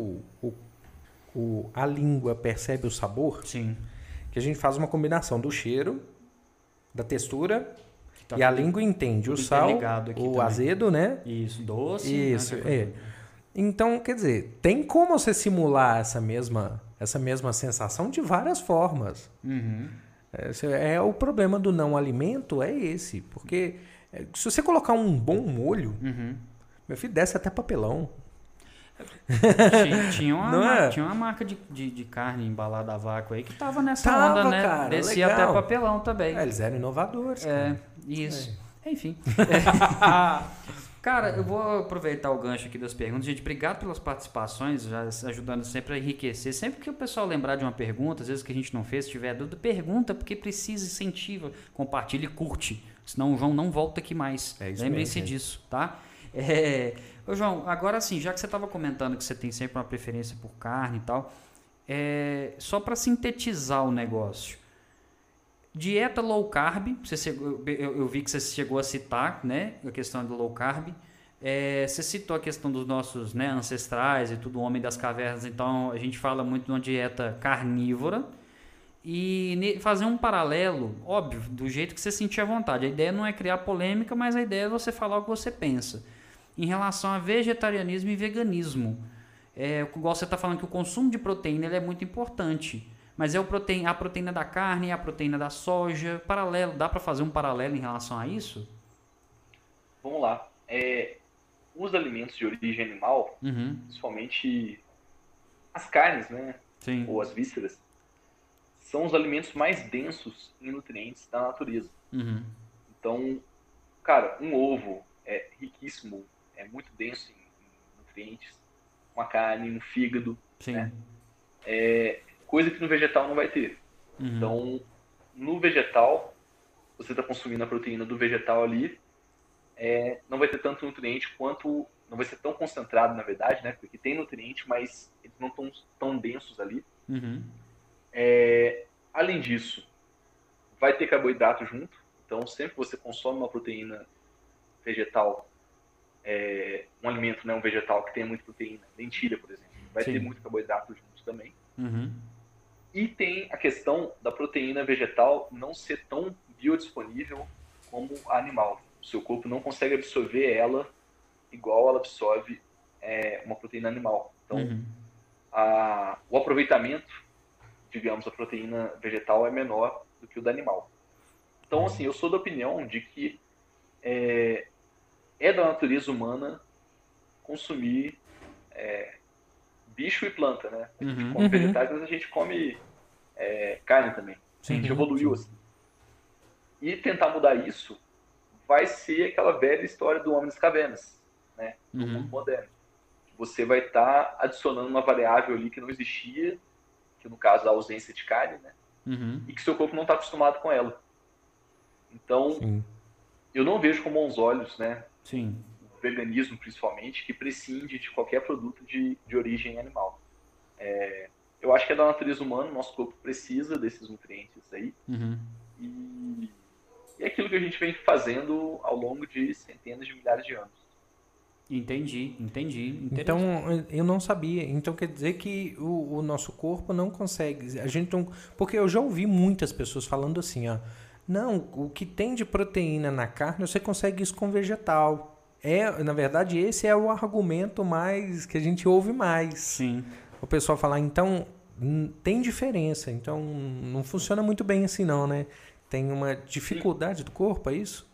a língua percebe o sabor, Sim. que a gente faz uma combinação do cheiro, da textura, e a língua entende o sal, o azedo, né? Isso, doce. Isso, Então, quer dizer, tem como você simular essa mesma sensação de várias formas. O problema do não alimento é esse, porque se você colocar um bom molho, meu filho, desce até papelão. Tinha uma marca de carne embalada a vácuo aí que tava nessa onda, né? Cara, descia legal. até papelão também. Eles eram inovadores. Cara. Isso. Enfim. Cara, eu vou aproveitar o gancho aqui das perguntas. Gente, obrigado pelas participações, já ajudando sempre a enriquecer. Sempre que o pessoal lembrar de uma pergunta, às vezes que a gente não fez, se tiver dúvida, pergunta, porque precisa, incentiva, compartilha e curte. Senão o João não volta aqui mais. Lembrem-se disso, tá? Ô João, agora sim, já que você estava comentando que você tem sempre uma preferência por carne e tal, só para sintetizar o negócio. Dieta low carb, eu vi que você chegou a citar, né, a questão do low carb. Você citou a questão dos nossos, né, ancestrais e tudo, o homem das cavernas, então a gente fala muito de uma dieta carnívora e fazer um paralelo, óbvio, do jeito que você sentir à vontade. A ideia não é criar polêmica, mas a ideia é você falar o que você pensa. Em relação a vegetarianismo e veganismo, igual você está falando que o consumo de proteína ele é muito importante. Mas a proteína da carne, a proteína da soja, paralelo, dá para fazer um paralelo em relação a isso? Vamos lá. Os alimentos de origem animal, principalmente as carnes, né? Sim. Ou as vísceras, são os alimentos mais densos em nutrientes da natureza. Então, cara, um ovo é riquíssimo, é muito denso em nutrientes. Uma carne, um fígado, sim, né? Coisa que no vegetal não vai ter. Então, no vegetal, você está consumindo a proteína do vegetal ali, não vai ter tanto nutriente quanto... Não vai ser tão concentrado, na verdade, né? Porque tem nutriente, mas eles não estão tão densos ali. Além disso, vai ter carboidrato junto. Então, sempre que você consome uma proteína vegetal, um alimento, né, um vegetal que tenha muita proteína, lentilha, por exemplo, vai ter muito carboidrato junto também. E tem a questão da proteína vegetal não ser tão biodisponível como a animal. O seu corpo não consegue absorver ela igual ela absorve uma proteína animal. Então, o aproveitamento, digamos, a proteína vegetal é menor do que o da animal. Então, assim, eu sou da opinião de que da natureza humana consumir bicho e planta, né? A gente come vegetais, mas a gente come carne também. A gente evoluiu assim. E tentar mudar isso vai ser aquela velha história do homem das cavernas, né? Do mundo moderno. Você vai estar adicionando uma variável ali que não existia, que no caso é a ausência de carne, né? E que seu corpo não está acostumado com ela. Então, eu não vejo com bons olhos, né? Sim. O veganismo, principalmente, que prescinde de qualquer produto de origem animal. Eu acho que é da natureza humana, nosso corpo precisa desses nutrientes aí. E E é aquilo que a gente vem fazendo ao longo de centenas de milhares de anos. Entendi. Então, eu não sabia. Então, quer dizer que o nosso corpo não consegue... A gente não, porque eu já ouvi muitas pessoas falando assim, ó. Não, o que tem de proteína na carne, você consegue isso com vegetal. Na verdade, esse é o argumento mais que a gente ouve mais. Sim. O pessoal falar, então, tem diferença. Então, não funciona muito bem assim não, né? Tem uma dificuldade do corpo, é isso?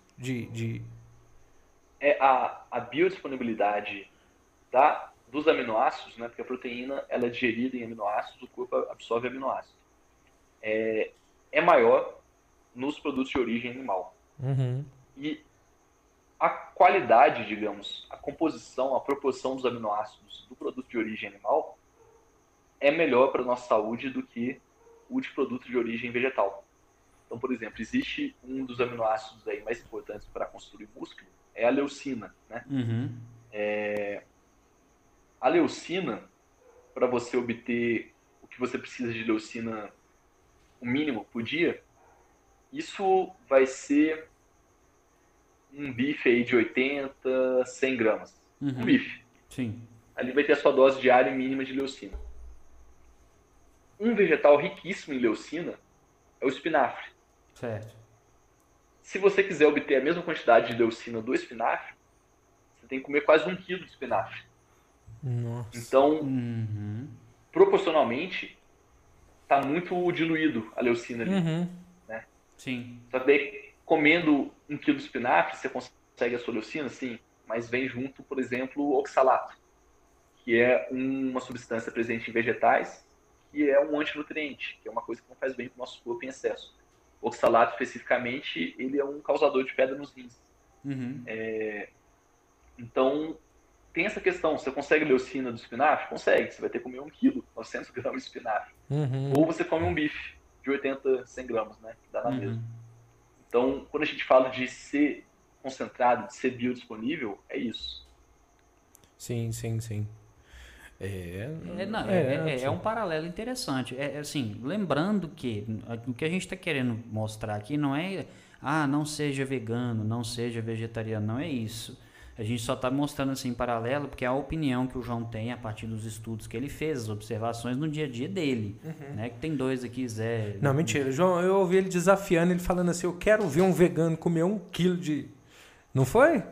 É a biodisponibilidade dos aminoácidos, né? Porque a proteína ela é digerida em aminoácidos, o corpo absorve aminoácidos. É maior nos produtos de origem animal. Uhum. E a qualidade, digamos, a composição, a proporção dos aminoácidos do produto de origem animal é melhor para a nossa saúde do que o de produto de origem vegetal. Então, por exemplo, existe um dos aminoácidos aí mais importantes para construir músculo, é a leucina, né? Uhum. A leucina, para você obter o que você precisa de leucina, o mínimo por dia, isso vai ser um bife aí de 80, 100 gramas. Uhum. Um bife. Sim. Ali vai ter a sua dose diária mínima de leucina. Um vegetal riquíssimo em leucina é o espinafre. Certo. Se você quiser obter a mesma quantidade de leucina do espinafre, você tem que comer quase 1 quilo de espinafre. Nossa. Então, proporcionalmente, está muito diluído a leucina ali. Uhum. Né? Sim. Só que daí, comendo 1 quilo de espinafre, você consegue a sua leucina, sim, mas vem junto, por exemplo, o oxalato, que é uma substância presente em vegetais, que é um antinutriente, que é uma coisa que não faz bem para o nosso corpo em excesso. O oxalato, especificamente, ele é um causador de pedra nos rins. Uhum. Então, tem essa questão. Você consegue leucina do espinafre? Consegue. Você vai ter que comer 1 quilo, 900 gramas de espinafre. Uhum. Ou você come um bife de 80, 100 gramas, né? Que dá na mesma. Então, quando a gente fala de ser concentrado, de ser biodisponível, é isso. Sim. É um paralelo interessante. Assim, lembrando que o que a gente está querendo mostrar aqui não é não seja vegano, não seja vegetariano, não é isso. A gente só está mostrando assim em paralelo porque é a opinião que o João tem a partir dos estudos que ele fez, as observações no dia a dia dele. Né? Que tem dois aqui, Zé. Não, mentira. João, eu ouvi ele desafiando, ele falando assim, eu quero ver um vegano comer 1 quilo de... Não foi?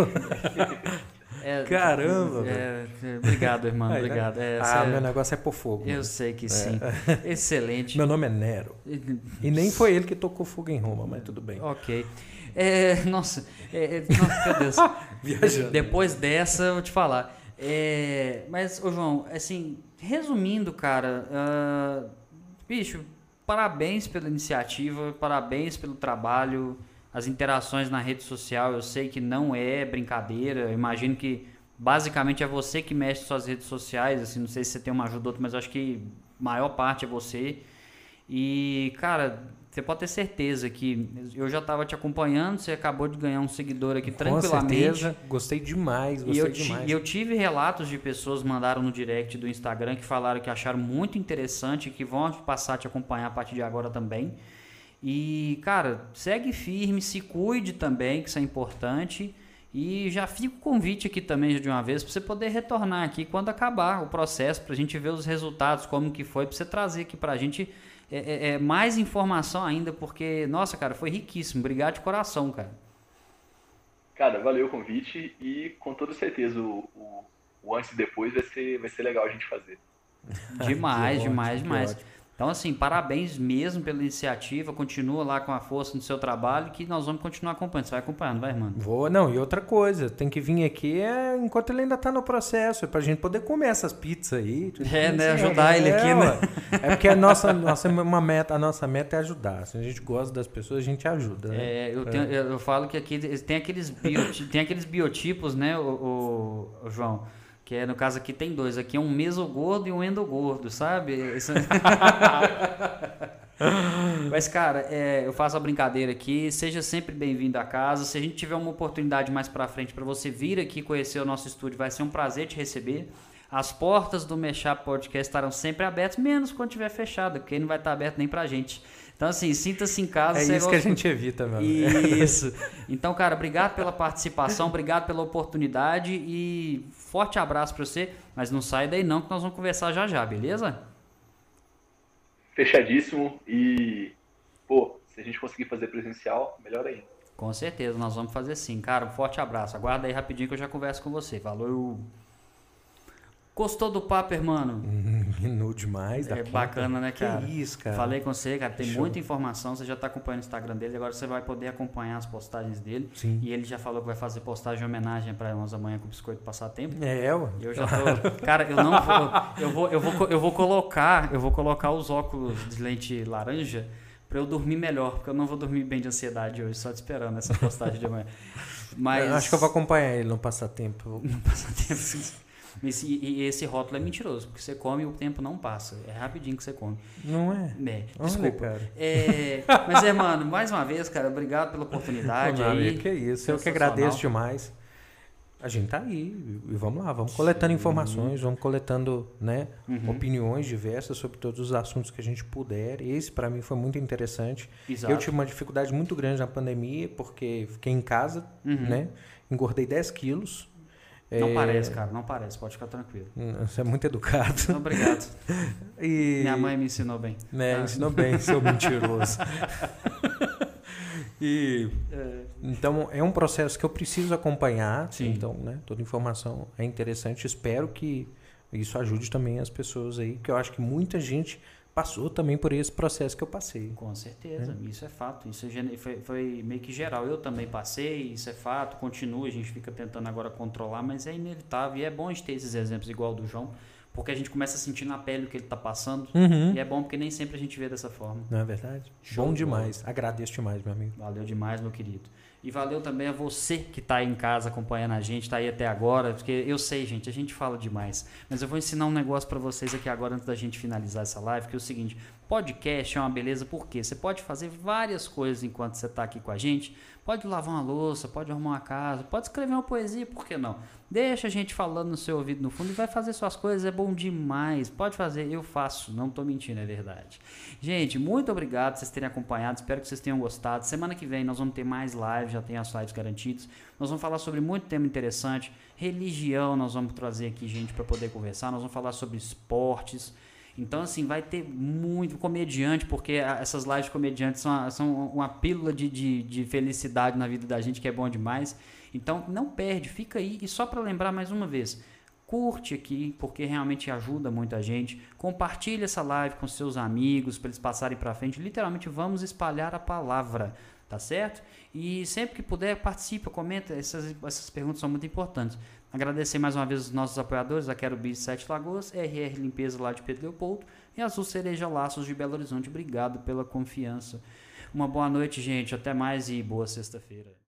Caramba! Obrigado, irmão. Obrigado. Meu negócio é por fogo. Eu sei que sim. Excelente. Meu nome é Nero. E nem foi ele que tocou fogo em Roma, mas tudo bem. Ok. Nossa, meu Deus. Viajando. Depois dessa, eu vou te falar. Mas, ô João, assim, resumindo, cara, bicho, parabéns pela iniciativa, parabéns pelo trabalho, as interações na rede social, eu sei que não é brincadeira, eu imagino que basicamente é você que mexe suas redes sociais, assim, não sei se você tem uma ajuda ou outra, mas eu acho que a maior parte é você. E, cara, você pode ter certeza que eu já estava te acompanhando, você acabou de ganhar um seguidor aqui tranquilamente. Com certeza, gostei demais, E eu tive relatos de pessoas que mandaram no direct do Instagram que falaram que acharam muito interessante e que vão passar a te acompanhar a partir de agora também. E, cara, segue firme, se cuide também, que isso é importante. E já fica o convite aqui também de uma vez para você poder retornar aqui quando acabar o processo, para a gente ver os resultados, como que foi, para você trazer aqui para a gente mais informação ainda, porque, nossa, cara, foi riquíssimo. Obrigado de coração, cara. Cara, valeu o convite e com toda certeza o antes e depois vai ser legal a gente fazer. Demais. Então, assim, parabéns mesmo pela iniciativa, continua lá com a força no seu trabalho que nós vamos continuar acompanhando. Você vai acompanhando, vai, irmão? Vou, não, e outra coisa, tem que vir aqui enquanto ele ainda tá no processo, pra gente poder comer essas pizzas aí. Né, ajudar ele aqui, né? É porque a nossa meta é ajudar, se a gente gosta das pessoas, a gente ajuda, né? Eu falo que aqui tem aqueles biotipos, né, o João? Que no caso aqui tem dois. Aqui é um mesogordo e um endogordo, sabe? Mas, cara, eu faço a brincadeira aqui. Seja sempre bem-vindo a casa. Se a gente tiver uma oportunidade mais pra frente para você vir aqui conhecer o nosso estúdio, vai ser um prazer te receber. As portas do Mashup Podcast estarão sempre abertas, menos quando estiver fechada, porque não vai estar aberto nem pra gente. Então, assim, sinta-se em casa. É isso que a gente evita, meu amigo. Isso. Então, cara, obrigado pela participação, obrigado pela oportunidade e forte abraço pra você. Mas não sai daí não, que nós vamos conversar já já, beleza? Fechadíssimo e, pô, se a gente conseguir fazer presencial, melhor ainda. Com certeza, nós vamos fazer sim. Cara, um forte abraço. Aguarda aí rapidinho que eu já converso com você. Valeu. Gostou do papo, mano? Nu demais. É bacana, né, cara? Que isso, cara. Falei com você, cara. Tem Show. muita informação. Você já tá acompanhando o Instagram dele. Agora você vai poder acompanhar as postagens dele. Sim. E ele já falou que vai fazer postagem em homenagem pra 11 da manhã com o Biscoito Passatempo. Ué. Eu já tô... Cara, eu não vou... Eu vou colocar os óculos de lente laranja pra eu dormir melhor. Porque eu não vou dormir bem de ansiedade hoje. Só te esperando essa postagem de amanhã. Mas... Acho que eu vou acompanhar ele no passatempo. No passatempo... E esse rótulo é mentiroso, porque você come e o tempo não passa. É rapidinho que você come. Não é? Desculpa. Olha, cara. Mas mano, mais uma vez, cara, obrigado pela oportunidade. Aí, que isso, eu que agradeço demais. A gente tá aí e vamos lá, vamos coletando informações, vamos coletando, né, opiniões diversas sobre todos os assuntos que a gente puder. Esse para mim foi muito interessante. Exato. Eu tive uma dificuldade muito grande na pandemia porque fiquei em casa, né, engordei 10 quilos. Não parece, cara, não parece, pode ficar tranquilo. Você é muito educado. Obrigado. E... Minha mãe me ensinou bem. Né, ensinou bem, seu mentiroso. Então, é um processo que eu preciso acompanhar. Sim. Então, né, toda informação é interessante. Espero que isso ajude também as pessoas aí, que eu acho que muita gente passou também por esse processo que eu passei. Com certeza, isso é fato. Isso foi meio que geral. Eu também passei, isso é fato. Continua, a gente fica tentando agora controlar, mas é inevitável. E é bom a gente ter esses exemplos igual o do João, porque a gente começa a sentir na pele o que ele está passando. E é bom porque nem sempre a gente vê dessa forma. Não é verdade? Show Bom demais. Agradeço demais, meu amigo. Valeu demais, meu querido. E valeu também a você que está aí em casa acompanhando a gente, está aí até agora, porque eu sei, gente, a gente fala demais. Mas eu vou ensinar um negócio para vocês aqui agora, antes da gente finalizar essa live, que é o seguinte: podcast é uma beleza porque você pode fazer várias coisas enquanto você está aqui com a gente. Pode lavar uma louça, pode arrumar uma casa, pode escrever uma poesia, por que não? Deixa a gente falando no seu ouvido no fundo e vai fazer suas coisas, é bom demais. Pode fazer, eu faço, não tô mentindo, é verdade. Gente, muito obrigado por vocês terem acompanhado, espero que vocês tenham gostado. Semana que vem nós vamos ter mais lives, já tem as lives garantidas. Nós vamos falar sobre muito tema interessante, religião, nós vamos trazer aqui gente para poder conversar, nós vamos falar sobre esportes. Então, assim, vai ter muito comediante, porque essas lives de comediantes são uma pílula de felicidade na vida da gente, que é bom demais. Então, não perde, fica aí. E só para lembrar mais uma vez, curte aqui, porque realmente ajuda muita gente. Compartilha essa live com seus amigos, para eles passarem para frente. Literalmente, vamos espalhar a palavra, tá certo? E sempre que puder, participa, comenta. Essas perguntas são muito importantes. Agradecer mais uma vez os nossos apoiadores, a Quero Bis de Sete Lagoas, RR Limpeza lá de Pedro Leopoldo e Azul Cereja Laços de Belo Horizonte. Obrigado pela confiança. Uma boa noite, gente. Até mais e boa sexta-feira.